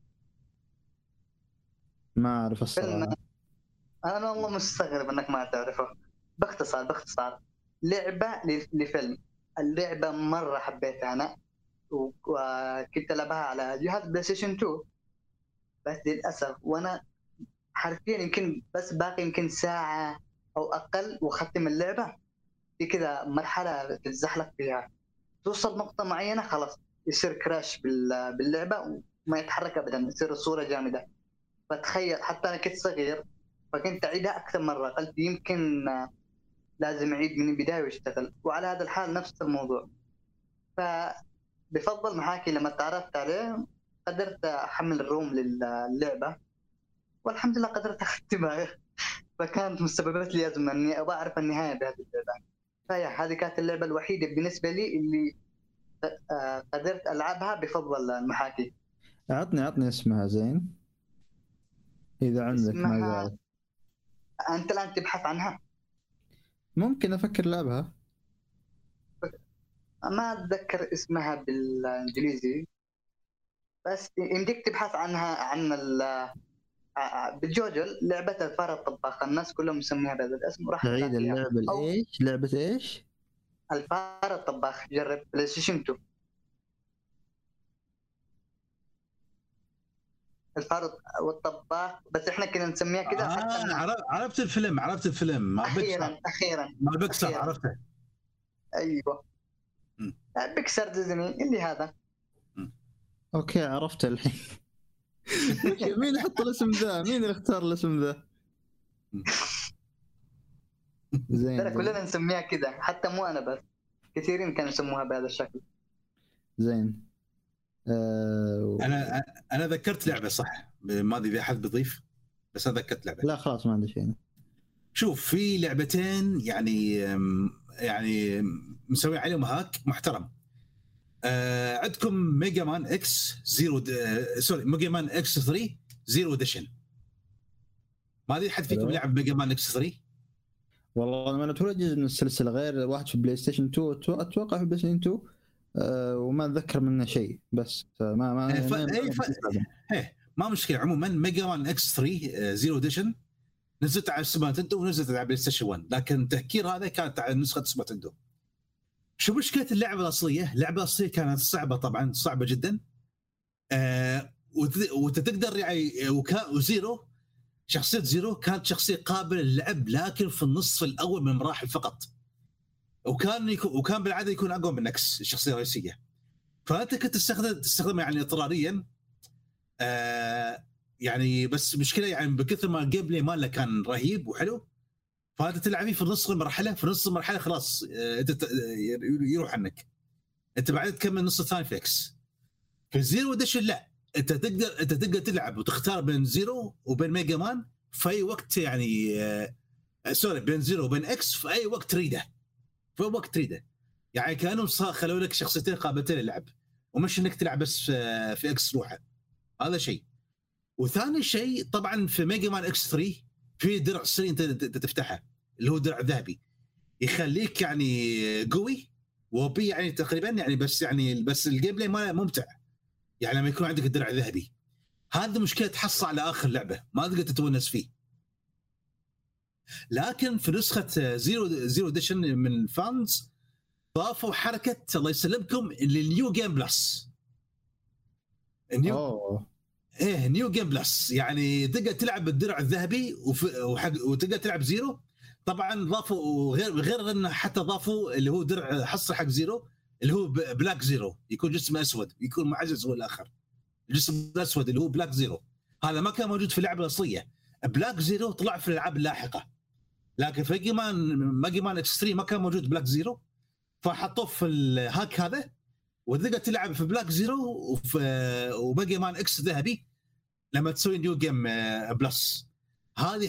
ما اعرف
فيلم
الصراحه.
انا والله مستغرب انك ما تعرفه. باختصار باختصار لعبه ل- لفيلم. اللعبه مره حبيتها انا، و- وكنت العبها على جهاز بلاي ستيشن تو، بس للاسف وانا حرفيا يمكن بس باقي يمكن ساعه او اقل واختم اللعبه. في كذا مرحله تتزحلق فيها، توصل نقطه معينه خلاص يصير كراش بال- باللعبه وما يتحرك ابدا، يصير الصوره جامده. فتخيل حتى انا كنت صغير فكنت اعيدها اكثر مره، قلت يمكن آه، لازم اعيد من البدايه واشتغل. وعلى هذا الحال نفس الموضوع. فبفضل محاكي لما تعرفت عليه قدرت احمل الروم للعبه، والحمد لله قدرت اختمها. فكانت مسببت لي ازمه اني ابغى اعرف النهايه بهذه اللعبه. فهي هذه كانت اللعبه الوحيده بالنسبه لي اللي آه، قدرت العبها بفضل المحاكي.
عطني عطني اسمها زين اذا عندك ما
اسمها
زالت.
انت الان تبحث عنها؟
ممكن افكر لعبها.
ما اتذكر اسمها بالانجليزي، بس يمديك تبحث عنها عن ال- بالجوجل. لعبه الفار الطباخ، الناس كلهم مسميها بهذا الاسم وراح
تعيد
تلاقيها.
اللعبه
او
الايش؟ لعبه ايش؟
الفار الطباخ، جرب بلاي ستيشن تو. الفار والطباخ، بس احنا كنا نسميها كذا حتى
آه
الناس.
عرفت عرفت الفيلم عرفت الفيلم مال
اخيرا
بيكسر
اخيرا
مال بيكسر
أخيراً.
عرفته.
ايوه
م.
بيكسر ديزني اللي هذا.
اوكي عرفت الحين. مين يحط الاسم ذا؟ مين اللي اختار الاسم ذا؟ زين
ترى
زين
كلنا نسميها كذا، حتى مو انا بس، كثيرين كانوا يسموها بهذا الشكل.
زين. آه...
انا انا ذكرت لعبه صح، ما ادري اذا حد بيضيف، بس انا ذكرت لعبه.
لا خلاص ما عندي شيء.
شوف في لعبتين يعني يعني مسوي عليهم هاك محترم. آه عندكم ميجا مان اكس زيرو د... سوري ميجا مان اكس ثري زيرو اديشن. ما ادري حد فيكم لعب ميجا مان اكس ثري؟
والله انا متولد جزء من السلسله، غير واحد في بلاي ستيشن تو اتوقع في بلاي ستيشن تو. أه وما اتذكر منه شيء، بس ما ما
ف... اي ف... ايه ما مشكله. عموما ميجا مان اكس ثري زيرو اديشن نزلت على السوبر نتندو ونزلت على بلاي ستيشن واحد، لكن تهكير هذا كانت على نسخه السوبر نتندو. شو مشكله اللعبه الاصليه؟ اللعبه الاصليه كانت صعبه طبعا، صعبه جدا. آه وتقدر يعني وكان وزيرو شخصيه زيرو كانت شخصيه قابله للعب، لكن في النصف الاول من المراحل فقط. وكان يكون وكان بالعاده يكون اقوى من نكس الشخصيه الرئيسيه. فانت كنت تستخدم تستخدمه يعني اضطراريا. آه يعني بس مشكله يعني بكثر ما الجيم بلاي ماله كان رهيب وحلو، فانت تلعب في نص المرحله في نص المرحله خلاص آه انت يروح عنك. انت بعد تكمل نص الثاني في اكس. في زيرو اديشن لا، انت تقدر انت تقدر تلعب وتختار بين زيرو وبين ميجا مان في اي وقت يعني آه سوري بين زيرو وبين اكس في اي وقت تريده، في وقت تريده. يعني كانوا خلوا لك شخصيتين قابلتين للعب، ومش انك تلعب بس في, في اكس روحه. هذا شيء. وثاني شيء طبعا في ميجا مان اكس ثري في درع سري انت تفتحه اللي هو درع ذهبي، يخليك يعني قوي وبي يعني تقريبا يعني بس يعني بس الجيم بلاي ما ممتع يعني لما يكون عندك الدرع الذهبي. هذا مشكله تحصل على اخر لعبه ما تقدر تتونس فيه. لكن في نسخه زيرو زيرو اديشن من فانز ضافوا حركه الله يسلمكم للنيو جيم بلس. النيو
أوه.
ايه نيو جيم بلس يعني تقدر تلعب بالدرع الذهبي وحق وتقدر تلعب زيرو. طبعا ضافوا غير غير انه حتى ضافوا اللي هو درع حصر حق زيرو اللي هو بلاك زيرو، يكون جسم اسود يكون معزز هو الاخر. الجسم الاسود اللي هو بلاك زيرو هذا ما كان موجود في اللعبه الاصليه. بلاك زيرو طلع في الالعاب اللاحقه، لكن في ميجا مان ميجا مان اكس ثري ما كان موجود بلاك زيرو، فحطوه في الهاك هذا وتقدر تلعب في بلاك زيرو وفي وميجا مان اكس ذهبي لما تسوي نيو جيم بلس. هذه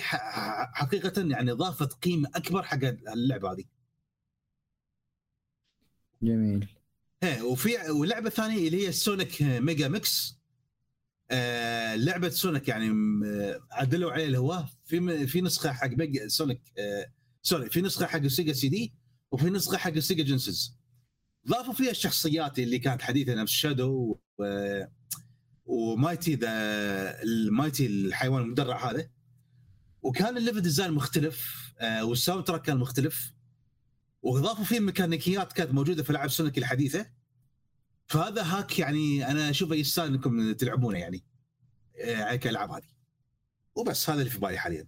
حقيقه يعني ضافت قيمه اكبر حق اللعبه هذه.
جميل.
ايه وفي ولعبه ثانيه اللي هي سونيك ميجا ميكس. آه لعبه سونيك يعني عدلوا عليه الهواء في في نسخه حق ميجا سونيك آه سوري في نسخه حق سيجا سي دي وفي نسخه حق سيجا جينيسيس. ضافوا فيها الشخصيات اللي كانت حديثه نفس شادو و... ومايتي ذا المايتي الحيوان المدرع هذا. وكان الليفل ديزاين مختلف آه والساوند تراك كان مختلف واضافوا فيه ميكانيكيات كانت موجوده في العاب سونيك الحديثه. فهذا هاك يعني انا اشوفه يستاهل انكم تلعبونه يعني على الالعاب هذه. وبس هذا اللي في بالي حاليا.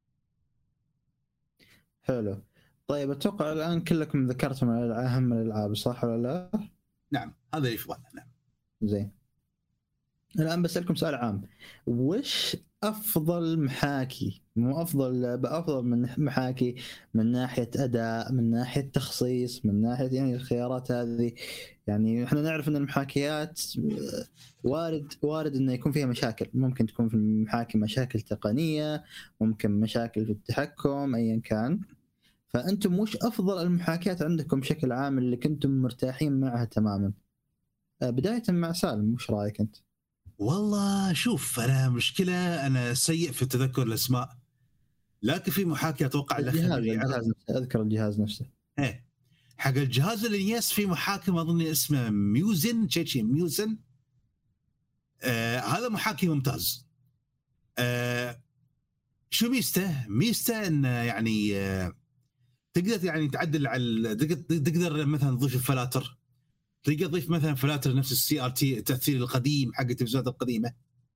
حلو. طيب اتوقع الان كلكم ذكرتم اهم الالعاب صح ولا لا؟
نعم هذا اللي في بالي. نعم
زين. الان بسالكم سؤال عام، وش افضل محاكي، مو افضل لعبه، افضل من محاكي من ناحيه اداء، من ناحيه تخصيص، من ناحيه يعني الخيارات هذه. يعني احنا نعرف ان المحاكيات وارد وارد انه يكون فيها مشاكل، ممكن تكون في المحاكي مشاكل تقنيه، ممكن مشاكل في التحكم ايا كان. فانتم وش افضل المحاكيات عندكم بشكل عام اللي كنتم مرتاحين معها تماما؟ بدايه مع سالم، وش رايك انت؟
والله شوف انا مشكله انا سيء في تذكر الاسماء، لكن في محاكاه اتوقع
الجهاز, الجهاز نفسه، اذكر الجهاز نفسه.
ايه حق الجهاز الانياس في محاكي اظن اسمه ميوزن تشيتشي ميوزن. آه هذا محاكي ممتاز. آه شو ميزته؟ ميزته انه يعني آه تقدر يعني تعدل على تقدر مثلا تضيف الفلاتر، تقدر تضيف مثلا فلاتر نفس السي ار تي التاثير القديم حق التلفزيونات القديمه.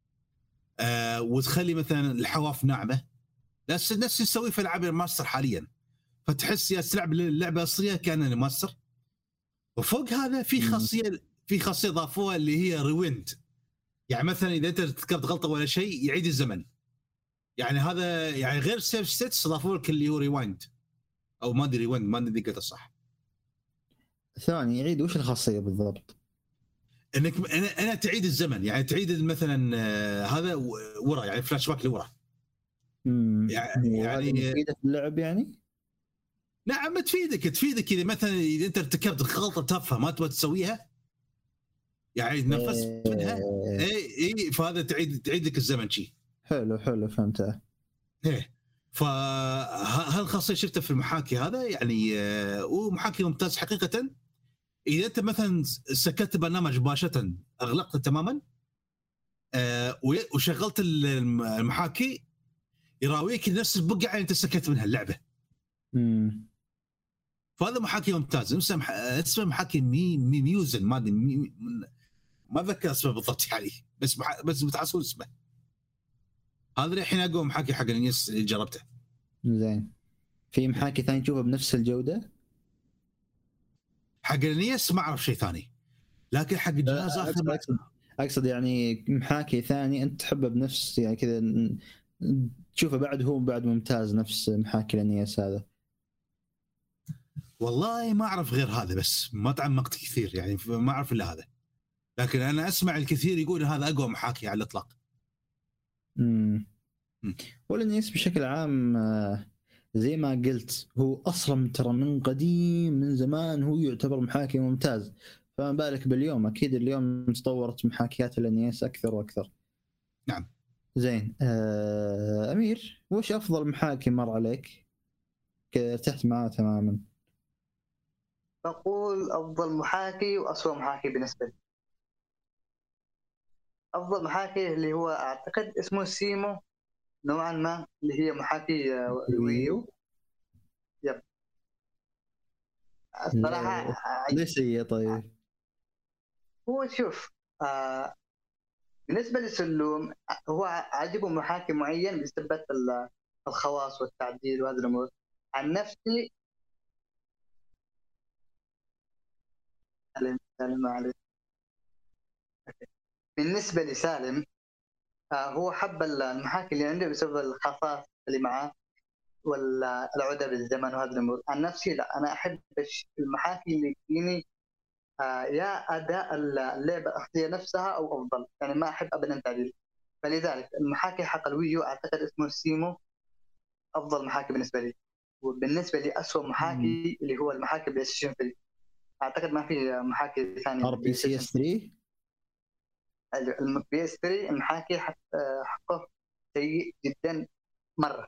آه وتخلي مثلا الحواف ناعمه نفس نفس يسوي في العاب الماستر حاليا، فتحس يا تلعب اللعبه اصليه كانها الماستر. وفوق هذا في خاصيه في خاصيه ضافوها اللي هي ريويند، يعني مثلا اذا انت ارتكبت غلطه ولا شيء يعيد الزمن. يعني هذا يعني غير سيف ستيتس ضافوا لك اللي هو ريوايند او ما ادري ريويند ما ادري قلت صح.
ثاني يعيد وش الخاصيه بالضبط؟
انك انا انا تعيد الزمن، يعني تعيد مثلا هذا ورا يعني فلاش باك لورا.
امم
يعني
يعني مفيده في اللعب يعني؟
نعم تفيدك تفيدك اذا مثلا اذا انت ارتكبت غلطه تافهه ما تبغى تسويها يعني نفست منها اي اي فهذا تعيد تعيد لك الزمن شيء.
حلو حلو فهمتها.
ايه فهالخاصيه شفتها في المحاكي هذا يعني ومحاكي ممتاز حقيقه. اذا انت مثلا سكت برنامج مباشره اغلقته تماما وشغلت المحاكي يراويك نفس البقعه اللي انت سكت منها اللعبه.
امم
فهذا محاكي ممتاز. اسمه اسمه محاكي مي مي ميوزن ما ادري مي ما اتذكر اسمه بالضبط يعني بس محا... بس بتحصل اسمه هذا الحين اقوى محاكي حق الناس اللي جربته.
زين. في محاكي ثاني تشوفه بنفس الجوده؟
حق الناس ما اعرف شيء ثاني، لكن حق الجهاز اخر ما...
أقصد, اقصد يعني محاكي ثاني انت تحبه بنفس يعني كذا تشوفه بعد هو بعد ممتاز نفس محاكي النياس هذا؟
والله ما اعرف غير هذا بس ما تعمقت كثير يعني ما اعرف الا هذا، لكن انا اسمع الكثير يقول هذا اقوى محاكي على الاطلاق.
امم والنياس بشكل عام زي ما قلت هو اصلا ترى من قديم من زمان هو يعتبر محاكي ممتاز، فما بالك باليوم اكيد اليوم تطورت محاكيات النياس اكثر واكثر.
نعم.
زين. آه امير وش افضل محاكي مر عليك كذا ارتحت معاه تماما؟
بقول افضل محاكي واسوأ محاكي بالنسبه لي. افضل محاكي اللي هو اعتقد اسمه سيمو نوعا ما، اللي هي محاكي الويو. يب الصراحه
ليش هي طيب؟
هو شوف آه بالنسبه لسلوم هو عجبه محاكي معين بسبب الخواص والتعديل وهذه الامور. عن نفسي سالم سالم عليك. بالنسبه لسالم آه هو حب المحاكي اللي عنده بسبب الخصائص اللي معاه والعودة بالزمن وهذه الأمور. عن نفسي لا، أنا أحب المحاكي اللي تجيني آه يا أداء اللعبة الأصلية نفسها أو أفضل، يعني ما أحب أبدا تعديل. فلذلك المحاكي حق الويو أعتقد اسمه سيمو أفضل محاكي بالنسبة لي. وبالنسبة لي أسوأ محاكي اللي هو المحاكي بلاي ستيشن ثلاثة. اعتقد ما في محاكي ثانيه
ار بي سي اس ثري.
البي اس ثري المحاكي حق- حقه سيء جدا مره.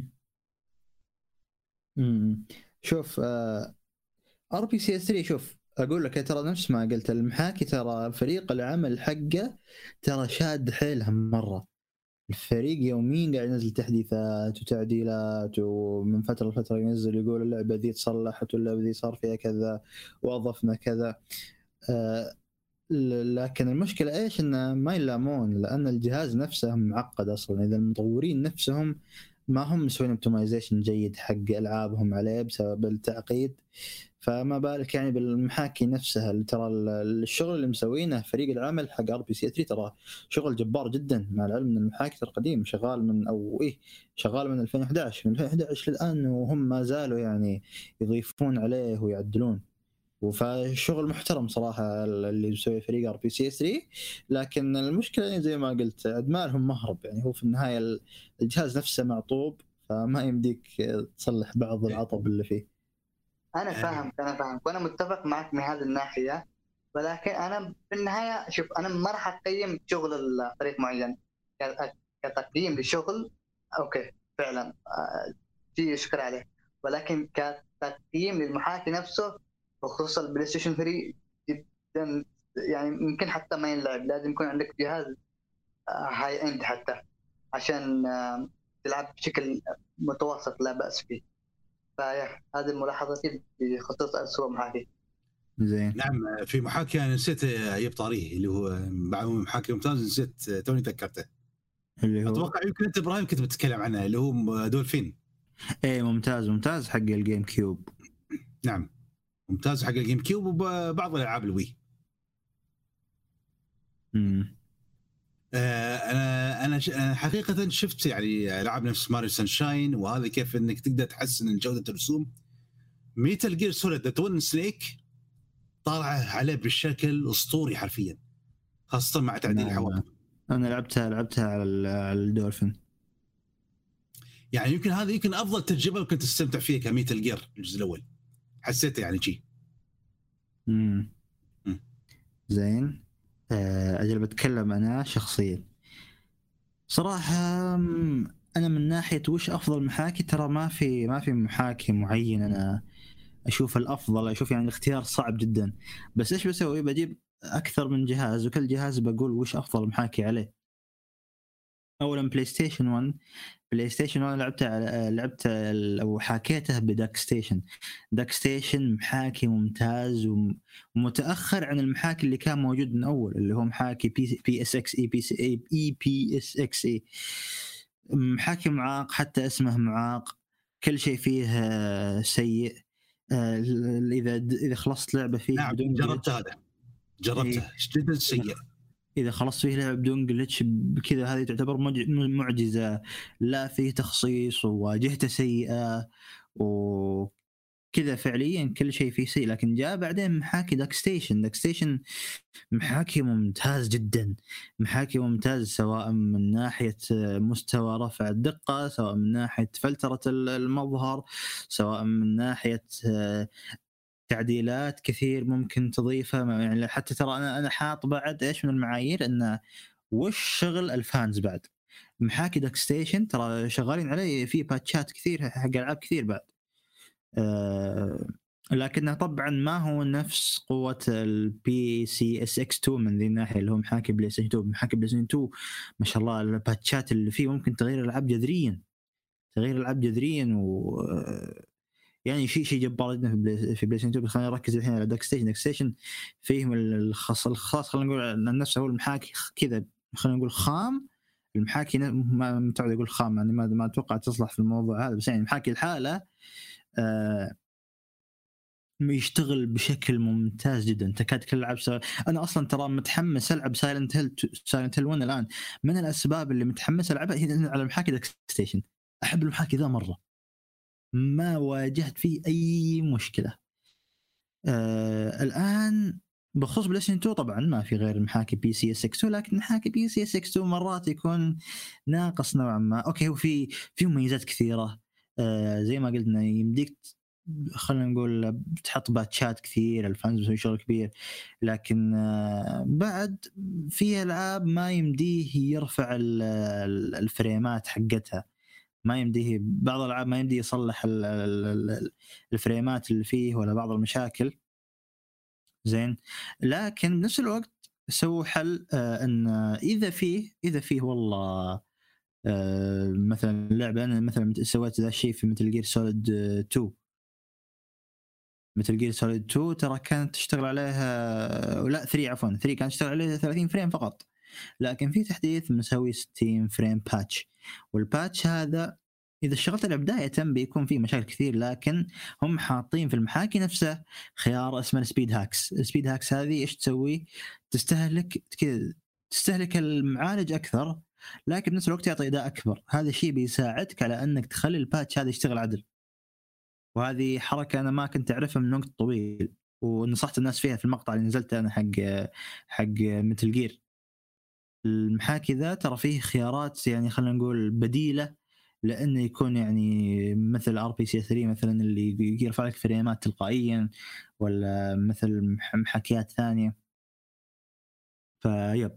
امم شوف ار بي سي اس ثري، شوف اقول لك ترى نفس ما قلت المحاكي، ترى فريق العمل حقه ترى شاد حيلها مره. الفريق يوميا قاعد ينزل تحديثات وتعديلات، ومن فتره لفتره ينزل يقول اللعبه ذي تصلحت واللعبه ذي صار فيها كذا واضفنا كذا. آه لكن المشكله ايش؟ انه ما يلامون، لان الجهاز نفسه معقد اصلا. اذا المطورين نفسهم ما هم مسوين اوبتمايزيشن جيد حق العابهم عليه بسبب التعقيد، فما بالك يعني بالمحاكي نفسها. اللي ترى الشغل اللي مسوينه فريق العمل حق ار بي سي ثري ترى شغل جبار جدا، مع العلم ان المحاكي ترى قديم، شغال من او ايه شغال من ألفين وأحد عشر من ألفين وأحد عشر للان، وهم ما زالوا يعني يضيفون عليه ويعدلون. فالشغل محترم صراحه اللي يسوي فريق ار بي سي ثري. لكن المشكله زي ما قلت ادمالهم مهرب، يعني هو في النهايه الجهاز نفسه معطوب، فما يمديك تصلح بعض العطب اللي فيه.
انا فاهم انا فاهم وانا متفق معك من هذه الناحيه، ولكن انا في النهايه شوف انا ما راح اقيم شغل الفريق معين ك- كتقييم لشغل. اوكي فعلا آه، في يشكر عليه، ولكن كتقييم للمحاكي نفسه بخصوص البلاي ستيشن ثري جدا يعني يمكن حتى ما ينلعب. لازم يكون عندك جهاز هاي اند حتى عشان آه، تلعب بشكل متوسط لا بأس فيه. فهذه ملاحظتي بخصوص السوق محاكي.
زين.
نعم في محاكي انا نسيت اجيب طاريه اللي هو بعد محاكي ممتاز، نسيت توني ذكرته.
اللي هو
اتوقع يمكن انت ابراهيم كنت بتتكلم عنه، اللي هو دولفين.
ايه ممتاز ممتاز حق الجيم كيوب.
نعم ممتاز حق الجيم كيوب وبعض الالعاب الوي.
امم
آه انا انا ش- أنا حقيقه شفت يعني العاب نفس ماريو سانشاين، وهذا كيف انك تقدر تحسن من جوده الرسوم. ميتال جير سوليد توين سنيك طالعه عليه بشكل اسطوري حرفيا، خاصه مع تعديل الحواف.
انا لعبتها لعبتها على ال- على الدولفين.
يعني يمكن هذا يمكن افضل تجربه كنت تستمتع فيها كميتال جير الجزء الاول، حسيته يعني شيء.
امم
مم.
زين. آه، اجل بتكلم انا شخصيا صراحه. مم، انا من ناحيه وش افضل محاكي، ترى ما في ما في محاكي معين انا اشوف الافضل. اشوف يعني الاختيار صعب جدا، بس ايش بسوي؟ بجيب اكثر من جهاز، وكل جهاز بقول وش افضل محاكي عليه. اولا بلاي ستيشن واحد. بلاي ستيشن واحد لعبته على لعبت او حاكيته بداك ستيشن. داك ستيشن محاكي ممتاز ومتاخر عن المحاكي اللي كان موجود من اول، اللي هو محاكي بي, بي اس اكس اي بي اي اي بي اس اكس اي. محاكي معاق، حتى اسمه معاق، كل شيء فيه سيء. اذا اذا خلصت لعبه فيه
نعم
بدون
جربت هذا، جربته جدا سيء.
إذا خلصت فيه لعب بدون جلتش بكذا هذه تعتبر معجزة. لا فيه تخصيص وواجهته سيئة وكذا، فعليا كل شيء فيه سيء. لكن جاء بعدين محاكي داك ستيشن. داك ستيشن محاكي ممتاز جدا، محاكي ممتاز سواء من ناحية مستوى رفع الدقة، سواء من ناحية فلترة المظهر، سواء من ناحية تعديلات كثير ممكن تضيفها. يعني حتى ترى انا انا حاط بعد ايش من المعايير انه وش شغل الفانز بعد. محاكي داك ستيشن ترى شغالين عليه في باتشات كثير حق العاب كثير بعد. أه لكنه طبعا ما هو نفس قوه البي سي اس اكس تو من ذي الناحيه، اللي هو محاكي بلاي ستيشن تو. محاكي بلاي ستيشن تو ما شاء الله الباتشات اللي فيه ممكن تغير الالعاب جذريا، تغير الالعاب جذريا، و يعني شيء شيء جبار جدا في بلاي في بلاي ستيشن تو. بس خلينا نركز الحين على داك ستيشن. داك ستيشن فيهم الخاص الخاص خلينا نقول عن نفسه هو المحاكي كذا، خلينا نقول خام. المحاكي ما متعود اقول خام يعني ما ما اتوقع تصلح في الموضوع هذا، بس يعني محاكي الحاله آه يشتغل بشكل ممتاز جدا. تكاد كل العاب سا... انا اصلا ترى متحمس العب سايلنت هيل سايلنت هيل واحد الان. من الاسباب اللي متحمس العبها هي على محاكي داك ستيشن. احب المحاكي ذا مره، ما واجهت فيه اي مشكله. آه الان بخصوص بلاي ستيشن تو طبعا ما في غير محاكي بي سي اس اكس تو، لكن محاكي بي سي اس اكس تو مرات يكون ناقص نوعا ما. اوكي هو في في مميزات كثيره، آه زي ما قلنا يمديك خلينا نقول بتحط باتشات كثير، الفانز بيسوي شغل كبير، لكن بعد في ألعاب ما يمديه يرفع الفريمات حقتها، ما يمديه بعض الألعاب ما يمديه يصلح الفريمات اللي فيه ولا بعض المشاكل. زين، لكن بنفس الوقت سووا حل ان اذا فيه اذا فيه والله مثلا لعبه انا مثلا سويت ذا الشيء في مثل جير سوليد تو، مثل جير سوليد تو ترى كانت تشتغل عليها لا ثري عفوا ثري كانت تشتغل عليها ثلاثين فريم فقط، لكن في تحديث مسوي ستين فريم باتش، والباتش هذا إذا اشتغلت على بداية بيكون فيه مشاكل كثير، لكن هم حاطين في المحاكي نفسه خيار اسمه سبيد هاكس. السبيد هاكس هذه إيش تسوي؟ تستهلك كذا تستهلك المعالج أكثر، لكن بنفس الوقت يعطي أداء أكبر. هذا الشيء بيساعدك على أنك تخلي الباتش هذا يشتغل عدل، وهذه حركة أنا ما كنت أعرفها من وقت طويل، ونصحت الناس فيها في المقطع اللي نزلته أنا حق حق مثل جير. المحاكي ذا ترى فيه خيارات يعني خلينا نقول بديلة، لأنه يكون يعني مثل آر بي سي ثري مثلا اللي يرفع لك فريمات تلقائيا، ولا مثل محاكيات ثانية. فيب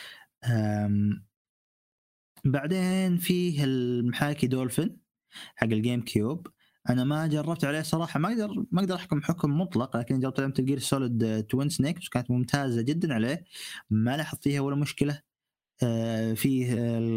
بعدين فيه المحاكي دولفين حق الجيم كيوب، انا ما جربت عليه صراحه، ما اقدر ما اقدر احكم حكم مطلق، لكن جربت على مثل جير سوليد توين سنيك وكانت ممتازه جدا عليه، ما لاحظت فيها ولا مشكله. آه فيه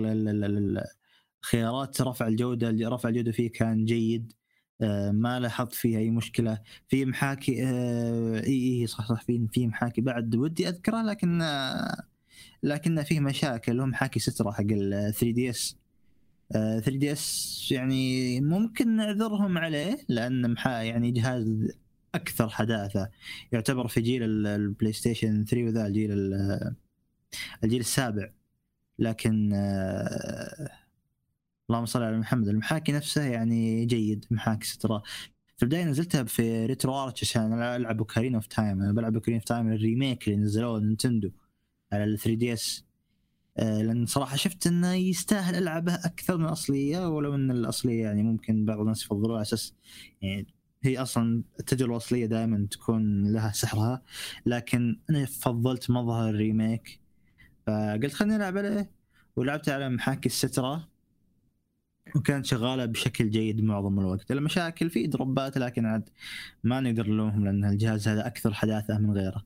خيارات رفع الجودة، اللي رفع الجودة فيه كان جيد، آه ما لاحظت فيه أي مشكلة. في محاكي آه إي إي صح صح في في محاكي بعد ودي أذكرها، لكن آه لكن فيه مشاكل. هم محاكي سترة حق ال ثري دي إس، آه ثري دي إس يعني ممكن نعذرهم عليه لأن محا يعني جهاز أكثر حداثة، يعتبر في جيل البلاي ستيشن ثري وذا الجيل الجيل السابع، لكن آه اللهم صل على محمد المحاكي نفسه يعني جيد. محاكي سترة في البداية نزلتها في ريترو ارتش عشان ألعب اوكارين اوف تايم، أنا بلعب اوكارين اوف تايم الريميك اللي نزلوه نينتندو على ال ثري دي اس، آه لأن صراحة شفت إنه يستاهل ألعبه أكثر من الأصلية، ولو إن الأصلية يعني ممكن بعض الناس يفضلوها على أساس يعني هي أصلا التجربة الأصلية دائما تكون لها سحرها، لكن أنا فضلت مظهر الريميك، فقلت خليني ألعب عليه، ولعبت على محاكي السترة وكانت شغالة بشكل جيد معظم الوقت. المشاكل في دروبات لكن عاد ما نقدر نلومهم لأن الجهاز هذا أكثر حداثة من غيره.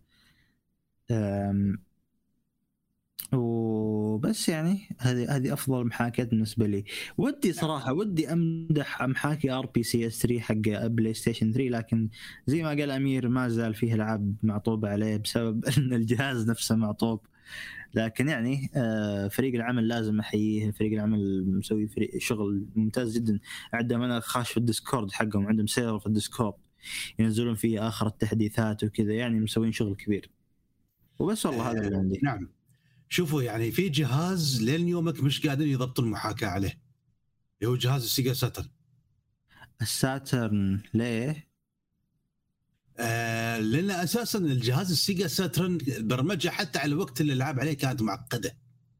وبس يعني هذه هذه أفضل محاكاة بالنسبة لي. ودي صراحة ودي أمدح محاكي آر بي سي إس ثري حق بلاي ستيشن ثري، لكن زي ما قال أمير ما زال فيه ألعاب معطوبة عليه بسبب أن الجهاز نفسه معطوب. لكن يعني فريق العمل لازم احييه، فريق العمل مسوي فريق شغل ممتاز جدا. عندهم انا خاش في الديسكورد حقهم، عندهم سيرفر في الديسكورد ينزلون فيه اخر التحديثات وكذا، يعني مسوين شغل كبير. وبس والله هذا اللي عندي.
نعم شوفوا يعني في جهاز لين يومك مش قادرين يضبطوا المحاكاة عليه، اللي هو جهاز السيجا ساترن.
الساترن ليه؟
آه لأن أساساً الجهاز السيجا ساترن برمجة حتى على الوقت اللي لعب عليه كانت معقدة،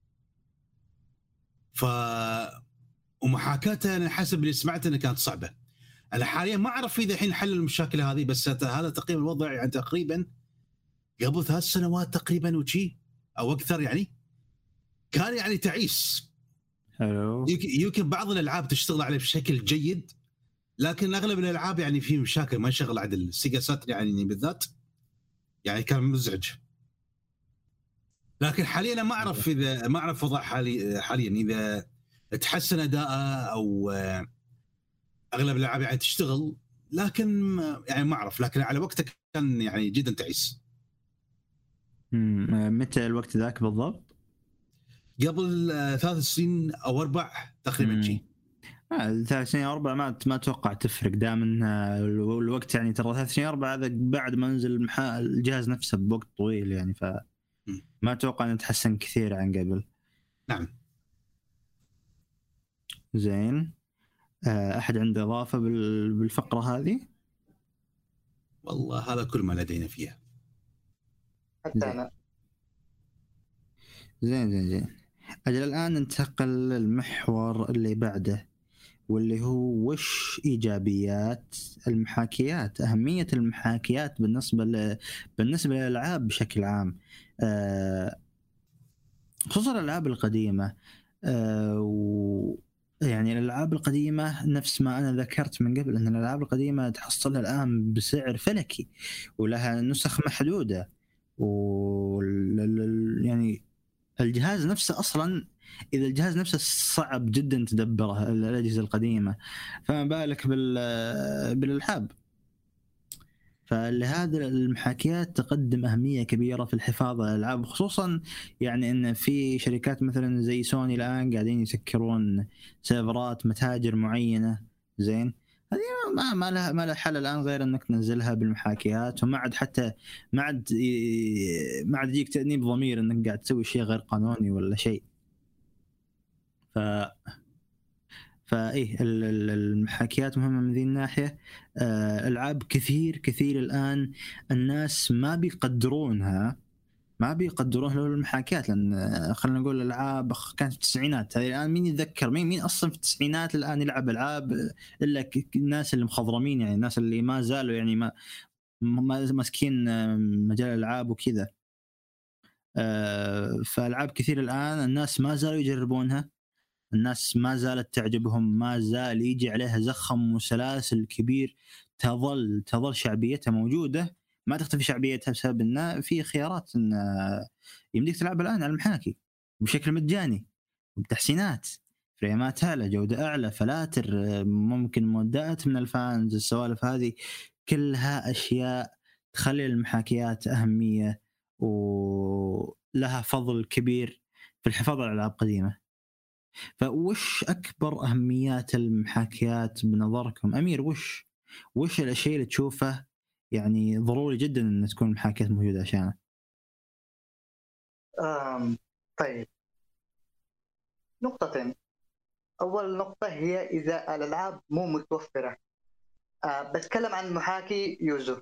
ف ومحاكاتها أنا حسب اللي سمعت أنها كانت صعبة. أنا حالياً ما أعرف إذا الحين حل المشاكل هذه، بس هذا تقريباً الوضع يعني تقريباً قبل ثلاث سنوات تقريباً وشي أو أكثر، يعني كان يعني تعيس.
حلو.
يمكن بعض الألعاب تشتغل عليه بشكل جيد، لكن اغلب الالعاب يعني في مشاكل ما يشغل عدل. السيجا ساتر يعني بالذات يعني كان مزعج. لكن حاليا انا ما اعرف اذا ما اعرف وضع حالي حاليا اذا تحسن اداءه او اغلب الالعاب يعني تشتغل، لكن يعني ما اعرف. لكن على وقته كان يعني جدا تعيس.
امم متى الوقت ذاك بالضبط؟
قبل ثلاث سنين او اربع تقريبا شيء.
آه ثلاث سنين أربعة ما ما أتوقع تفرق دام إن الوقت يعني ترى ثلاث سنين أربعة هذا بعد ما نزل المحا... الجهاز نفسه بوقت طويل يعني، فما أتوقع أن يتحسن كثير عن قبل.
نعم.
زين. آه أحد عنده إضافة بال... بالفقرة هذه؟
والله هذا كل ما لدينا فيها.
حتى أنا.
زين زين زين. أجل الآن ننتقل للمحور اللي بعده، واللي هو وش إيجابيات المحاكيات، أهمية المحاكيات بالنسبة ل... بالنسبة للألعاب بشكل عام، آه، خصوصا الألعاب القديمة. آه، و... يعني الألعاب القديمة نفس ما أنا ذكرت من قبل أن الألعاب القديمة تحصلها الآن بسعر فلكي ولها نسخ محدودة، و يعني الجهاز نفسه أصلا، إذا الجهاز نفسه صعب جدا تدبره الأجهزة القديمة، فما بالك بال... بالألعاب. فلهذا المحاكيات تقدم أهمية كبيرة في الحفاظ على الألعاب، خصوصا يعني أن في شركات مثلا زي سوني الآن قاعدين يسكرون سيرفرات متاجر معينة، زين هذه ما ما لها ما لها حل الآن غير أنك تنزلها بالمحاكيات، وما عاد حتى ما عاد ما عاد يجيك تأنيب ضمير أنك قاعد تسوي شيء غير قانوني ولا شيء. ف فايه المحاكيات مهمه من ذي الناحيه. آه، العاب كثير كثير الان الناس ما بيقدرونها، ما بيقدرون له المحاكيات، لان آه، خلينا نقول الالعاب كانت في التسعينات، هذه الان مين يتذكر مين مين اصلا في التسعينات الان يلعب العاب الا الناس اللي مخضرمين، يعني الناس اللي ما زالوا يعني ما ما ماسكين مجال الالعاب وكذا. آه، فالعاب كثير الان الناس ما زالوا يجربونها، الناس ما زالت تعجبهم، ما زال يجي عليها زخم وسلاسل كبير، تظل تظل شعبيتها موجودة، ما تختفي شعبيتها بسبب أن في خيارات أن يمديك تلعب الآن على المحاكي بشكل مجاني وبتحسينات، فريمات أعلى، جودة أعلى، فلاتر، ممكن مودات من الفانز، السوالف هذه كلها أشياء تخلي المحاكيات أهمية ولها فضل كبير في الحفاظ على الألعاب القديمة. فوش أكبر أهميات المحاكيات بنظركم أمير؟ وش وش الأشياء اللي تشوفه يعني ضروري جدا أن تكون المحاكيات موجودة عشانه؟
آم طيب، نقطتين. أول نقطة هي إذا الألعاب مو متوفرة. آه بتكلم عن محاكي يوزو.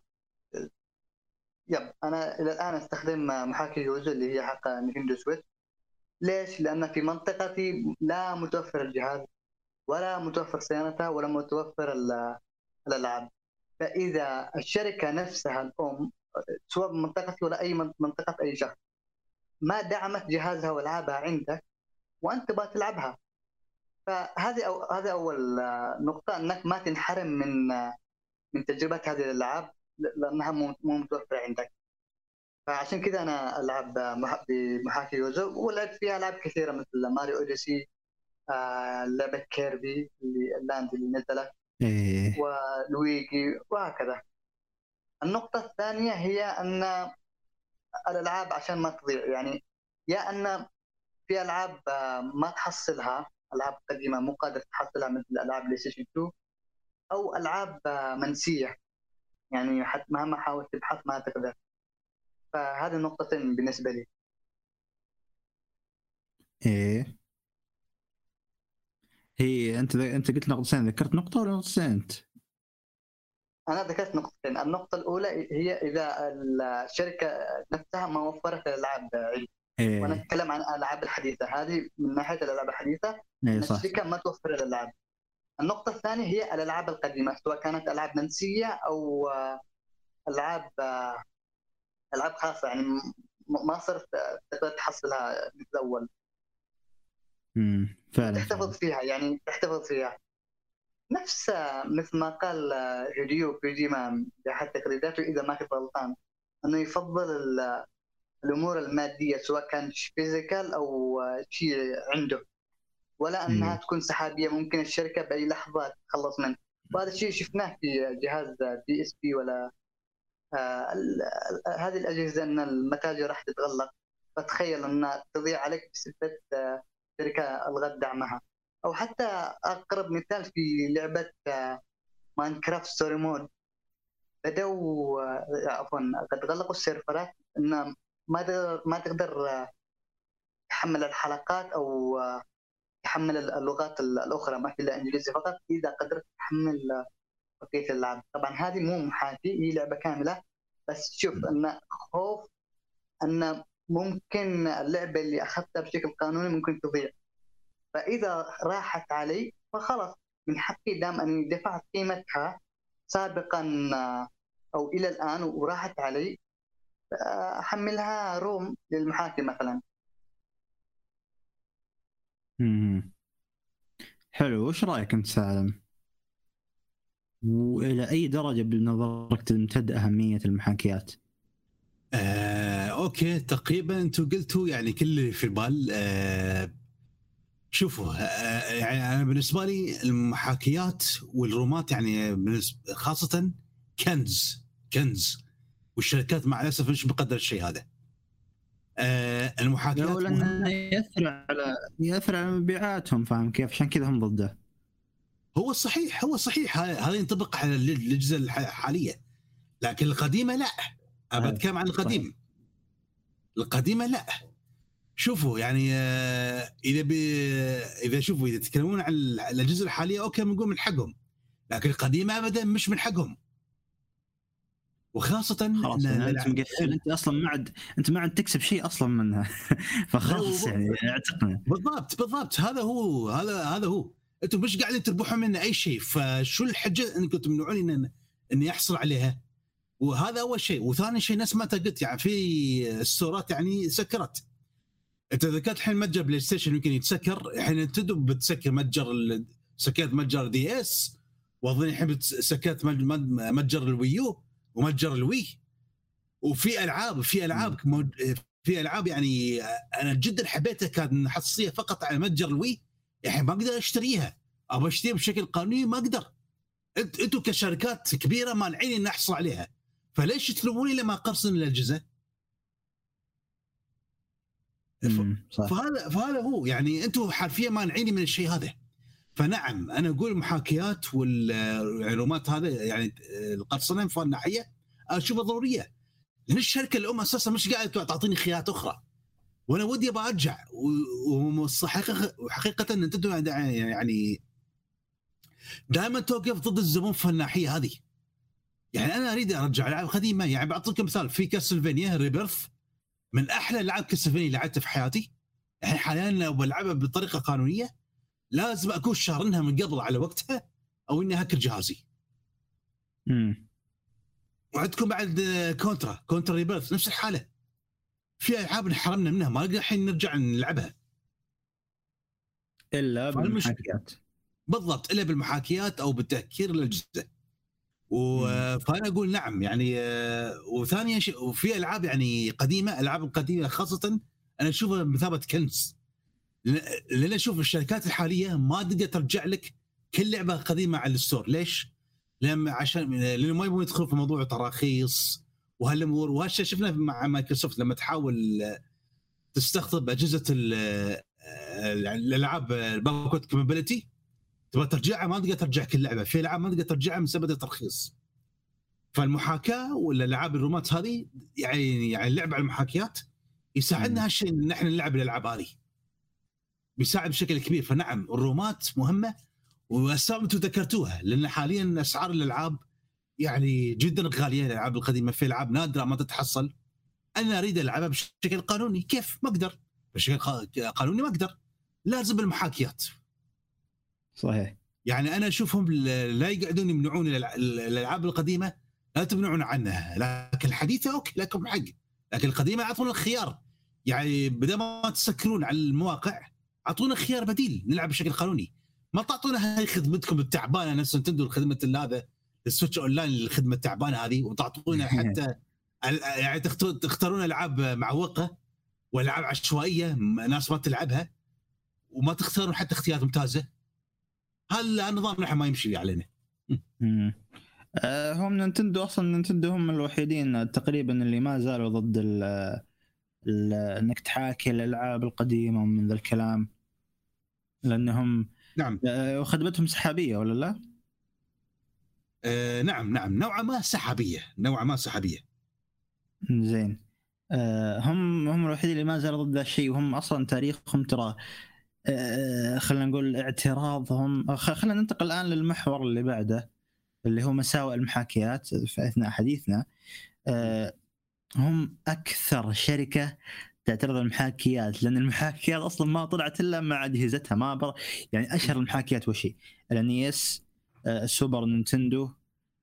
يب أنا إلى الآن أستخدم محاكي يوزو اللي هي حق نينتندو سويتش. ليش؟ لأن في منطقتي لا متوفر الجهاز، ولا متوفر صيانته، ولا متوفر الألعاب. فإذا الشركة نفسها الأم، سواء منطقتي ولا أي منطقة أي شخص، ما دعمت جهازها والعابها عندك وأنت تبغى تلعبها، فهذه أو هذا أول نقطة، أنك ما تنحرم من من تجربة هذه الألعاب لأنها مو متوفرة عندك. فعشان كذا أنا ألعب بمحاكي يوزو، ولعبت فيها ألعاب كثيرة مثل ماريو أوديسي، آه، لعبة كيربي اللي اللاند اللي نزلت،
إيه.
ولويجي وهكذا. النقطة الثانية هي أن الألعاب عشان ما تضيع، يعني يا أن في ألعاب ما تحصلها، ألعاب قديمة مو قادر تحصلها مثل ألعاب بلاي ستيشن اثنين، أو ألعاب منسية يعني حتى مهما حاولت تبحث ما تقدر. فهذه النقطتين بالنسبة لي.
إيه هي أنت أنت قلت نقطتين، ذكرت نقطة ولا نقطتين أنت؟
أنا ذكرت نقطتين. النقطة الأولى هي إذا الشركة نفسها ما وفرت الألعاب عندي.
إيه.
وأنا أتكلم عن الألعاب الحديثة، هذه من ناحية الألعاب الحديثة.
إيه
أن
صح.
الشركة ما توفر الألعاب. النقطة الثانية هي الألعاب القديمة، سواء كانت ألعاب منسية أو ألعاب ألعاب خاصة، يعني ما صرت تقدر تحصلها مثل أول.
امم فعلا.
تحتفظ فيها، يعني تحتفظ فيها نفس مثل ما قال هيديو كوجيما بأحد تغريداته إذا ما كنت غلطان، أنه يفضل الأمور المادية سواء كان فيزيكال أو شيء عنده، ولا أنها
مم.
تكون سحابية ممكن الشركة بأي لحظة تخلص منه. وهذا الشيء شفناه في جهاز بي اس بي ولا آه هذه الأجهزة، أن المتاجر راح تتغلق، فتخيل أنها تضيع عليك بسبب آه شركة ألغت دعمها. أو حتى أقرب مثال في لعبة آه ماينكرافت ستوري مود، بدأوا آه عفوا قد غلقوا السيرفرات، أن ما تقدر ما تقدر آه تحمل الحلقات أو آه تحمل اللغات الأخرى، ما في إلا إنجليزي فقط، إذا قدرت تحمل بقية اللعب. طبعا هذه مو محاكي، هي لعبة كاملة، بس شوف أن خوف أن ممكن اللعبة اللي أخذتها بشكل قانوني ممكن تضيع، فإذا راحت علي فخلص من حقي دام أني دفعت قيمتها سابقا أو إلى الآن وراحت علي، أحملها روم للمحاكم مثلا.
امم حلو. وش رايك انت سالم؟ والى اي درجه بنظرك تمتد اهميه المحاكيات؟
آه، اوكي تقريبا انتم قلتوا يعني كل اللي في البال. آه، شوفوا، آه، يعني انا بالنسبه لي المحاكيات والرومات يعني بالنسبة خاصه كنز كنز، والشركات مع الاسف مش بقدر الشيء هذا. آه، المحاكيات
لانه
مهمه.
ياثر على ياثر على مبيعاتهم، فاهم كيف؟ عشان كذا هم ضده.
هو صحيح هو صحيح هذا ينطبق على الاجهزه الحاليه، لكن القديمه لا. ابى اتكلم عن القديم. القديمه لا. شوفوا يعني آه، اذا بي اذا شوفوا اذا تتكلمون عن الاجهزه الحاليه اوكي بنقول من حقهم، لكن القديمه ابدا مش من حقهم. وخاصه
خلاص
ان
يعني انت مقفل، انت اصلا ما عاد انت ما عاد تكسب شيء اصلا منها. فخلاص يعني اعتقنا.
بالضبط بالضبط هذا هو هذا هذا هو انتم مش قاعدين تربحون منه اي شيء، فشو الحجه انكم تمنعوني ان اني احصل عليها؟ وهذا اول شيء. وثاني شيء نفس ما انت قلت يعني في الستورات يعني سكرت. انت ذكرت الحين متجر بلاي ستيشن يمكن يتسكر، الحين انت بتسكر متجر ال... سكرت متجر دي اس، واظن الحين سكرت متجر الويو ومتجر الوي. وفي العاب في العاب مود... في العاب يعني انا جدا حبيتها كانت حصريه فقط على متجر الوي، يعني ما اقدر اشتريها، ابغى اشتريها بشكل قانوني ما اقدر. انت انتم كشركات كبيره مانعين ان احصل عليها، فليش تلوموني لما اقرصن الاجهزه؟ فهذا فهذا هو يعني انتم حرفيا مانعيني من الشيء هذا. فنعم انا اقول المحاكيات والعلومات هذا يعني القرصنه في الناحيه اشوفها ضروريه، لان الشركه الام اساسا مش قاعده تعطيني خيارات اخرى، وانا ودي ابغى ارجع. وحقيقه وحقيقه ان انتم يعني دائما توقف ضد الزبون في الناحيه هذه. يعني انا اريد ارجع العاب قديمه. يعني بعطيكم مثال في كاسلفينيا ريبيرث، من احلى العاب كاسلفينيا اللي لعبتها في حياتي. يعني حاليا لو بلعبها بطريقه قانونيه لازم اكون شارنها من قبل على وقتها او اني هكر جهازي.
امم
وعندكم بعد كونترا كونترا ريبيرث نفس الحاله. في العاب انحرمنا منها ما نقدر الحين نرجع نلعبها
الا بالمحاكيات.
بالضبط، الا بالمحاكيات او بالتهكير الاجهزه. فانا اقول نعم يعني. وثانيا شيء وفي العاب يعني قديمه، العاب القديمه خاصه انا اشوفها بمثابه كنز، لان اشوف الشركات الحاليه ما تقدر ترجع لك كل لعبه قديمه على الستور. ليش؟ لان عشان لانه ما يبغون يدخلوا في موضوع تراخيص وهالامور. وهالشيء شفنا مع مايكروسوفت لما تحاول تستقطب اجهزه الالعاب الباكورد كابابيلتي تبغى ترجعها ما تقدر ترجع كل لعبه. في العاب ما تقدر ترجعها من سبب الترخيص. فالمحاكاه ولا الالعاب الرومات هذه يعني يعني اللعب على المحاكيات يساعدنا هالشيء ان احنا نلعب الالعاب هذه، بيساعد بشكل كبير. فنعم الرومات مهمه، واسباب انتم ذكرتوها، لان حاليا اسعار الالعاب يعني جدا غاليه. الالعاب القديمه في العاب نادره ما تتحصل، انا اريد العبها بشكل قانوني. كيف؟ ما اقدر بشكل قانوني، ما اقدر، لازم المحاكيات.
صحيح.
يعني انا اشوفهم لا يقعدون يمنعون الالعاب القديمه، لا تمنعون عنها، لكن الحديثه اوكي لكم حق، لكن القديمه اعطونا الخيار. يعني بدل ما تسكرون على المواقع اعطونا خيار بديل نلعب بشكل قانوني. ما تعطونا هاي خدمتكم التعبانه نفس نتندو الخدمه هذا السويتش اونلاين الخدمه التعبانه هذه، وتعطونا حتى يعني تختارون العاب معوقه والعاب عشوائيه ناس ما تلعبها، وما تختارون حتى اختيارات ممتازه. هالنظام نحن ما يمشي علينا.
امم آه هم نينتندو اصلا نينتندو هم الوحيدين تقريبا اللي ما زالوا ضد ال ال انك تحاكي الالعاب القديمه ومن ذا الكلام، لانهم
نعم
آه وخدمتهم سحابيه ولا لا؟
آه نعم نعم نوعا ما سحابيه، نوعا ما سحابيه.
زين. آه هم هم الوحيدين اللي ما زالوا ضد الشيء، وهم اصلا تاريخهم ترى آه خلينا نقول اعتراضهم. خلينا ننتقل الان للمحور اللي بعده اللي هو مساوئ المحاكيات في اثناء حديثنا. آه هم اكثر شركه تعترض المحاكيات، لان المحاكيات اصلا ما طلعت الا مع اجهزتها. ما بر... يعني اشهر المحاكيات وشي الانيس، السوبر نينتندو،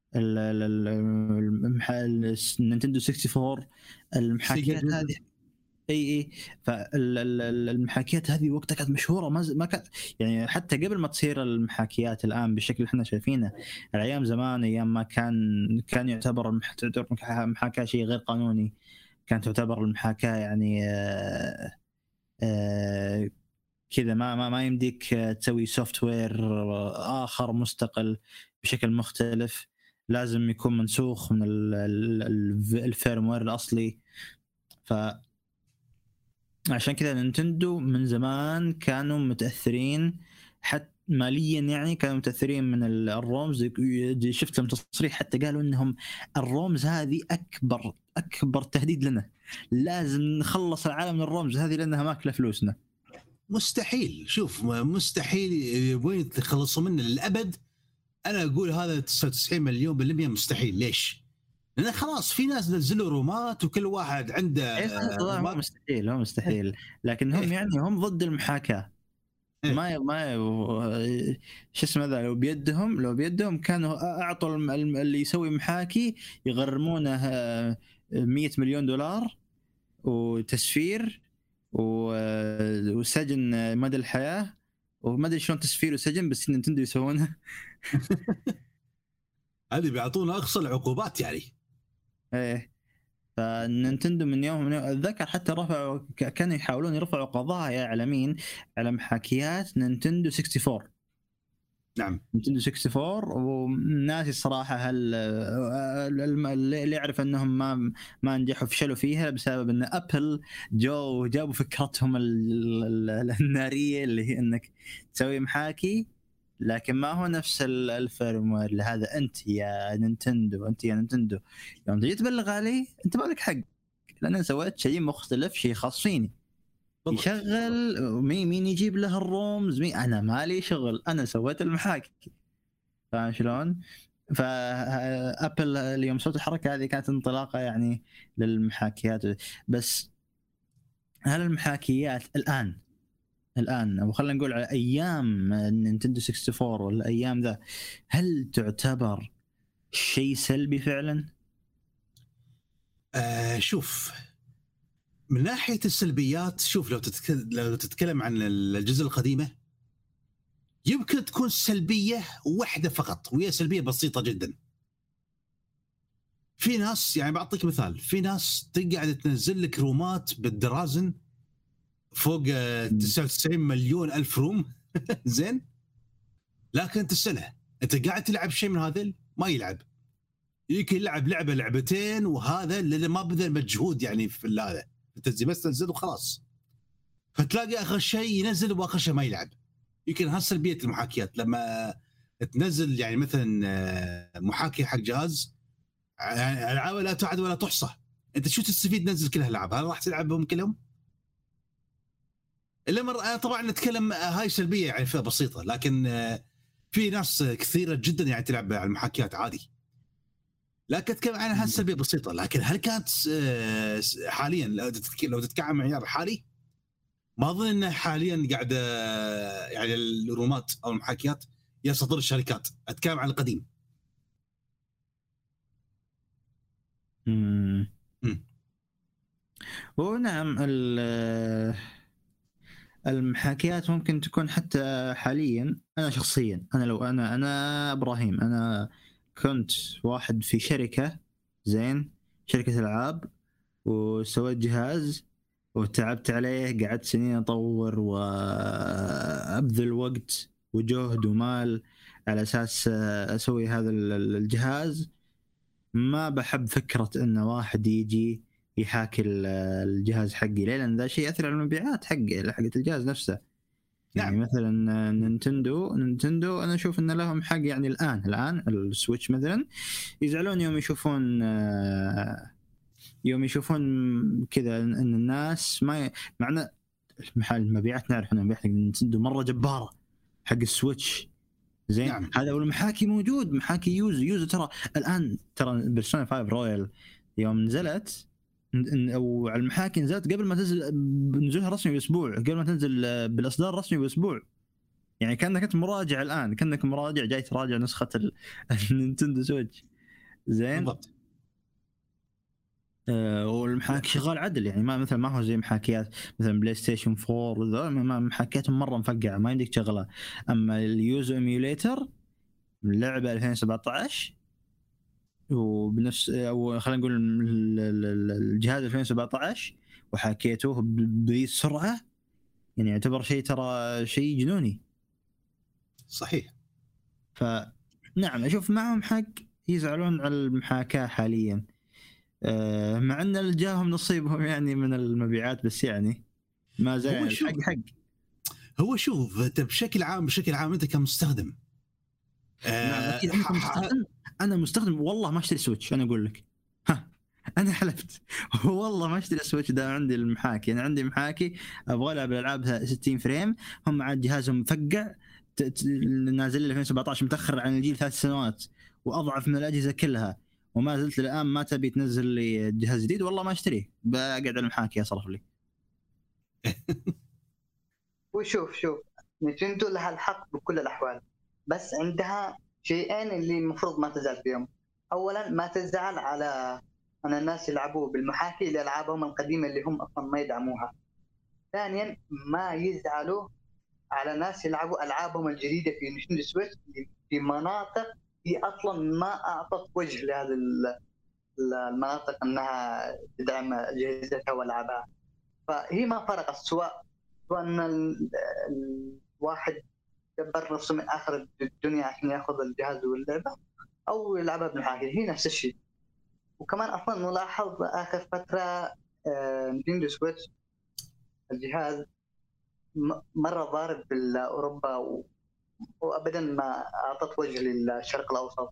النينتندو أربعة وستين، المحاكيات هذه. اي اي فالمحاكيات هذه وقتها كانت مشهوره، ما ما كان يعني حتى قبل ما تصير المحاكيات الان بالشكل اللي احنا شايفينه. الايام زمان، ايام ما كان كان يعتبر المحاكاه شيء غير قانوني، كانت تعتبر المحاكاه يعني آه آه كذا ما ما ما يمديك تسوي سوفت وير اخر مستقل بشكل مختلف، لازم يكون منسوخ من الفيرموير الاصلي. ف عشان كذا نينتندو من زمان كانوا متاثرين حتى ماليا، يعني كانوا متاثرين من الرومز. شفت لهم تصريح حتى قالوا انهم الرومز هذه اكبر اكبر تهديد لنا، لازم نخلص العالم من الرومز هذه لانها ماكله فلوسنا.
مستحيل، شوف مستحيل وين تخلصوا منه للابد. انا اقول هذا تسعة وتسعين مليون بالمية مستحيل. ليش؟ لأن خلاص في ناس نزلوا رومات وكل واحد عنده
إيه رومات. مستحيل هو مستحيل لكن هم يعني هم ضد المحاكاة. ما ما شو اسمه ذا، لو بيدهم لو بيدهم كانوا أعطوا اللي يسوي محاكي يغرمونه مية مليون دولار وتسفير وسجن مدى الحياة، وما أدري شلون تسفير وسجن، بس نينتندو يسوونها.
هذه بيعطونا أقصى العقوبات يعني.
ايه فنينتندو من يوم من يوم اتذكر حتى رفعوا كانوا يحاولون يرفعوا قضايا على مين، على محاكيات نينتندو أربعة وستين.
نعم
نينتندو أربعة وستين. والناس الصراحه هل اللي يعرف انهم ما ما نجحوا فشلوا فيها بسبب ان ابل جو جابوا فكرتهم الناريه اللي هي انك تسوي محاكي لكن ما هو نفس الفيرموير. لهذا انت يا نينتندو انت يا نينتندو يوم تجي تبلغ علي انت مالك حق، لان انا سويت شيء مختلف، شيء خاص فيني. يشغل مين مين يجيب له الرومز، مين، انا مالي شغل، انا سويت المحاكي. فاهم شلون؟ فابل اليوم سوت الحركه هذه كانت انطلاقه يعني للمحاكيات. بس هل المحاكيات الان الآن أو خلينا نقول على أيام نينتندو أربعة وستين ولا أيام ذا، هل تعتبر شيء سلبي فعلا؟
آه شوف من ناحية السلبيات، شوف لو تتكلم لو تتكلم عن الجزء القديمة يمكن تكون سلبية واحدة فقط، وهي سلبية بسيطة جدا. في ناس يعني بعطيك مثال، في ناس تقعد تنزل لك رومات بالدرازن فوق تسعة وتسعين مليون ألف روم زين، لكن تسأله أنت قاعد تلعب شيء من هذا؟ ما يلعب، يمكن يلعب لعبة لعبتين وهذا اللي ما بذل مجهود يعني في هذا، أنت بس تنزل وخلاص. فتلاقي آخر شيء ينزل وآخر شيء ما يلعب. يمكن هالسلبية المحاكيات لما تنزل يعني مثلا محاكي حق جهاز ألعاب لا تعد ولا تحصى، أنت شو تستفيد نزل كل هالألعاب؟ هل راح تلعبهم كلهم؟ إلا مرة طبعا نتكلم هاي سلبية يعني فيها بسيطة، لكن في ناس كثيرة جدا يعني تلعب على المحاكيات عادي، لكن تتكلم عنها سلبية بسيطة. لكن هل كانت حاليا لو تتكلم معيار حالي، ما أظن أن حاليا قاعدة يعني الرومات أو المحاكيات يصدر الشركات. أتكلم عن القديم.
امم ونعم المحاكيات ممكن تكون حتى حاليا. انا شخصيا انا لو انا انا ابراهيم انا كنت واحد في شركه زين، شركه العاب، وسويت جهاز وتعبت عليه، قعدت سنين اطور وابذل وقت وجهد ومال على اساس اسوي هذا الجهاز. ما بحب فكره ان واحد يجي يحاكي الجهاز حقي، لأن ذا شيء يأثر على المبيعات حقه حقة الجهاز نفسه. يعني نعم. مثلا نينتندو نينتندو أنا أشوف إن لهم حق يعني الآن الآن السويتش مثلا يزعلون يوم يشوفون يوم يشوفون كذا إن الناس ما ي... معنا محل المبيعات، نعرف إن مبيعات نينتندو مرة جبارة حق السويتش زين. نعم. هذا والمحاكي موجود، محاكي يوز يوز ترى الآن ترى بيرسونا خمسة رويال يوم نزلت او على المحاكي نزلت قبل ما تنزل نزولها رسمي باسبوع، قبل ما تنزل بالاصدار الرسمي باسبوع. يعني كانك انت مراجع الان، كانك مراجع جاي تراجع نسخه النينتندو سويتش. زين
بالضبط.
آه والمحاكي شغال عدل، يعني ما مثل ما هو زي محاكيات مثلا بلاي ستيشن فور، ذول محاكياتهم مره مفقعه ما يمديك تشغلها. اما اليوزو ايميوليتر من لعبه ألفين وسبعة عشر وبنفس او خلينا نقول الجهاز ألفين وسبعة عشر وحكيتوه بذي السرعه، يعني يعتبر شيء ترى شيء جنوني.
صحيح.
فنعم اشوف معهم حق يزعلون على المحاكاه حاليا، أه مع ان جاهم نصيبهم يعني من المبيعات، بس يعني ما زال يعني الحق حق.
هو شوف انت بشكل عام بشكل عام انت كمستخدم
نعم اكيد انت مستخدم. انا مستخدم والله ما اشتري سويتش، انا اقول لك ها انا حلفت والله ما اشتري سويتش ده عندي المحاكي. انا عندي محاكي ابغى العب العابها ستين فريم، هم عاد جهازهم مفقع نازل لي ألفين وسبعة عشر متاخر عن الجيل ثلاث سنوات واضعف من الاجهزه كلها، وما زلت الان ما تبي تنزل لي جهاز جديد، والله ما اشتريه، بقعد على المحاكي اصرف لي.
وشوف شوف نينتندو لها الحق بكل الاحوال، بس عندها شيئين اللي المفروض ما تزعل فيهم. اولا ما تزعل على ان الناس يلعبوا بالمحاكي لالعابهم القديمه اللي هم اصلا ما يدعموها. ثانيا ما يزعلوا على ناس يلعبوا العابهم الجديده في نينتندو سويتش في مناطق هي اصلا ما اعطت وجه لهذه المناطق انها تدعم اجهزتها والعابها. فهي ما فرقت، سواء سواء ان الواحد جبر نفسه من اخر الدنيا عشان ياخذ الجهاز واللعبه او يلعبها بالمحاكي، هي نفس الشيء. وكمان اصلا نلاحظ اخر فتره نينتندو سويتش الجهاز مره ضارب باوروبا وابدا ما اعطت وجه للشرق الاوسط.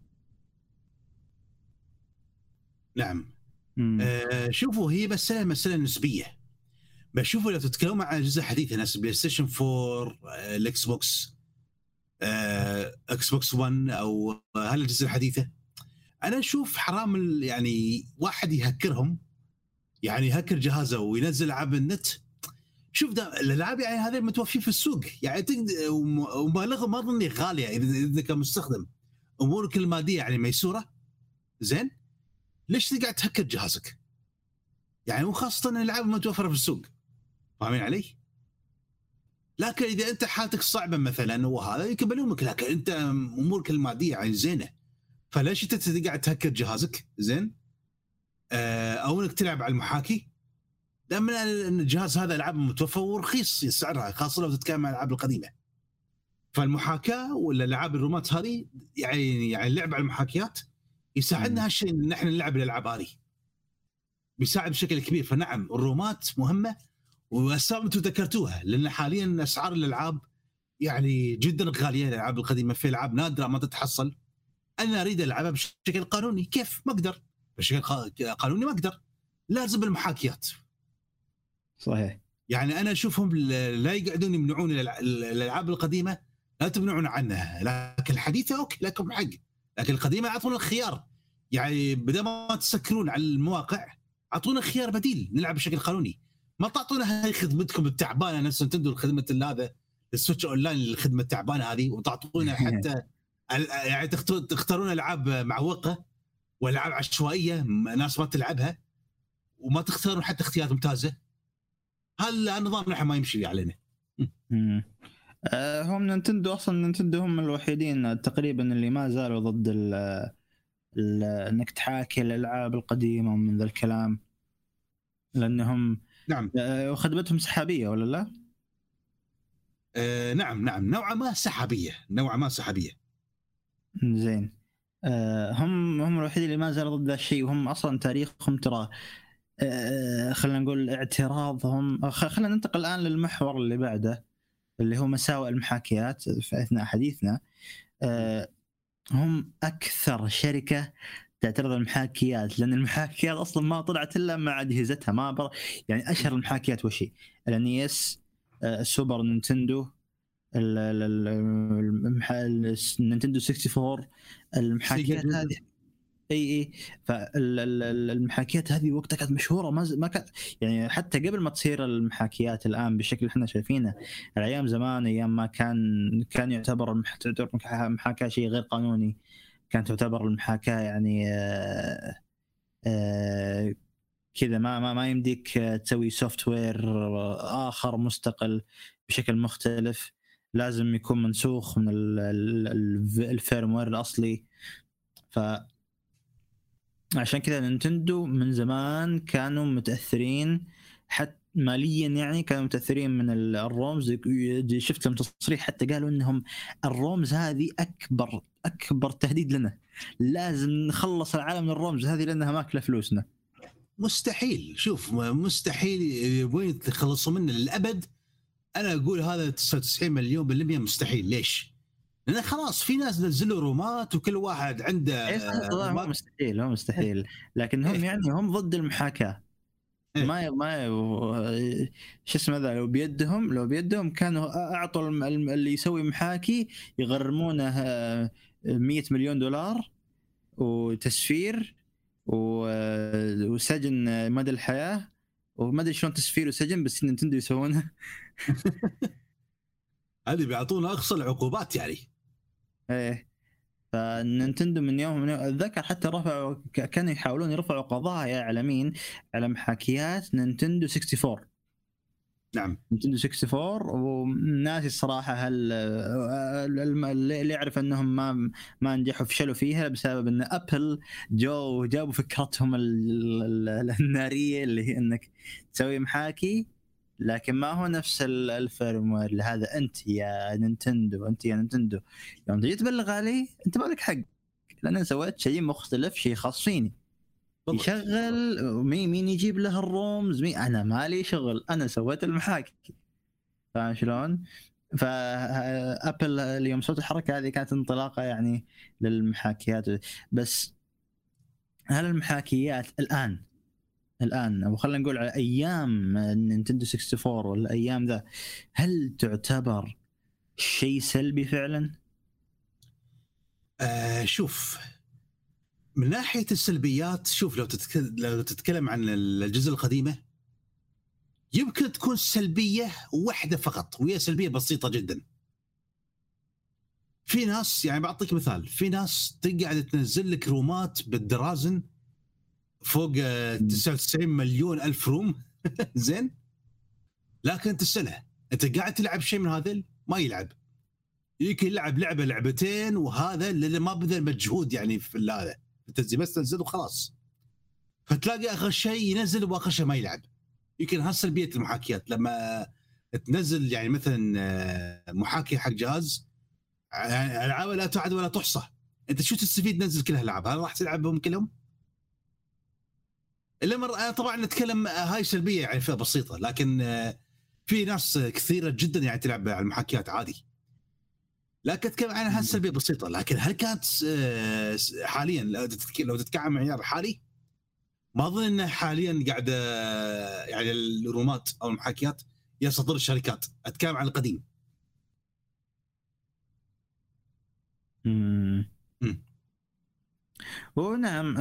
نعم. آه شوفوا هي بس مساله نسبيه. بشوفوا لو تتكلموا عن اجهزه حديثه ناس بلاي ستيشن فور، آه الاكس بوكس، آه اكس بوكس ون او هالاجهزه الحديثه، انا اشوف حرام يعني واحد يهكرهم، يعني يهكر جهازه وينزل العاب النت. شوف ده الالعاب يعني هذه متوفيه في السوق، يعني تقدر ومبالغه ما اظني غاليه اذا كمستخدم امورك الماديه يعني ميسوره. زين ليش تقعد تهكر جهازك؟ يعني وخاصه ان الالعاب متوفره في السوق، فاهمين علي؟ لكن اذا انت حالتك صعبه مثلا وهذا يمكن بلومك، لكن انت امورك الماديه يعني زينه، فليش انت تقعد تهكر جهازك؟ زين آه او انك تلعب على المحاكي، دائما ان الجهاز هذا العاب متوفر ورخيص سعرها، خاصه لو تتكلم عن الالعاب القديمه. فالمحاكاه ولا الالعاب الرومات هذه يعني يعني اللعب على المحاكيات يساعدنا هالشيء ان احنا نلعب الالعاب هذه، بيساعد بشكل كبير. فنعم الرومات مهمه، والاسباب انتم ذكرتوها، لان حاليا اسعار الالعاب يعني جدا غاليه. الالعاب القديمه في العاب نادره ما تتحصل، انا اريد العبها بشكل قانوني، كيف ما اقدر بشكل قانوني؟ ما اقدر، لازم المحاكيات.
صحيح.
يعني انا اشوفهم لا يقعدون يمنعون الالعاب القديمه، لا تمنعون عنها، لكن الحديثه اوكي لكم حق، لكن القديمه اعطونا الخيار. يعني بدل ما تسكرون على المواقع اعطونا خيار بديل نلعب بشكل قانوني، ما تعطونا هاي خدمتكم التعبانه نفس نتندو الخدمه هذا السويتش اونلاين الخدمه التعبانه هذه، وتعطونا حتى يعني تختارون العاب معوقه والعاب عشوائيه ناس ما تلعبها، وما تختارون حتى اختيارات ممتازه. هذا النظام نحن ما يمشي علينا.
أه هم نينتندو اصلا نينتندو هم الوحيدين تقريبا اللي ما زالوا ضد ال ال انك تحاكي الالعاب القديمه ومن ذا الكلام، لانهم
نعم
أه خدمتهم سحابيه ولا لا؟
أه نعم نعم نوعا ما سحابيه، نوعا ما سحابيه.
زين أه هم هم الوحيدين اللي ما زالوا ضد الشيء، وهم اصلا تاريخهم ترى أه خلينا نقول اعتراضهم. خلينا ننتقل الان للمحور اللي بعده اللي هو مساوئ المحاكيات في اثناء حديثنا. أه هم اكثر شركه تعترض المحاكيات، لان المحاكيات اصلا ما طلعت الا مع اجهزتها، ما بر... يعني اشهر المحاكيات وشي الانيس، السوبر نينتندو، النينتندو أربعة وستين، المحاكيات هذه اي اي فالمحاكيات هذه وقتها كانت مشهوره، ما ز- ما كان يعني حتى قبل ما تصير المحاكيات الان بالشكل اللي احنا شايفينه. الايام زمان، ايام ما كان كان يعتبر المح- تعتبر المحاكاه شيء غير قانوني، كانت تعتبر المحاكاه يعني آه، آه، كذا ما ما ما يمديك آه، تسوي سوفت وير اخر مستقل بشكل مختلف، لازم يكون منسوخ من الفيرم وير الاصلي. ف عشان كذا نينتندو من زمان كانوا متاثرين حتى ماليا، يعني كانوا متاثرين من ال- الرومز. شفت لهم تصريح حتى قالوا انهم الرومز هذه اكبر اكبر تهديد لنا، لازم نخلص العالم من الرومز هذه لانها ماكله فلوسنا.
مستحيل، شوف مستحيل وين تخلصوا منه للابد. انا اقول هذا تسعة وتسعين مليون بالمية مستحيل. ليش؟ لان خلاص في ناس نزلوا رومات وكل واحد عنده
اي صحيح طبعا، هو
رومات.
مستحيل هو مستحيل لكن هم
إيه.
يعني هم ضد المحاكاه.
إيه.
ما ما شو اسمه ذا، لو بيدهم لو بيدهم كانوا اعطوا الم- الم- اللي يسوي محاكي يغرمونه آه، مية مليون دولار وتسفير و- وسجن مدى الحياه، وما ادري شلون تسفير وسجن، بس نينتندو يسوونها.
هذه بيعطونا اقصى العقوبات يعني.
ايه فنينتندو من يوم من يوم اتذكر حتى رفعوا ك- كانوا يحاولون يرفعوا قضايا على مين؟ على محاكيات نينتندو أربعة وستين.
نعم.
نينتندو أربعة وستين والناس الصراحه هل اللي يعرف انهم ما ما نجحوا فشلوا فيها بسبب ان ابل جو جابوا فكرتهم ال- ال- الناريه اللي هي انك تسوي محاكي، لكن ما هو نفس ال- الفيرموير. هذا انت يا نينتندو، انت يا نينتندو يوم تجي تبلغ عليه انت مالك حق، لان انا سويت شيء مختلف، شيء خاص فيني.
بالضبط.
يشغل مين مين يجيب له الرومز، مين، انا مالي شغل، انا سويت المحاكي. فاهم شلون؟ فابل اليوم سوت الحركه هذه كانت انطلاقه يعني للمحاكيات. بس هل المحاكيات الان الان او خلينا نقول على ايام نينتندو أربعة وستين ولا ايام ذا، هل تعتبر شيء سلبي فعلا؟
آه شوف، من ناحيه السلبيات، شوف لو تتكلم لو تتكلم عن الجزء القديمه يمكن تكون سلبيه واحده فقط، وهي سلبيه بسيطه جدا. في ناس يعني بعطيك مثال، في ناس تقعد تنزل لك رومات بالدرازن فوق تسعة وتسعين مليون الف روم زين، لكن تسألها انت قاعد تلعب شيء من هذا؟ ما يلعب، يمكن يلعب لعبه لعبتين، وهذا اللي ما بذل مجهود يعني في هذا التنزيل، بس تنزل وخلاص. فتلاقي اخر شيء ينزل واخر شيء ما يلعب. يمكن هالسلبيه المحاكيات لما تنزل يعني مثلا محاكي حق جهاز، العاب لا تعد ولا تحصى. انت شو تستفيد ننزل كل هالالعاب؟ هل راح تلعبهم كلهم؟ الا مر... طبعا نتكلم هاي سلبيه يعني فيها بسيطه، لكن في ناس كثيره جدا يعني تلعب على المحاكيات عادي. لكن اتكلم عنها سلبيه بسيطه. لكن هل كانت حاليا لو تتكلم معيار حالي، ما اظن انه حاليا قاعده يعني الرومات او المحاكيات يصدر الشركات. اتكلم عن القديم.
امم ونعم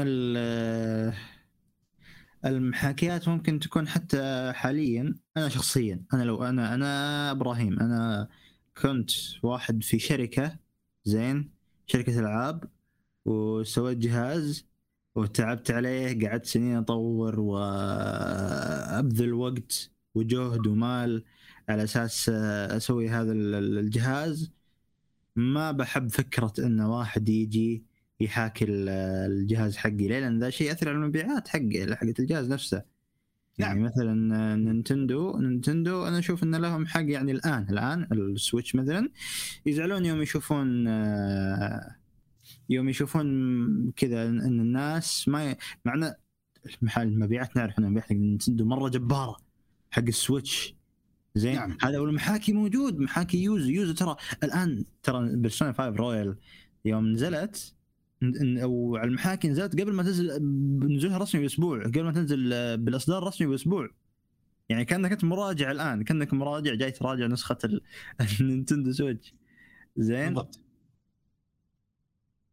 المحاكيات ممكن تكون حتى حاليا. انا شخصيا انا لو انا انا ابراهيم، انا كنت واحد في شركه، زين، شركه العاب، وسويت جهاز وتعبت عليه، قعدت سنين اطور وابذل وقت وجهد ومال على اساس اسوي هذا الجهاز. ما بحب فكره ان واحد يجي يحاكي الجهاز حقي، ليه؟ لان ذا شيء ياثر على المبيعات حقه حقت الجهاز نفسه. يعني
نعم.
مثلا نينتندو نينتندو انا اشوف ان لهم حق، يعني الان الان السويتش مثلا يزعلون يوم يشوفون يوم يشوفون كذا ان الناس ما ي... معنى محل المبيعات، نعرف ان المبيعات حق نينتندو مره جباره حق السويتش، زين.
نعم.
هذا والمحاكي موجود، محاكي يوزو يوزو ترى الان ترى بيرسونا خمسة رويال يوم نزلت او على المحاكي نزلت قبل ما تنزل بنزولها رسمي باسبوع، قبل ما تنزل بالاصدار الرسمي باسبوع. يعني كانك انت مراجع الان، كانك مراجع جاي تراجع نسخه النينتندو سويتش، زين.
بالضبط.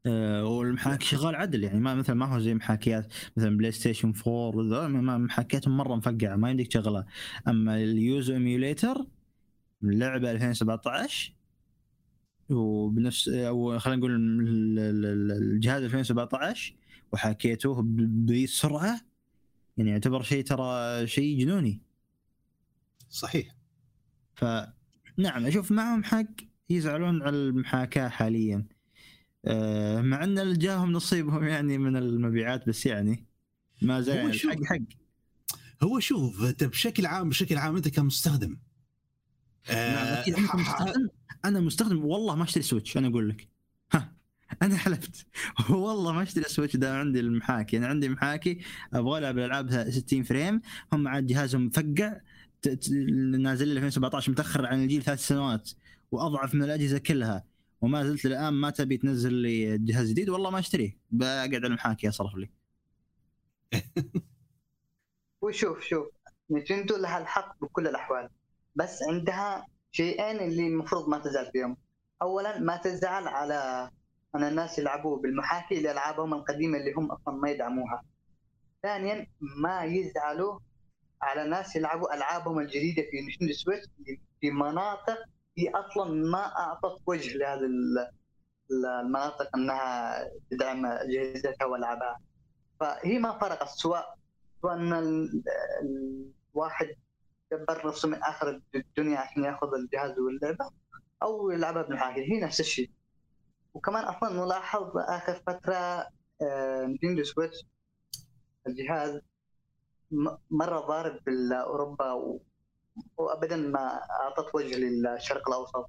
أه والمحاكي شغال عدل يعني، ما مثل ما هو زي محاكيات مثلا بلاي ستيشن فور، ذول ما- محاكياتهم مره مفقعه ما يمديك تشغلها. اما اليوزو ايميوليتر اللعبه ألفين وسبعة عشر وبنفس، او خلينا نقول ال- ال- ال- الجهاز ألفين وسبعة عشر وحكيته ب- بسرعه، يعني يعتبر شيء ترى شيء جنوني.
صحيح.
فنعم اشوف معهم حق يزعلون على المحاكاه حاليا، أه مع ان جاهم نصيبهم يعني من المبيعات، بس يعني ما زال
هو
يعني
شوف
الحق حق.
هو شوف انت بشكل عام بشكل عام انت كمستخدم
نعم
آه
اكيد انا
ح- ح-
كمستخدم، انا مستخدم والله ما اشتري سويتش، انا اقول لك ها، انا حلفت والله ما اشتري سويتش ده، عندي المحاكي، انا عندي محاكي ابغى العب الالعاب ستين فريم، هم عاد جهازهم مفقع، ت- ت- نازل لي ألفين وسبعة عشر متاخر عن الجيل ثلاث سنوات واضعف من الاجهزه كلها، وما زلت الان ما تبي تنزل لي جهاز جديد، والله ما اشتريه، بقعد على المحاكي اصرف لي.
وشوف شوف نينتندو لها الحق بكل الأحوال، بس عندها شيئين اللي المفروض ما تزعل فيهم. أولا ما تزعل على أن الناس يلعبوا بالمحاكي لألعابهم القديمة اللي هم أصلا ما يدعموها. ثانيا ما يزعلوا على ناس يلعبوا ألعابهم الجديدة في نينتندو سويتش في مناطق هي أصلا ما أعطت وجه لهذه المناطق أنها تدعم أجهزتها وألعابها. فهي ما فرقت، سواء سواء أن الواحد دبر نفسه من اخر الدنيا عشان ياخذ الجهاز واللعبه او يلعبها بالمحاكي، هي نفس الشيء. وكمان اصلا نلاحظ اخر فتره نينتندو سويتش الجهاز مره ضارب باوروبا و... وابدا ما اعطت وجه للشرق الاوسط.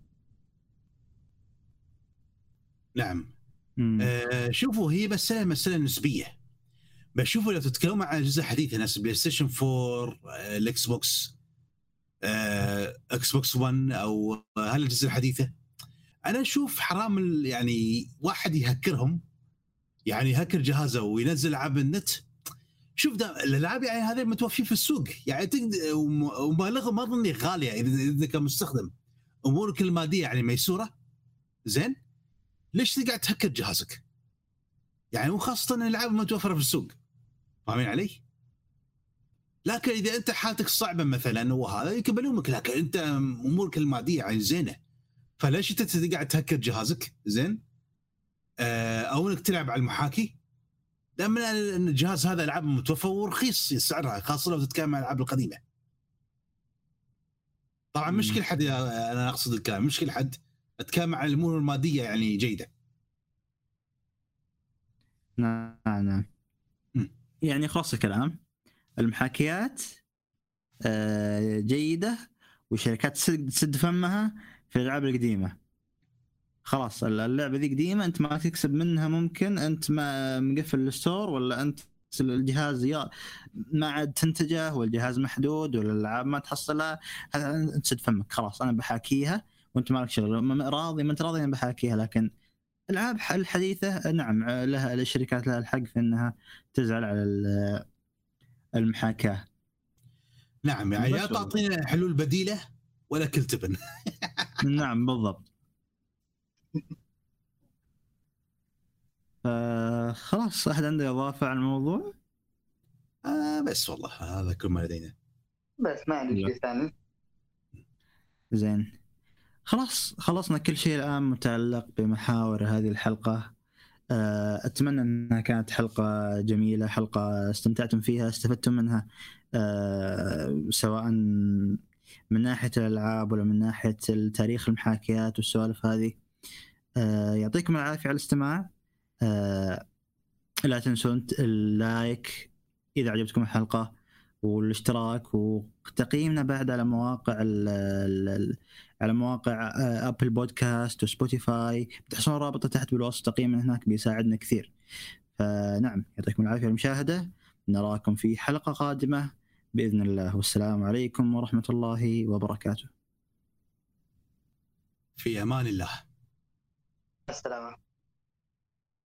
نعم.
مم.
آه شوفوا هي مسألة مسألة نسبية. بشوفوا لو تتكلموا عن أجهزة حديثة ناس بلاي ستيشن فور آه، الإكس بوكس آه، إكس بوكس ون أو هالأجهزة الحديثة، أنا أشوف حرام ال- يعني واحد يهكرهم، يعني يهكر جهازه وينزل ألعاب النت. شوف ده الألعاب يعني هذه متوفية في السوق، يعني تقدر ومبالغ ما أظني غالية إذا إذا كمستخدم أمورك المادية يعني ميسورة زين، ليش تقعد تهكر جهازك؟ يعني وخاصة ان الالعاب متوفره في السوق، فاهمين علي؟ لكن اذا انت حالتك صعبه مثلا وهذا يمكن بلومك، لكن انت امورك الماديه يعني زينه، فليش انت تقعد تهكر جهازك؟ زين؟ آه او انك تلعب على المحاكي، دائما ان الجهاز هذا العاب متوفر ورخيص سعرها، خاصه لو تتكلم عن الالعاب القديمه. طبعا مش كل حد، انا اقصد الكلام مش كل حد، اتكلم عن الامور الماديه يعني جيده.
نعم نعم.
م.
يعني خلاص الكلام، المحاكيات آه، جيدة، والشركات تسد تسد فمها في الألعاب القديمة. خلاص اللعبة ذي قديمة، أنت ما تكسب منها، ممكن أنت ما مقفل الستور، ولا أنت الجهاز يا ما عاد تنتجه، والجهاز محدود، ولا الألعاب ما تحصلها، هذا أنت تسد فمك، خلاص أنا بحاكيها وأنت مالك شغل، راضي ما أنت راضي أنا بحاكيها. لكن الألعاب الحديثة نعم لها الشركات لها الحق في أنها تزعل على المحاكاة.
نعم يعني يا
بس والله.
تعطينا حلول بديله ولا كل تبن.
نعم بالضبط. آه خلاص، أحد عنده إضافة على الموضوع؟
آه بس والله هذا كل ما لدينا.
بس ما عندي
لا.
شيء ثاني.
زين، خلاص خلصنا كل شيء الآن متعلق بمحاور هذه الحلقة. آه أتمنى أنها كانت حلقة جميلة، حلقة استمتعتم فيها، استفدتم منها، آه سواء من ناحية الألعاب ولا من ناحية تاريخ المحاكيات والسوالف هذه. آه يعطيكم العافية على الاستماع. آه لا تنسون اللايك إذا عجبتكم الحلقة، والاشتراك، وتقييمنا بعد على مواقع ال ال على مواقع أبل بودكاست وسبوتيفاي، بتحصلون رابطة تحت بالوصف، تقييم من هناك بيساعدنا كثير. فنعم يعطيكم العافية على المشاهدة، نراكم في حلقة قادمة بإذن الله، والسلام عليكم ورحمة الله وبركاته.
في امان الله.
السلامه.